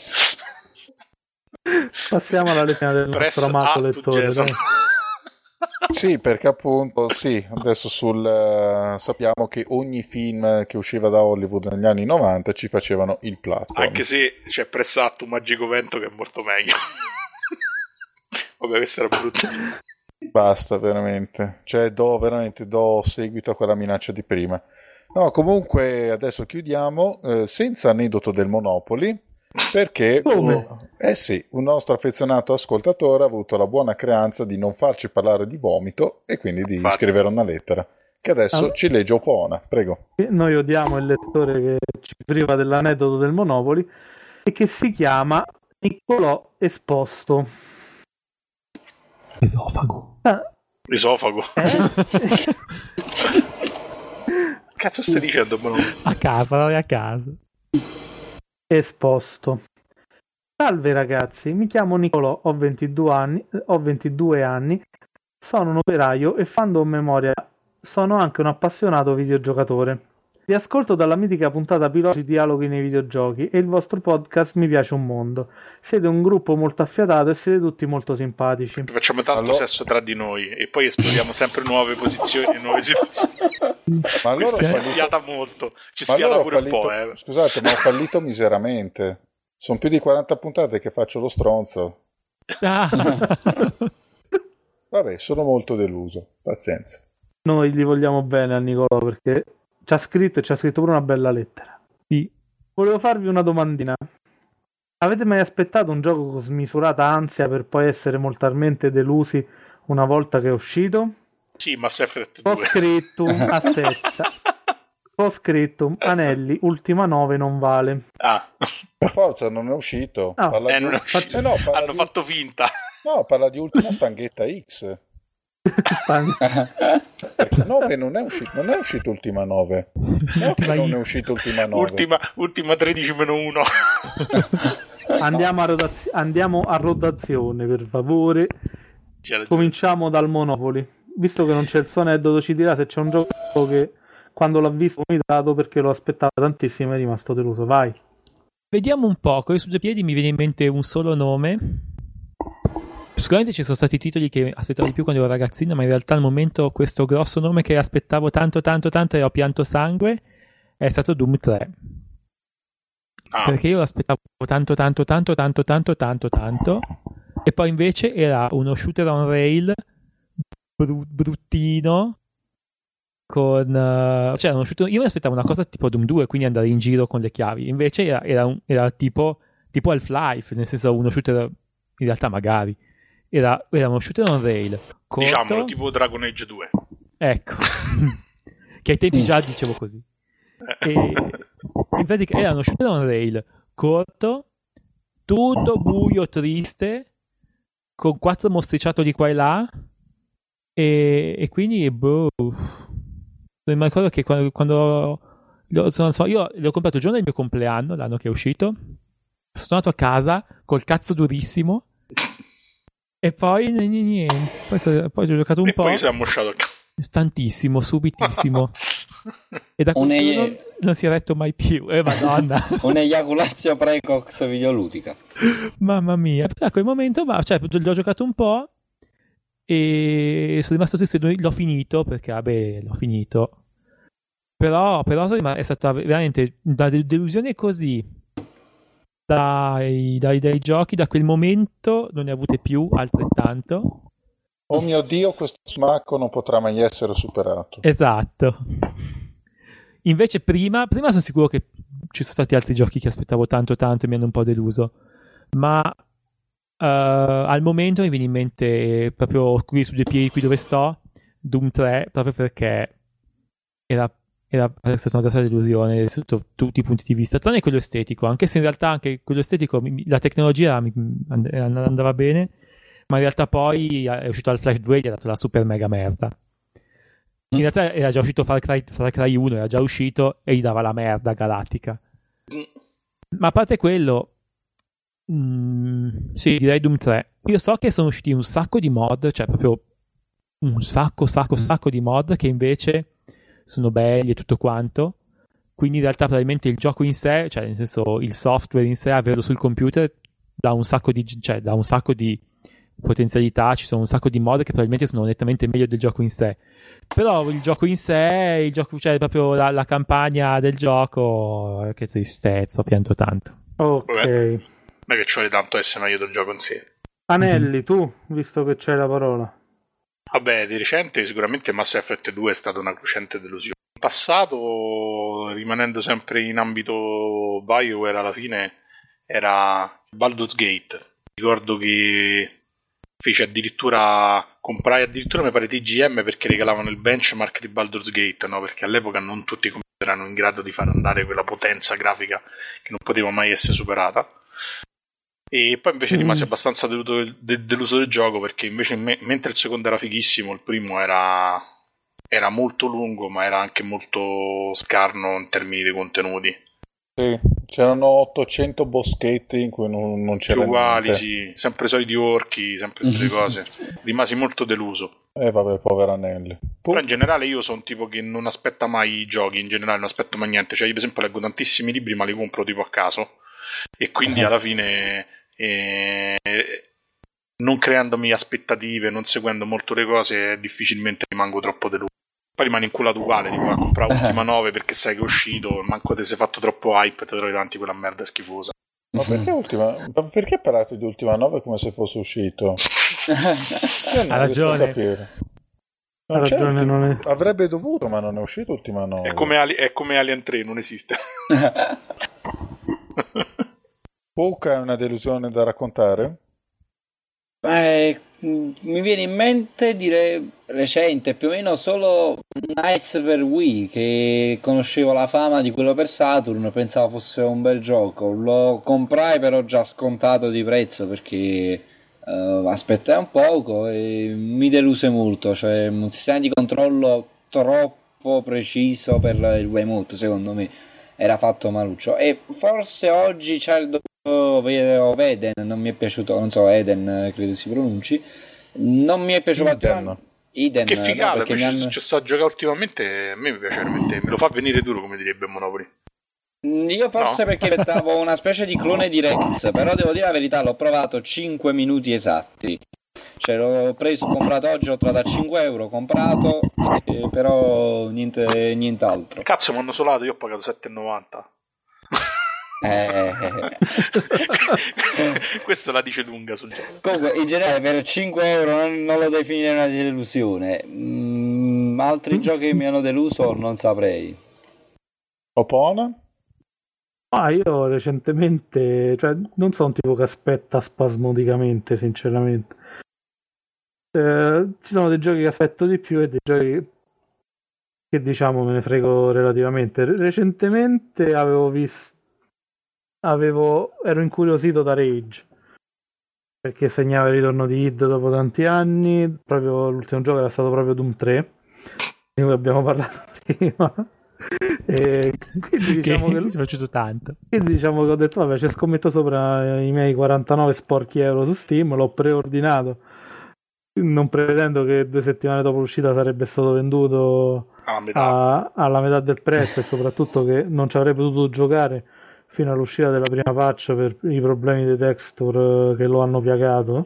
Passiamo alla lettera del Press nostro amato up, lettore. Jason. dai. Sì, perché appunto, sì, adesso sul, eh, sappiamo che ogni film che usciva da Hollywood negli anni novanta ci facevano il platform. Anche se c'è pressato un magico vento che è molto meglio. Vabbè, questo era brutto. Basta, veramente. Cioè, do veramente do seguito a quella minaccia di prima. No, comunque adesso chiudiamo eh, senza aneddoto del Monopoli, perché Come? eh sì, un nostro affezionato ascoltatore ha avuto la buona creanza di non farci parlare di vomito e quindi di Infatti. scrivere una lettera. che adesso allora, ci legge Opona, prego. Noi odiamo il lettore che ci priva dell'aneddoto del Monopoli e che si chiama Niccolò Esposto. Esofago. Ah, Esofago. eh? Cazzo stai dicendo? A casa, a casa. Esposto. Salve ragazzi, mi chiamo Niccolò, ho ventidue anni, ho ventidue anni, sono un operaio e fandom memoria, sono anche un appassionato videogiocatore. Vi ascolto dalla mitica puntata pilota di dialoghi nei videogiochi e il vostro podcast mi piace un mondo. Siete un gruppo molto affiatato e siete tutti molto simpatici. Facciamo tanto allora... sesso tra di noi e poi esploriamo sempre nuove posizioni e nuove situazioni. Ma allora Questa è fallito... sfiata molto. Ci ma sfiata allora pure fallito... un po', eh. Scusate, ma ho fallito miseramente. Sono più di quaranta puntate che faccio lo stronzo. Ah. Vabbè, sono molto deluso. Pazienza. Noi gli vogliamo bene a Niccolò perché ci ha scritto e ci ha scritto pure una bella lettera. Sì. Volevo farvi una domandina. Avete mai aspettato un gioco con smisurata ansia per poi essere mortalmente delusi una volta che è uscito? Sì, Mass Effect due. Postscriptum, aspetta. Postscriptum, Anelli, Ultima nove non vale. Ah. Per forza non è uscito. No. Parla Eh, di... non è uscito. Eh no, parla Hanno di... fatto finta. No, parla di Ultima Stanghetta X. Stan- nove non è uscito, non è uscito Ultima nove. No, che non è uscito Ultima nove. Ultima, ultima tredici meno uno. Andiamo a, rotaz- andiamo a rotazione, per favore. Cominciamo dal Monopoli. Visto che non c'è il suo aneddoto, ci dirà se c'è un gioco che quando l'ha visto mi ha dato perché lo aspettava tantissimo e è rimasto deluso. Vai. Vediamo un po', qui su due piedi mi viene in mente un solo nome. Sicuramente ci sono stati titoli che aspettavo di più quando ero ragazzino, ma in realtà al momento questo grosso nome che aspettavo tanto tanto tanto e ho pianto sangue è stato Doom tre. Ah. Perché io lo aspettavo tanto tanto tanto tanto tanto tanto tanto e poi invece era uno shooter on rail bru- bruttino con uh, cioè uno shooter, io mi aspettavo una cosa tipo Doom due, quindi andare in giro con le chiavi, invece era, era, un, era tipo tipo Half-Life, nel senso uno shooter in realtà magari era, era uno shooter on rail corto, diciamolo tipo Dragon Age due, ecco che ai tempi già dicevo così, e in pratica era uno shooter on rail corto, tutto buio, triste, con quattro mostriciattoli qua e là, e, e quindi boh, mi ricordo che quando, quando lo, non so, io l'ho comprato il giorno del mio compleanno, l'anno che è uscito, sono andato a casa col cazzo durissimo e poi niente, poi, so, poi ho giocato un e po', poi si è ammosciato il cazzo tantissimo, subitissimo e da quel giorno non, non si è retto mai più, eh madonna. Un'eiaculazio precox videoludica, mamma mia. Da quel momento ma, cioè, l'ho giocato un po' e sono rimasto stesso, l'ho finito perché vabbè l'ho finito, però, però è stata veramente una delusione così dai, dai, dai giochi. Da quel momento non ne ho avute più altrettanto. Oh mio Dio, questo smacco non potrà mai essere superato. Esatto. Invece prima, prima sono sicuro che ci sono stati altri giochi che aspettavo tanto tanto e mi hanno un po' deluso, ma uh, al momento mi viene in mente proprio qui su due piedi, qui dove sto, Doom tre, proprio perché era, era stata una grossa delusione sotto tutti i punti di vista, tranne quello estetico, anche se in realtà anche quello estetico, la tecnologia mi, andava bene, ma in realtà poi è uscito Half-Life due e gli ha dato la super mega merda. In realtà era già uscito Far Cry, Far Cry uno, era già uscito e gli dava la merda galattica. Ma a parte quello, mh, sì, direi Doom tre. Io so che sono usciti un sacco di mod, cioè proprio un sacco, sacco, sacco di mod che invece sono belli e tutto quanto. Quindi in realtà probabilmente il gioco in sé, cioè nel senso il software in sé, averlo sul computer, dà un sacco di, cioè, dà un sacco di potenzialità, ci sono un sacco di mod che probabilmente sono nettamente meglio del gioco in sé. Però il gioco in sé, il gioco, cioè proprio la, la campagna del gioco, che tristezza, ho pianto tanto. Ok. Vabbè, non è che ci vuole tanto essere meglio del gioco in sé. Anelli, tu, visto che c'è la parola. Vabbè, di recente sicuramente Mass Effect due è stata una cruciante delusione. In passato, rimanendo sempre in ambito BioWare, alla fine era Baldur's Gate. Ricordo che feci addirittura comprai addirittura mi pare T G M perché regalavano il benchmark di Baldur's Gate, no? Perché all'epoca non tutti i computer erano in grado di far andare quella potenza grafica che non poteva mai essere superata. E poi invece mm. rimasi abbastanza deluso del, de, deluso del gioco, perché invece me, mentre il secondo era fighissimo, il primo era era molto lungo, ma era anche molto scarno in termini di contenuti. Sì, c'erano ottocento boschetti in cui non, non c'era uguali, niente. Sì, sempre soliti orchi, sempre tutte le cose. Rimasi molto deluso. Eh vabbè, poveranelli. Però in generale io sono un tipo che non aspetta mai i giochi, in generale non aspetto mai niente. Cioè io per esempio leggo tantissimi libri, ma li compro tipo a caso. E quindi alla fine, eh, non creandomi aspettative, non seguendo molto le cose, difficilmente rimango troppo deluso. Poi rimani inculato uguale, tipo a comprare Ultima nove perché sai che è uscito, manco ti sei fatto troppo hype e te trovi davanti quella merda schifosa. Ma perché Ultima? Ma perché parlate di Ultima nove come se fosse uscito? Io non ha ragione. riesco a capire. Non ha c'è ragione, Ultima... non è... Avrebbe dovuto, ma non è uscito Ultima nove. È come, Ali... è come Alien tre, non esiste. Poca è una delusione da raccontare? Eh, mi viene in mente, direi recente, più o meno solo Nights per Wii, che conoscevo la fama di quello per Saturn, pensavo fosse un bel gioco, lo comprai però già scontato di prezzo perché uh, aspettai un poco e mi deluse molto, cioè un sistema di controllo troppo preciso per il Wiimote, secondo me era fatto maluccio, e forse oggi c'è il o Eden, non mi è piaciuto, non so, Eden credo si pronunci, non mi è piaciuto Eden. Eden, che figata, no, ci hanno... sto a giocare ultimamente, a me mi piace veramente, me lo fa venire duro come direbbe Monopoli. Io forse no? Perché aspettavo una specie di clone di Rex, però devo dire la verità, l'ho provato cinque minuti esatti, cioè l'ho preso, ho comprato oggi, l'ho trovato a cinque euro, comprato, eh, però niente, nient'altro. Cazzo, mi hanno solato, io ho pagato sette e novanta. Eh... Questo la dice lunga sul gioco. Comunque in generale per cinque euro non, non lo definirei una delusione. mm, altri mm. giochi che mi hanno deluso non saprei. Opona? Ah, io recentemente, cioè non sono un tipo che aspetta spasmodicamente, sinceramente. Eh, ci sono dei giochi che aspetto di più e dei giochi che diciamo me ne frego relativamente. Recentemente avevo visto Avevo, ero incuriosito da Rage perché segnava il ritorno di Id dopo tanti anni. Proprio l'ultimo gioco era stato proprio Doom tre, di cui abbiamo parlato prima. E quindi diciamo che, che mi è piaciuto tanto. Quindi diciamo che ho detto vabbè, ci scommetto sopra i miei quarantanove sporchi euro su Steam, l'ho preordinato non prevedendo che due settimane dopo l'uscita sarebbe stato venduto alla metà, a, alla metà del prezzo, e soprattutto che non ci avrei potuto giocare fino all'uscita della prima patch per i problemi dei texture che lo hanno piagato.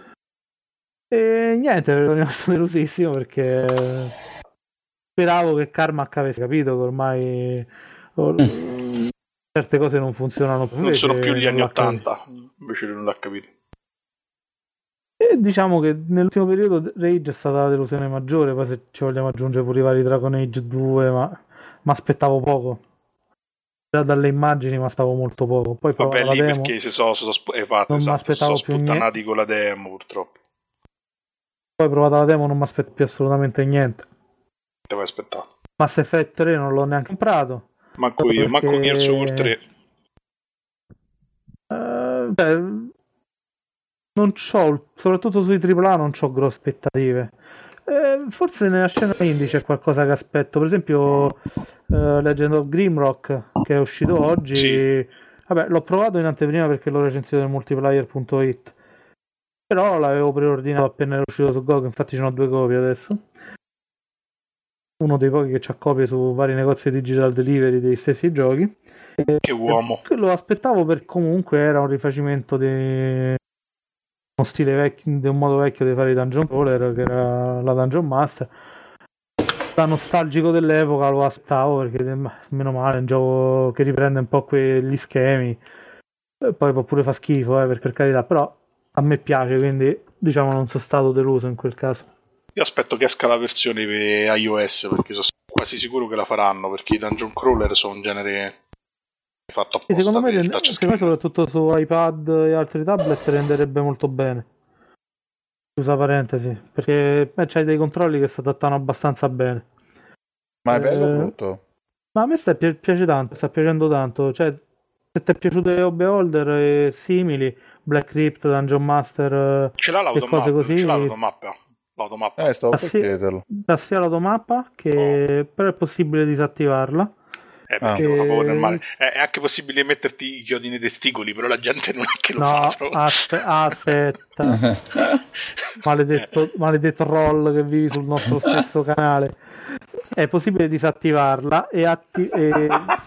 E niente, ero rimasto delusissimo perché speravo che Carmack avesse capito che ormai or... certe cose non funzionano più. Non sono più gli anni ottanta, invece non l'ha capito. E diciamo che nell'ultimo periodo Rage è stata la delusione maggiore. Poi se ci vogliamo aggiungere pure i vari Dragon Age due, ma mi aspettavo poco. Già dalle immagini mi aspettavo molto poco. Poi vabbè, la lì demo, perché si sono so, so, eh, fatto, non esatto, mi aspettavo so più sputtanati niente. con la demo, purtroppo. Poi provata la demo, non mi aspetto più assolutamente niente. Te vuoi aspettare? Mass Effect tre non l'ho neanche comprato. Manco io, perché... manco Gears of War tre. Uh, beh, non c'ho, soprattutto sui tripla A non c'ho grosse aspettative. Eh, forse nella scena indie c'è qualcosa che aspetto. Per esempio uh, Legend of Grimrock, che è uscito oggi. Sì. Vabbè, l'ho provato in anteprima perché l'ho recensito nel multiplayer punto it, però l'avevo preordinato appena era uscito su G O G. Infatti ce n'ho due copie adesso. Uno dei pochi che c'ha copie su vari negozi digital delivery dei stessi giochi. Che uomo. E lo aspettavo perché comunque era un rifacimento di uno stile vecchio, di un modo vecchio di fare i dungeon crawler, che era la Dungeon Master. Da nostalgico dell'epoca lo aspettavo perché meno male è un gioco che riprende un po' quegli schemi. E poi può pure fa schifo, eh, per, per carità, però a me piace, quindi diciamo non sono stato deluso in quel caso. Io aspetto che esca la versione per iOS perché sono quasi sicuro che la faranno, perché i dungeon crawler sono un genere fatto apposta. E secondo me, per il rende, secondo me soprattutto su iPad e altri tablet renderebbe molto bene. Usa parentesi, perché beh, c'hai dei controlli che si adattano abbastanza bene. Ma è bello o Eh, brutto? Ma a me sta pi- piace tanto, sta piacendo tanto. Cioè, se ti è piaciuto le Beholder e simili, Black Crypt, Dungeon Master eh, Ce l'ha e cose l'automappa, ce l'ha così, l'automappa. L'automappa. Eh, stavo dà per sì, chiederlo. dà sia l'automappa che però è possibile disattivarla. Eh, Ah. perché è una proprio normale. E... È, è anche possibile metterti i chiodi nei testicoli, però la gente non è che lo No, fa proprio. aspe- aspetta, maledetto, maledetto roll che vivi sul nostro stesso canale. È possibile disattivarla e, atti- e...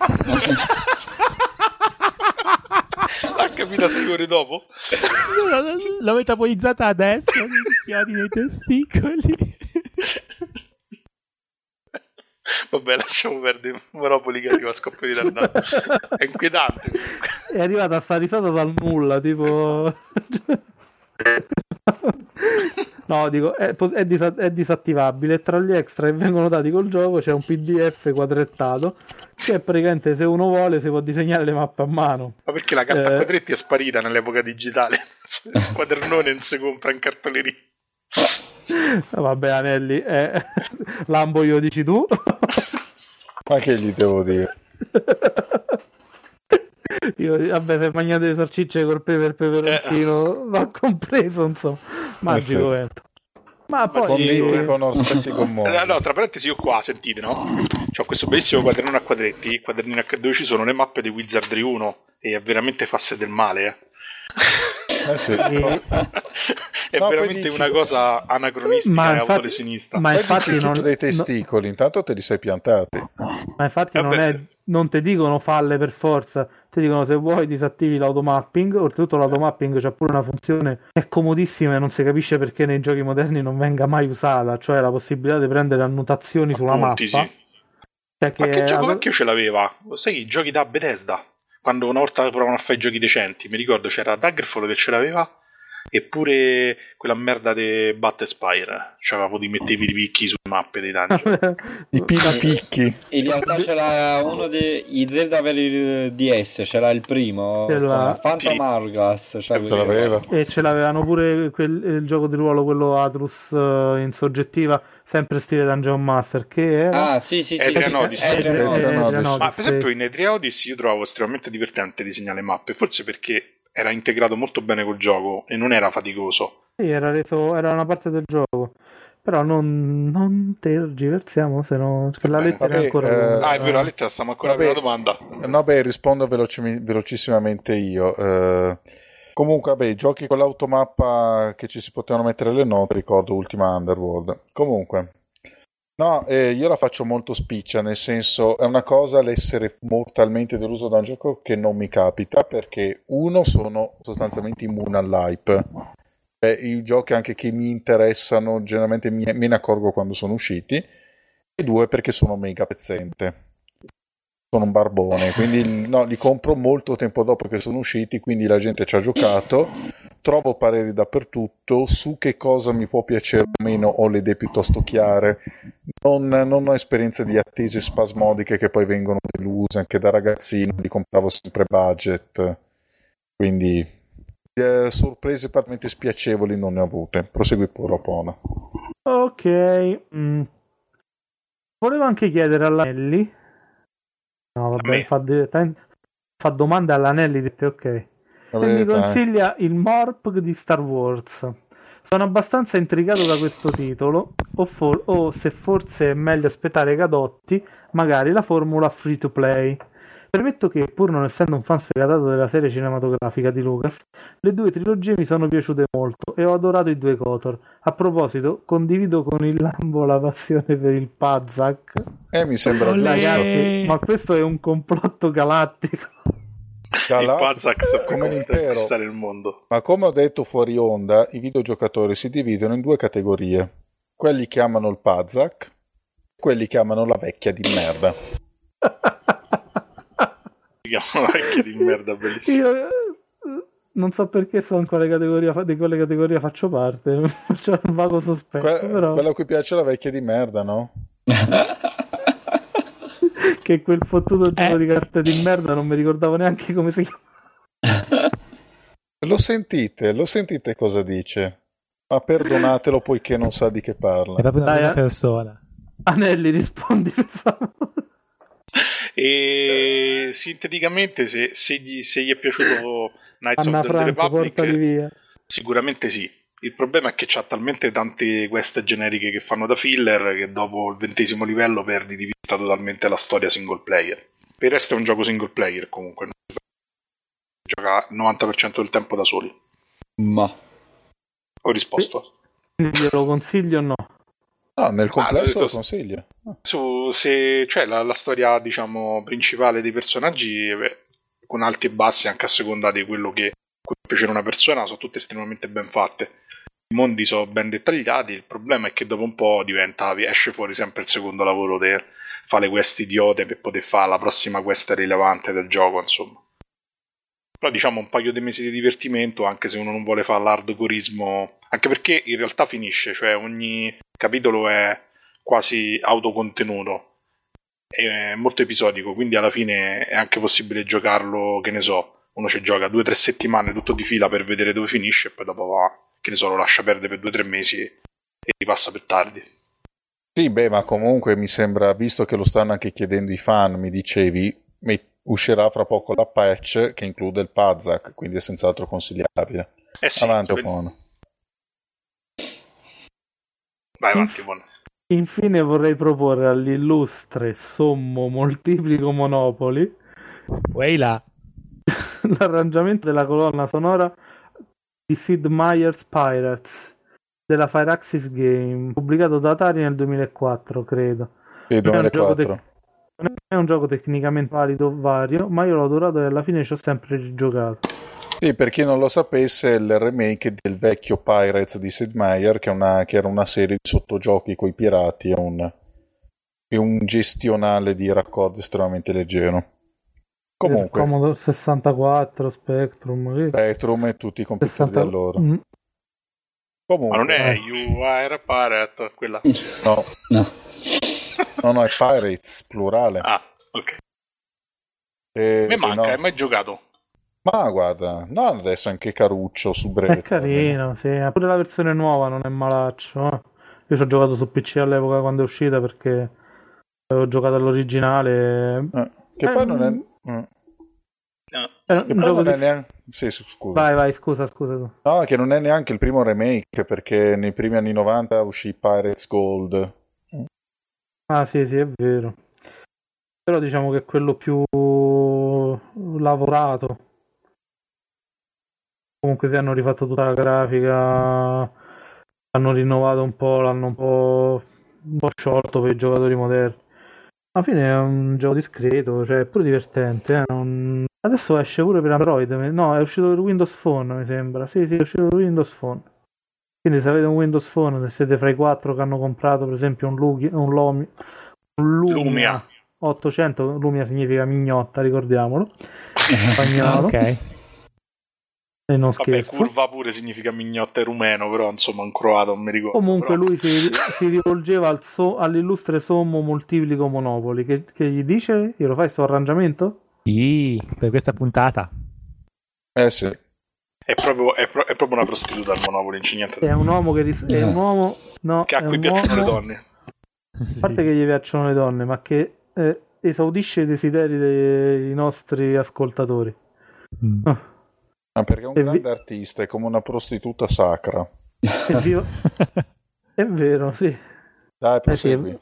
Ha capito sei ore dopo? L'ho metabolizzata adesso, i chiodi nei testicoli. Vabbè, lasciamo perdere Monopoli che arriva a scoppio di randato. È inquietante comunque. è arrivata sta risata dal nulla, tipo... No, dico, è, è, disa- è disattivabile. Tra gli extra che vengono dati col gioco c'è un P D F quadrettato che praticamente, se uno vuole, si può disegnare le mappe a mano. Ma perché la carta Eh. a quadretti è sparita nell'epoca digitale? Il quadernone non si compra in cartoleria. Vabbè, Anelli, eh, Lambo io dici tu. Ma che gli devo dire? Io, vabbè, se mangiate le salsicce col pepe e peperoncino va compreso, insomma, magico sì. vento. Ma Conditi poi con orsetti gommosi. Eh, No, tra parentesi, io qua, sentite, no? C'ho questo bellissimo quadernone a quadretti, quadernino a- dove ci sono le mappe di Wizardry uno, e è veramente fasse del male, eh. Eh sì. È No, poi veramente dici- una cosa anacronistica Ma e infatti- autolesionista. ma Poi infatti dici non- tutto dei no- testicoli, intanto te li sei piantati. Ma infatti non, Vabbè. è, non ti dicono falle per forza, ti dicono se vuoi disattivi l'automapping. Oltretutto l'automapping c'ha pure una funzione che è comodissima e non si capisce perché nei giochi moderni non venga mai usata, cioè la possibilità di prendere annotazioni sulla Appunti, mappa. sì. Cioè Ma che gioco la- vecchio ce l'aveva? Sai, i giochi da Bethesda. Quando una volta provavano a fare i giochi decenti, mi ricordo c'era Daggerfall che ce l'aveva, eppure quella merda di Bat Spire. C'aveva di mettevi i picchi sulle mappe dei dungeon. I pini picchi. In realtà c'era uno degli Zelda per il D S, c'era il primo, Ce l'ha. Phantom Sì. Hourglass, cioè Ce questo l'aveva. qua. E ce l'avevano pure quel, il gioco di ruolo, quello Atrus eh, in soggettiva, sempre stile Dungeon Master, che era... Ah, sì, sì, sì. Adrian sì. Odyssey. Adrian Eh, Odyssey. Adrian Adrian Odyssey. Ma per Odyssey. esempio in Adria Odyssey io trovavo estremamente divertente disegnare le mappe, forse perché era integrato molto bene col gioco e non era faticoso. Sì, era, reso- era una parte del gioco. Però non, non tergiversiamo, se no che la Bene. lettera Vabbè, è ancora... eh, Ah, è vero, la lettera stiamo ancora Vabbè. per una domanda. No, beh, rispondo veloci- velocissimamente io. Eh, comunque, vabbè, i giochi con l'automappa che ci si potevano mettere le note, ricordo Ultima Underworld. Comunque, no, eh, io la faccio molto spiccia, nel senso, è una cosa l'essere mortalmente deluso da un gioco che non mi capita, perché uno, sono sostanzialmente immune all'hype. Cioè, i giochi anche che mi interessano, generalmente mi- me ne accorgo quando sono usciti, e due, perché sono mega pezzente. Sono un barbone, quindi no, li compro molto tempo dopo che sono usciti, quindi la gente ci ha giocato, trovo pareri dappertutto, su che cosa mi può piacere o meno ho le idee piuttosto chiare, non, non ho esperienze di attese spasmodiche che poi vengono deluse, anche da ragazzino li compravo sempre budget, quindi eh, sorprese parmente spiacevoli non ne ho avute. Prosegui pure, Opona. Ok. mm. Volevo anche chiedere all'Anelli. No, A vabbè, me. fa, direttamente- fa domande all'Anelli, dite ok. Se mi consiglia il Morpg di Star Wars. Sono abbastanza intrigato da questo titolo, o, for- o se forse è meglio aspettare Cadotti, magari la formula free to play. Permetto che, pur non essendo un fan sfegatato della serie cinematografica di Lucas, le due trilogie mi sono piaciute molto e ho adorato i due Kotor. A proposito, condivido con il Lambo la passione per il Pazak. Eh, mi sembra Olè. giusto. Ragazzi, ma questo è un complotto galattico. Il Galattico, Pazak sta per come l'impero. conquistare il mondo. Ma come ho detto fuori onda, i videogiocatori si dividono in due categorie. Quelli che amano il Pazak e quelli che amano la vecchia di merda. Si chiama la vecchia di merda, bellissima. Io eh, non so perché sono in quale categoria, fa- di quale categoria faccio parte. C'ho un vago sospetto, Que- però Quello a cui piace la vecchia di merda, no? che quel fottuto gioco Eh. di carte di merda non mi ricordavo neanche come si chiama. Lo sentite? Lo sentite cosa dice? Ma perdonatelo poiché non sa di che parla. È proprio una Dai, buona eh. persona. Anelli, rispondi per favore. E sinteticamente, se, se, gli, se gli è piaciuto Knights Anna of the Franco, Republic, portali via. sicuramente sì. Il problema è che c'ha talmente tante quest generiche che fanno da filler che dopo il ventesimo livello perdi di vista totalmente la storia single player. Per il resto è un gioco single player comunque, non si gioca il novanta per cento del tempo da soli. Ma Ho risposto. Quindi glielo consiglio o no? No, nel complesso Ah, lo consiglio. Su, se, cioè la, la storia diciamo principale dei personaggi eh, con alti e bassi anche a seconda di quello che può piacere una persona, sono tutte estremamente ben fatte, i mondi sono ben dettagliati. Il problema è che dopo un po' diventa, esce fuori sempre il secondo lavoro per fare le quest idiote per poter fare la prossima quest rilevante del gioco, insomma. Però diciamo un paio di mesi di divertimento, anche se uno non vuole fare l'hardcoreismo, anche perché in realtà finisce, cioè ogni capitolo è quasi autocontenuto, è molto episodico, quindi alla fine è anche possibile giocarlo, che ne so, uno ci gioca due o tre settimane tutto di fila per vedere dove finisce e poi dopo va, che ne so, lo lascia perdere per due o tre mesi e ripassa più tardi. Sì, beh, ma comunque mi sembra, visto che lo stanno anche chiedendo i fan, mi dicevi, mi uscirà fra poco la patch che include il Pazak, quindi è senz'altro consigliabile. Eh sì, Avanti, per... buono. Vai avanti, buono. Infine vorrei proporre all'illustre sommo moltiplico Monopoli Weila. l'arrangiamento della colonna sonora di Sid Meier's Pirates della Firaxis Game, pubblicato da Atari nel duemilaquattro, credo. Sì, Non è un gioco duemilaquattro. tec- non è un gioco tecnicamente valido o vario, ma io l'ho adorato e alla fine ci ho sempre rigiocato. Sì, per chi non lo sapesse, è il remake del vecchio Pirates di Sid Meier, che, è una, che era una serie di sottogiochi coi pirati e un, e un gestionale di raccordo estremamente leggero. Comunque, Commodore sessantaquattro, Spectrum, che- Spectrum e tutti i computer sessanta di allora. Mm. Comunque, Ma non è Eh. You Are a Pirate, quella? no, no. no, no, è Pirates, plurale. Ah, ok. E, Mi manca, no. hai mai giocato? Ma guarda, no, adesso anche Caruccio su breve. È carino, sì. Pure la versione nuova non è malaccio. eh. Io ci ho giocato su P C all'epoca quando è uscita perché avevo giocato all'originale. Eh, che Eh, poi non è... mm. mm. Era Che un poi gioco non è di... neanche... Sì, su- scusa. Vai, vai, scusa, scusa tu. No, che non è neanche il primo remake, perché nei primi anni novanta uscì Pirates Gold. Ah, sì, sì, è vero. Però diciamo che è quello più lavorato. Comunque si hanno rifatto tutta la grafica, hanno rinnovato un po', l'hanno un po', un po' sciolto per i giocatori moderni. Alla fine è un gioco discreto, cioè è pure divertente. eh, non- Adesso esce pure per Android. No, è uscito per Windows Phone, mi sembra. Sì, sì, è uscito per Windows Phone. Quindi se avete un Windows Phone, se siete fra i quattro che hanno comprato per esempio un, Lugi, un, Lomi, un Lumia, Lumia. ottocento, Lumia significa mignotta, ricordiamolo. Spagnolo. Ok. E non Vabbè, scherzo. curva pure significa mignotta e rumeno, però insomma un croato non mi ricordo. Comunque però. lui si, si rivolgeva al so- all'illustre sommo moltiplico Monopoli. Che, che gli dice? Io lo fai sto arrangiamento? Sì, per questa puntata. Eh sì. È proprio, è, pro- è proprio una prostituta al Monopoli, non c'è niente da È un uomo che ris- è un uomo. No, Che a è cui un piacciono le uomo- donne. A parte che gli piacciono le donne, ma che eh, esaudisce i desideri dei nostri ascoltatori. Mm. Ah, Ma perché è un E grande vi- artista, è come una prostituta sacra. evviva- È vero, sì. Dai, Eh sì, prosegui.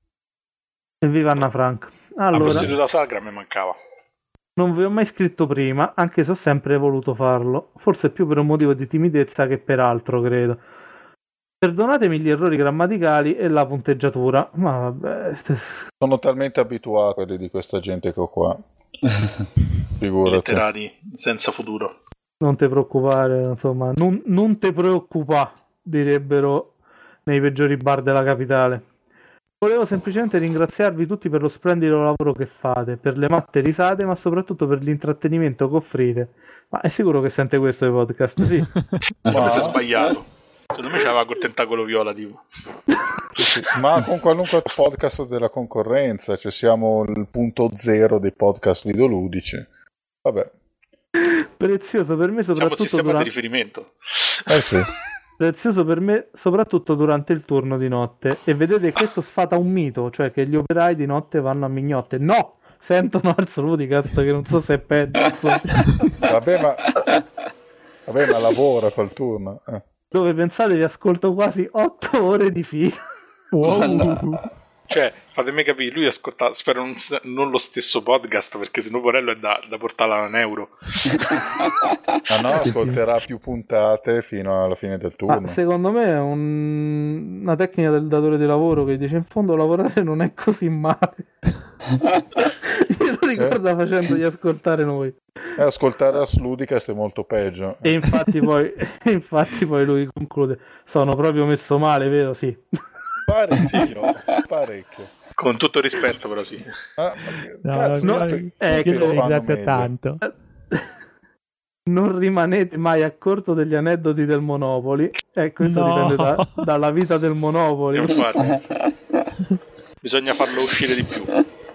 Evviva Anna Frank. La Allora, prostituta sacra mi mancava. non vi ho mai scritto prima, anche se ho sempre voluto farlo. Forse più per un motivo di timidezza che per altro, credo. Perdonatemi gli errori grammaticali e la punteggiatura, ma vabbè. Sono talmente abituato a quelli di questa gente che ho qua. Figurati. Letterati senza futuro. Non te preoccupare, insomma, non, non te preoccupa, direbbero nei peggiori bar della capitale. Volevo semplicemente ringraziarvi tutti per lo splendido lavoro che fate, per le matte risate, ma soprattutto per l'intrattenimento che offrite. Ma è sicuro che sente questo i podcast? Sì. Come si è sbagliato. Secondo me c'aveva col tentacolo viola, tipo. Sì, ma con qualunque podcast della concorrenza, cioè siamo il punto zero dei podcast videoludici. Vabbè, Prezioso per me Siamo il soprattutto sistema di durante... riferimento. eh sì. prezioso per me soprattutto durante il turno di notte. E vedete, questo sfata un mito, cioè che gli operai di notte vanno a mignotte. No! Sentono al Sludicast che non so se è peggio. Vabbè, ma... Vabbè, ma lavora quel turno. Eh. Dove pensate vi ascolto quasi otto ore di fila. Wow. Cioè, fatemi capire, lui ascolta, spero non, non lo stesso podcast, perché sennò Porello è da, da portarla a un euro. Ma no, ascolterà più puntate fino alla fine del turno. Ma secondo me è un... una tecnica del datore di lavoro che dice in fondo lavorare non è così male. Io lo ricordo eh? facendogli ascoltare noi. E ascoltare a Sludicast è molto peggio. E infatti poi, infatti poi lui conclude: sono proprio messo male, vero? Sì. Parecchio, parecchio. Con tutto rispetto, però sì. Ah, no, cazzo, no, no, io eh, lo ringrazio tanto. Non rimanete mai a corto degli aneddoti del Monopoli. Eh, questo no. dipende da, dalla vita del Monopoli. Infatti, bisogna farlo uscire di più.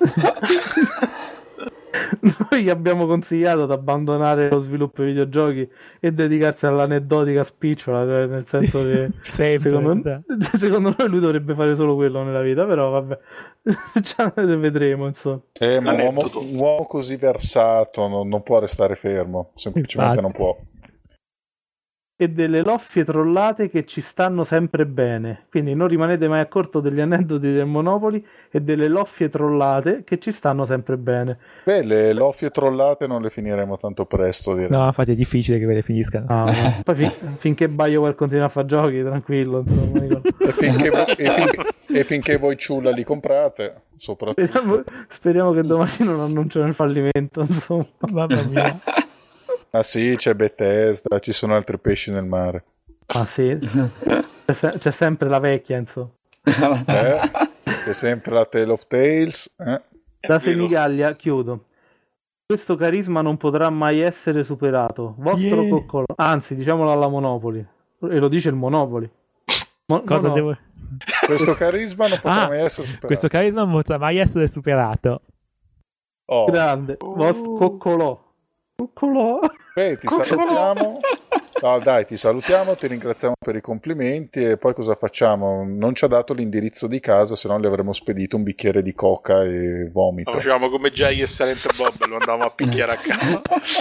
Noi gli abbiamo consigliato di abbandonare lo sviluppo dei videogiochi e dedicarsi all'aneddotica spicciola, cioè nel senso che Sempre, secondo, secondo noi lui dovrebbe fare solo quello nella vita, però vabbè, già ne vedremo, insomma. Eh, ma un uomo, un uomo così versato non, non può restare fermo, semplicemente Infatti. non può. E delle loffie trollate che ci stanno sempre bene, quindi non rimanete mai a corto degli aneddoti del Monopoli e delle loffie trollate che ci stanno sempre bene. Beh, le loffie trollate non le finiremo tanto presto, direi. No, infatti è difficile che ve le finiscano. Ah, poi fin- finché BioWare continua a fare giochi, tranquillo, insomma. e, finché vo- e, finché, e finché voi ciulla li comprate, soprattutto. Speriamo, speriamo che domani non annunciano il fallimento, insomma. Mamma mia. Ah sì, c'è Bethesda, ci sono altri pesci nel mare. Ah sì, c'è, se- c'è sempre la vecchia, insomma. Eh? C'è sempre la Tale of Tales. Eh? Da Senigallia chiudo. Questo carisma non potrà mai essere superato. Vostro Yeah. coccolo. Anzi, diciamolo alla Monopoli. E lo dice il Monopoli. Mo- Cosa no, no. devo... Questo carisma non potrà Ah, mai essere superato. questo carisma non potrà mai essere superato. Oh. Grande. Vostro coccolò. Coccolò. Beh, ti salutiamo. No, dai, ti salutiamo, ti ringraziamo per i complimenti e poi cosa facciamo? Non ci ha dato l'indirizzo di casa, se no gli avremmo spedito un bicchiere di coca e vomito. Lo facevamo come Jay e Silent Bob, lo andavamo a picchiare a casa.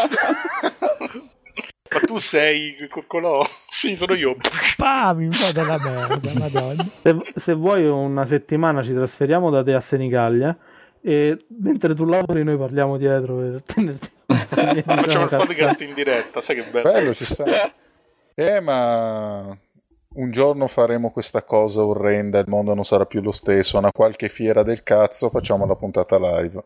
Ma tu sei coccolò? Sì, sono io. Pam, mi fa della merda, madonna. Se, se vuoi una settimana ci trasferiamo da te a Senigallia e mentre tu lavori noi parliamo dietro per tenerti. Facciamo il podcast in diretta, sai che bello. Bello, ci sta. Eh, ma un giorno faremo questa cosa orrenda, il mondo non sarà più lo stesso, a una qualche fiera del cazzo facciamo la puntata live.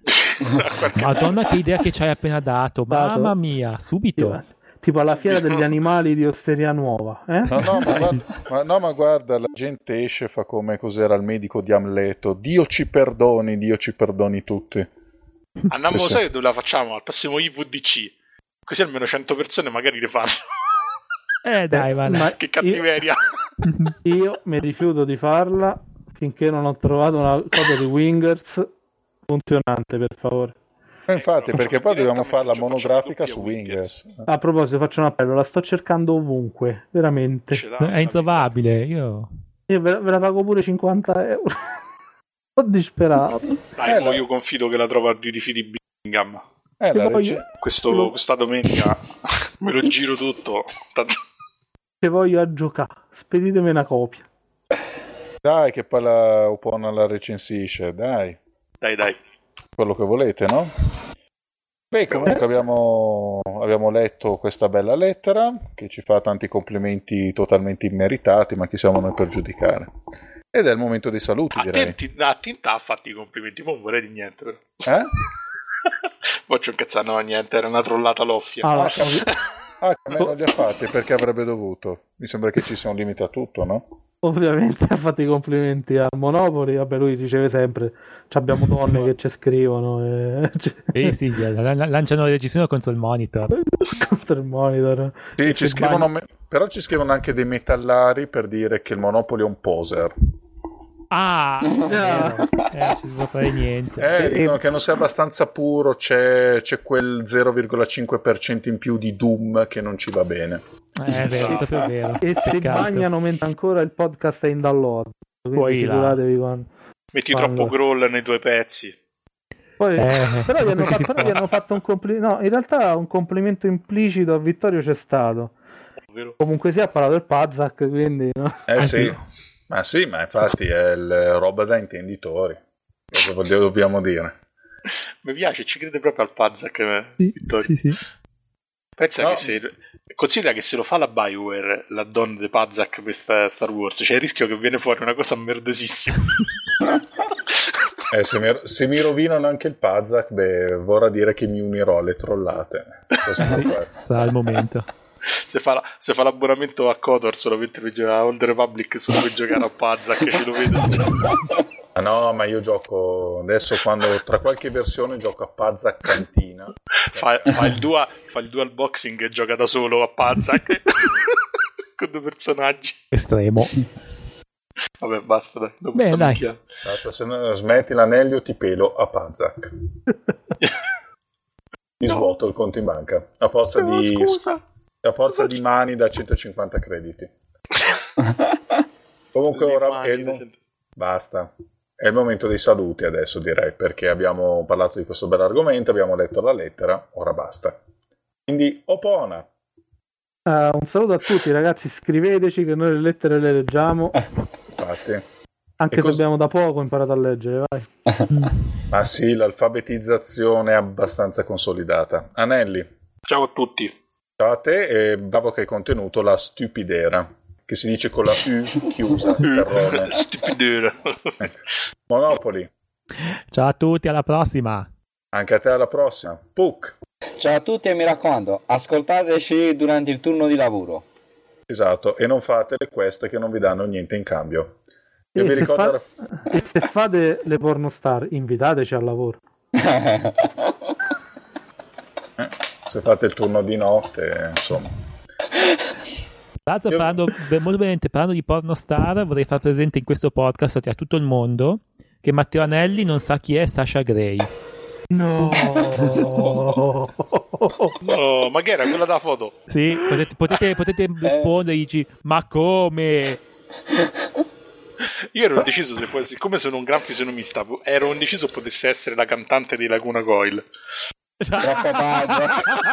Madonna, che idea che ci hai appena dato. Dato? Mamma mia, subito. Tipo alla fiera degli animali di Osteria Nuova, eh? No, no, ma guarda, ma, no, ma guarda, la gente esce e fa come cos'era il medico di Amleto. Dio ci perdoni, Dio ci perdoni tutti. Andiamo, Sì, sì. sai dove la facciamo? Al prossimo I V D C. Così almeno cento persone magari le fanno. Eh dai, va là. Ma Che cattiveria. Io, io mi rifiuto di farla finché non ho trovato una cosa di Wingers funzionante, per favore. Eh, Infatti, perché poi dobbiamo fare la Facciamo monografica doppio su Wingers. Wingers. A proposito, faccio un appello, la sto cercando ovunque, veramente. Ce l'ha, È introvabile, io... Io ve, ve la pago pure cinquanta euro. Sono disperato. Dai, Eh, mo la- io confido che la trovo al Duty Free di Birmingham. Eh, la Che voglio- rec- Questo, Lo- questa domenica me lo giro tutto. Tanto- Che voglio a giocare, speditemi una copia. Dai, che poi la Upona la recensisce, dai. Dai, dai. Quello che volete, no? Beh, comunque abbiamo, abbiamo letto questa bella lettera che ci fa tanti complimenti totalmente immeritati, ma chi siamo noi per giudicare? Ed è il momento dei saluti, direi. Attenti, a Tinta ha fatto i complimenti, ma non vorrei di niente però. Eh? Faccio un cazzano, no, niente, era una trollata loffia. Allora, Ah, che a me non li ha fatti perché avrebbe dovuto. Mi sembra che ci sia un limite a tutto, no? ovviamente ha fatto i complimenti a Monopoli, vabbè lui riceve sempre, ci abbiamo donne che ci scrivono e... Eh sì, la- la- lanciano le decisioni contro il monitor. contro il monitor. Sì, E ci se scrivono, bagni- me- però ci scrivono anche dei metallari per dire che il Monopoly è un poser. Ah, Ah. eh, non ci si può fare niente. Eh, dicono che non sia abbastanza puro, c'è, c'è quel zero virgola cinque per cento in più di Doom che non ci va bene. Eh, è vero, è proprio vero. E se Peccato. bagnano mentre ancora il podcast è in download, quindi Poi là. figuratevi quando... Metti quando- troppo crawl nei due pezzi. Poi, Eh, però, gli hanno, come si fatto, però fa? gli hanno fatto un complimento. No, in realtà un complimento implicito a Vittorio c'è stato. Ovvero? Comunque sia, ha parlato del Pazak, quindi no? Eh Ah, sì. sì. Ma sì, ma infatti è il, roba da intenditori, proprio dobbiamo dire. Mi piace, ci crede proprio al Pazak, eh, Sì, Vittorio. sì, sì. Pensa No. che se considera che se lo fa la BioWare, la donna di Pazak per sta- Star Wars, c'è il rischio che viene fuori una cosa merdosissima. Eh, se, mi, se mi rovinano anche il Pazak, beh, vorrà dire che mi unirò alle trollate. Cosa Eh sì, può fare? sarà il momento. Se fa, la- se fa l'abbonamento a KOTOR solamente per giocare a Old Republic, solo per giocare a Pazak, ce lo vedo. Ah no, ma io gioco adesso quando tra qualche versione gioco a Pazak Cantina. Fa, fa il dual, fa il dual boxing e gioca da solo a Pazak con due personaggi. Estremo. Vabbè, basta, dai. Dopo Beh, sta dai. minchia. Basta, se no, smetti l'anello ti pelo a Pazak. Ti svuoto il conto in banca. A forza No, di scusa. a forza di mani da centocinquanta crediti. Comunque Le ora mani è il da mo- cento- basta. È il momento dei saluti adesso, direi, perché abbiamo parlato di questo bell'argomento, abbiamo letto la lettera, ora basta. Quindi, Opona. Eh, un saluto a tutti, ragazzi. Scriveteci che noi le lettere le leggiamo. Infatti. Anche E se cos- abbiamo da poco imparato a leggere, vai. Ma sì, l'alfabetizzazione è abbastanza consolidata. Anelli, Ciao a tutti. ciao a te e bravo che hai contenuto la stupidera, che si dice con la U chiusa per Rome. Stupidera. Monopoli, Ciao a tutti, alla prossima. anche a te alla prossima. Puck, Ciao a tutti e mi raccomando, ascoltateci durante il turno di lavoro. esatto, e non fate le quest che non vi danno niente in cambio. Io E vi se, ricordo... fa- e se fate le pornostar, invitateci al lavoro. eh, se fate il turno di notte, insomma. Tra l'altro, Io- parlando, beh, molto brevemente, parlando di pornostar, vorrei far presente in questo podcast a tutto il mondo che Matteo Anelli non sa chi è Sasha Grey. No. No, ma che era quella da foto? Sì, potete, potete, potete rispondere, dici, ma come? Io ero indeciso se poi, siccome sono un gran fisionomista, ero indeciso potesse essere la cantante di Laguna Coil. Troppo padre.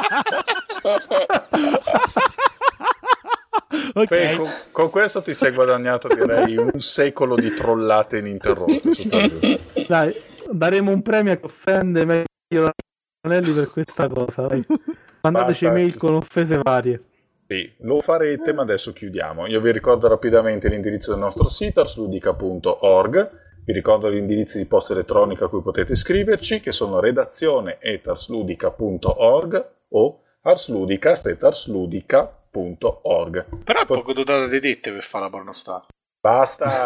Ok. Beh, con, con questo ti sei guadagnato, direi, un secolo di trollate ininterrotte su Twitter. Dai, daremo un premio a chi offende meglio Anelli per questa cosa. Dai. Mandateci Basta. mail con offese varie. Sì, lo farete, ma adesso chiudiamo. Io vi ricordo rapidamente l'indirizzo del nostro sito, arsludica punto org. Vi ricordo gli indirizzi di posta elettronica a cui potete scriverci, che sono redazione at arsludica punto org o arsludicast at arsludica punto org. Però è poco dotata di dette per fare la pornostar. Basta!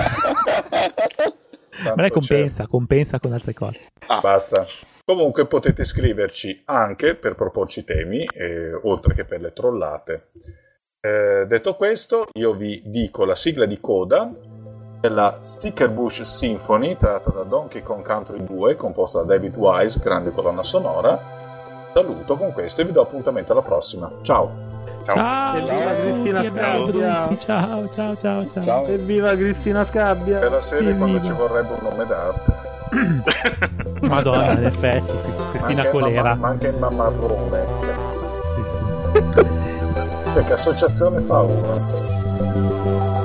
Ma lei compensa, compensa con altre cose. Ah, Basta. Comunque potete scriverci anche per proporci temi, eh, oltre che per le trollate. Eh, detto questo, io vi dico la sigla di coda della Stickerbush Symphony, tratta da Donkey Kong Country due, composta da David Wise, grande colonna sonora. Saluto con questo e vi do appuntamento alla prossima. Ciao! Ciao, Evviva Cristina tutti, abbiamo Scabbia. tutti. Ciao, ciao, ciao, ciao. Ciao. Evviva Cristina Scabbia! Per la serie Evviva. quando ci vorrebbe un nome d'arte. Madonna, in effetti, Cristina Anche Colera. Mamma- ma anche Mamarrone, cioè, Sì, sì. perché associazione fa una.